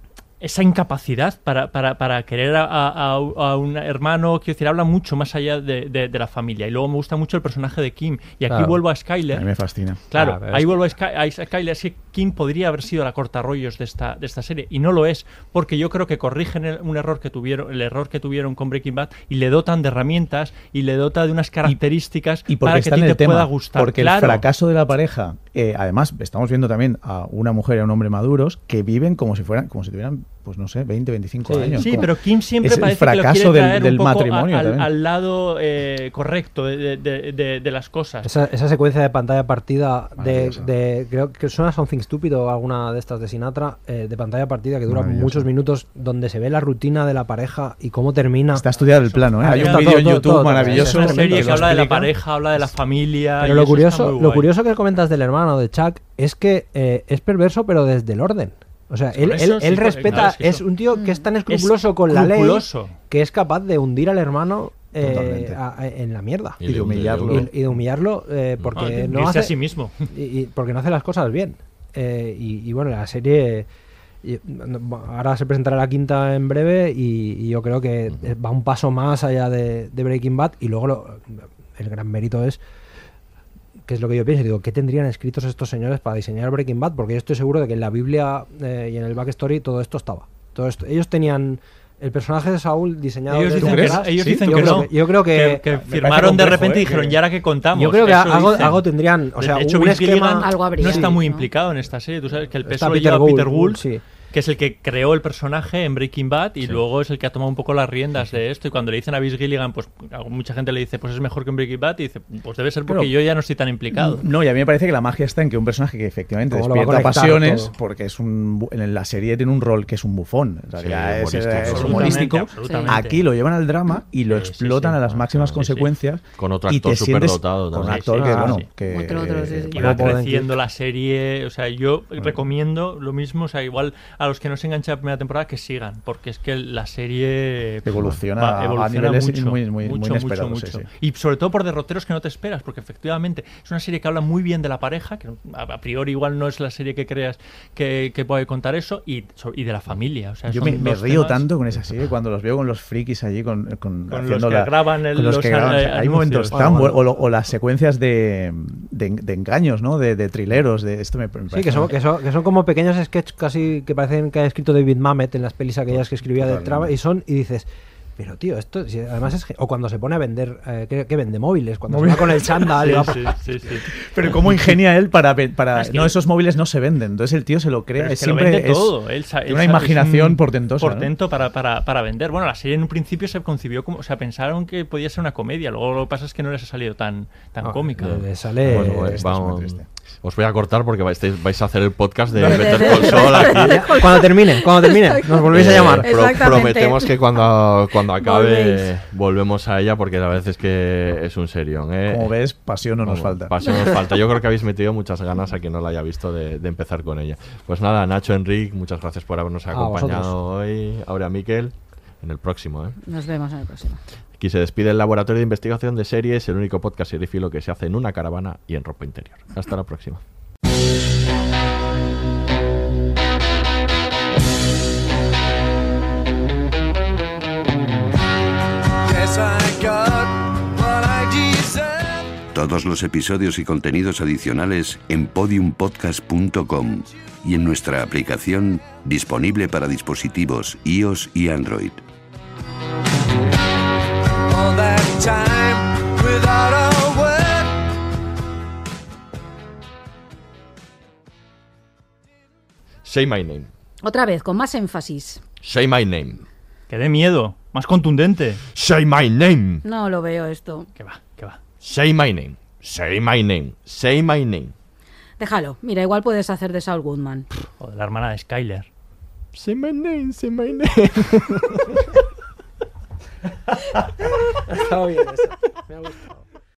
[SPEAKER 9] esa incapacidad para querer a un hermano, quiero decir, habla mucho más allá de la familia. Y luego me gusta mucho el personaje de Kim. Y aquí vuelvo a Skyler.
[SPEAKER 5] A mí me fascina.
[SPEAKER 9] Claro, ahí vuelvo a Skyler. Es que Kim podría haber sido la cortarrollos de esta serie. Y no lo es, porque yo creo que corrigen el error que tuvieron con Breaking Bad y le dotan de herramientas y le dota de unas características para que a ti te pueda gustar.
[SPEAKER 5] Porque el fracaso de la pareja, además, estamos viendo también a una mujer y a un hombre maduros que viven como si tuvieran, pues no sé, 20, 25 años.
[SPEAKER 9] Sí, pero Kim siempre parece que lo quiere traer un poco al lado correcto de las cosas.
[SPEAKER 10] Esa secuencia de pantalla partida creo que suena Something Stupid o alguna de estas de Sinatra, de pantalla partida que dura muchos minutos, donde se ve la rutina de la pareja y cómo termina.
[SPEAKER 5] Está estudiado el plano, ¿eh? Hay un vídeo en YouTube maravilloso.
[SPEAKER 9] Es una serie que habla de la pareja, habla de la familia.
[SPEAKER 10] Pero lo curioso que comentas del hermano de Chuck es que es perverso, pero desde el orden. O sea, él respeta, es un tío que es tan escrupuloso con la ley que es capaz de hundir al hermano en la mierda.
[SPEAKER 5] Y de humillarlo.
[SPEAKER 10] Y de humillarlo porque no hace
[SPEAKER 9] a sí mismo.
[SPEAKER 10] Porque no hace las cosas bien. Y bueno, la serie ahora se presentará la quinta en breve y yo creo que va un paso más allá de Breaking Bad. Y luego el gran mérito es, que es lo que yo pienso, digo, ¿qué tendrían escritos estos señores para diseñar Breaking Bad? Porque yo estoy seguro de que en la Biblia y en el backstory todo esto estaba. Ellos tenían el personaje de Saúl diseñado.
[SPEAKER 9] Ellos dicen que no.
[SPEAKER 10] Yo creo que
[SPEAKER 9] firmaron de repente y dijeron, ¿y ahora qué contamos?
[SPEAKER 10] Yo creo que algo tendrían. O sea,
[SPEAKER 9] de hecho,
[SPEAKER 10] un
[SPEAKER 9] Vince
[SPEAKER 10] esquema.
[SPEAKER 9] Gilligan no está muy implicado en esta serie. Tú sabes que el peso lo lleva Peter Gould, que es el que creó el personaje en Breaking Bad y luego es el que ha tomado un poco las riendas de esto. Y cuando le dicen a Vince Gilligan, pues mucha gente le dice, pues es mejor que en Breaking Bad, y dice, pues debe ser porque yo ya no estoy tan implicado.
[SPEAKER 5] No, y a mí me parece que la magia está en que un personaje que efectivamente despierta pasiones, porque en la serie tiene un rol que es un bufón, o sea, es humorístico. Aquí lo llevan al drama y lo explotan a las máximas consecuencias.
[SPEAKER 7] Con otro actor superdotado
[SPEAKER 5] también. Con un actor
[SPEAKER 9] que va creciendo la serie. O sea, yo recomiendo lo mismo, o sea, igual a los que no se enganchan la primera temporada que sigan, porque es que la serie
[SPEAKER 5] evoluciona a niveles muy inesperados.
[SPEAKER 9] Mucho. Y sobre todo por derroteros que no te esperas, porque efectivamente es una serie que habla muy bien de la pareja, que a priori igual no es la serie que creas que puede contar eso, y de la familia. O sea,
[SPEAKER 5] yo me río tanto con esa serie cuando los veo con los frikis allí con
[SPEAKER 9] los que graban
[SPEAKER 5] hay momentos tan buenos, o las secuencias de engaños, ¿no? de trileros, de esto me
[SPEAKER 10] sí, que son como pequeños sketches casi que parecen que ha escrito David Mamet en las pelis aquellas que escribía de trama, y dices, pero tío, esto además es... O cuando se pone a vender, ¿qué vende? Móviles, cuando se va con el chándal.
[SPEAKER 5] Sí. Pero cómo ingenia él para no, esos móviles no se venden, entonces el tío se lo crea, siempre es todo. Tiene una imaginación portentosa.
[SPEAKER 9] Portento, ¿no? para vender. Bueno, la serie en un principio se concibió como, o sea, pensaron que podía ser una comedia, luego lo que pasa es que no les ha salido tan cómica.
[SPEAKER 10] Le sale...
[SPEAKER 7] Vamos, os voy a cortar porque vais a hacer el podcast de Better Call Saul aquí.
[SPEAKER 10] Cuando termine, nos volvéis a llamar.
[SPEAKER 7] Prometemos que cuando acabe volvemos a ella, porque la verdad es que es un serión.
[SPEAKER 5] Como ves, pasión no nos falta.
[SPEAKER 7] Pasión nos falta. Yo creo que habéis metido muchas ganas a quien no la haya visto de empezar con ella. Pues nada, Nacho, Enric, muchas gracias por habernos acompañado hoy. Ahora Miquel, en el próximo.
[SPEAKER 4] Nos vemos en el próximo.
[SPEAKER 7] Aquí se despide el Laboratorio de Investigación de Series, el único podcast seriéfilo que se hace en una caravana y en ropa interior. Hasta la próxima.
[SPEAKER 2] Todos los episodios y contenidos adicionales en podiumpodcast.com y en nuestra aplicación disponible para dispositivos iOS y Android.
[SPEAKER 7] Say my name.
[SPEAKER 4] Otra vez, con más énfasis.
[SPEAKER 7] Say my name.
[SPEAKER 9] Que dé miedo, más contundente.
[SPEAKER 7] Say my name.
[SPEAKER 4] No lo veo esto.
[SPEAKER 9] Que va.
[SPEAKER 7] Say my name. Say my name. Say my name.
[SPEAKER 4] Déjalo. Mira, igual puedes hacer de Saul Goodman.
[SPEAKER 9] O de la hermana de Skyler.
[SPEAKER 7] Say my name, say my name.
[SPEAKER 10] Ha estado bien eso. Me ha gustado.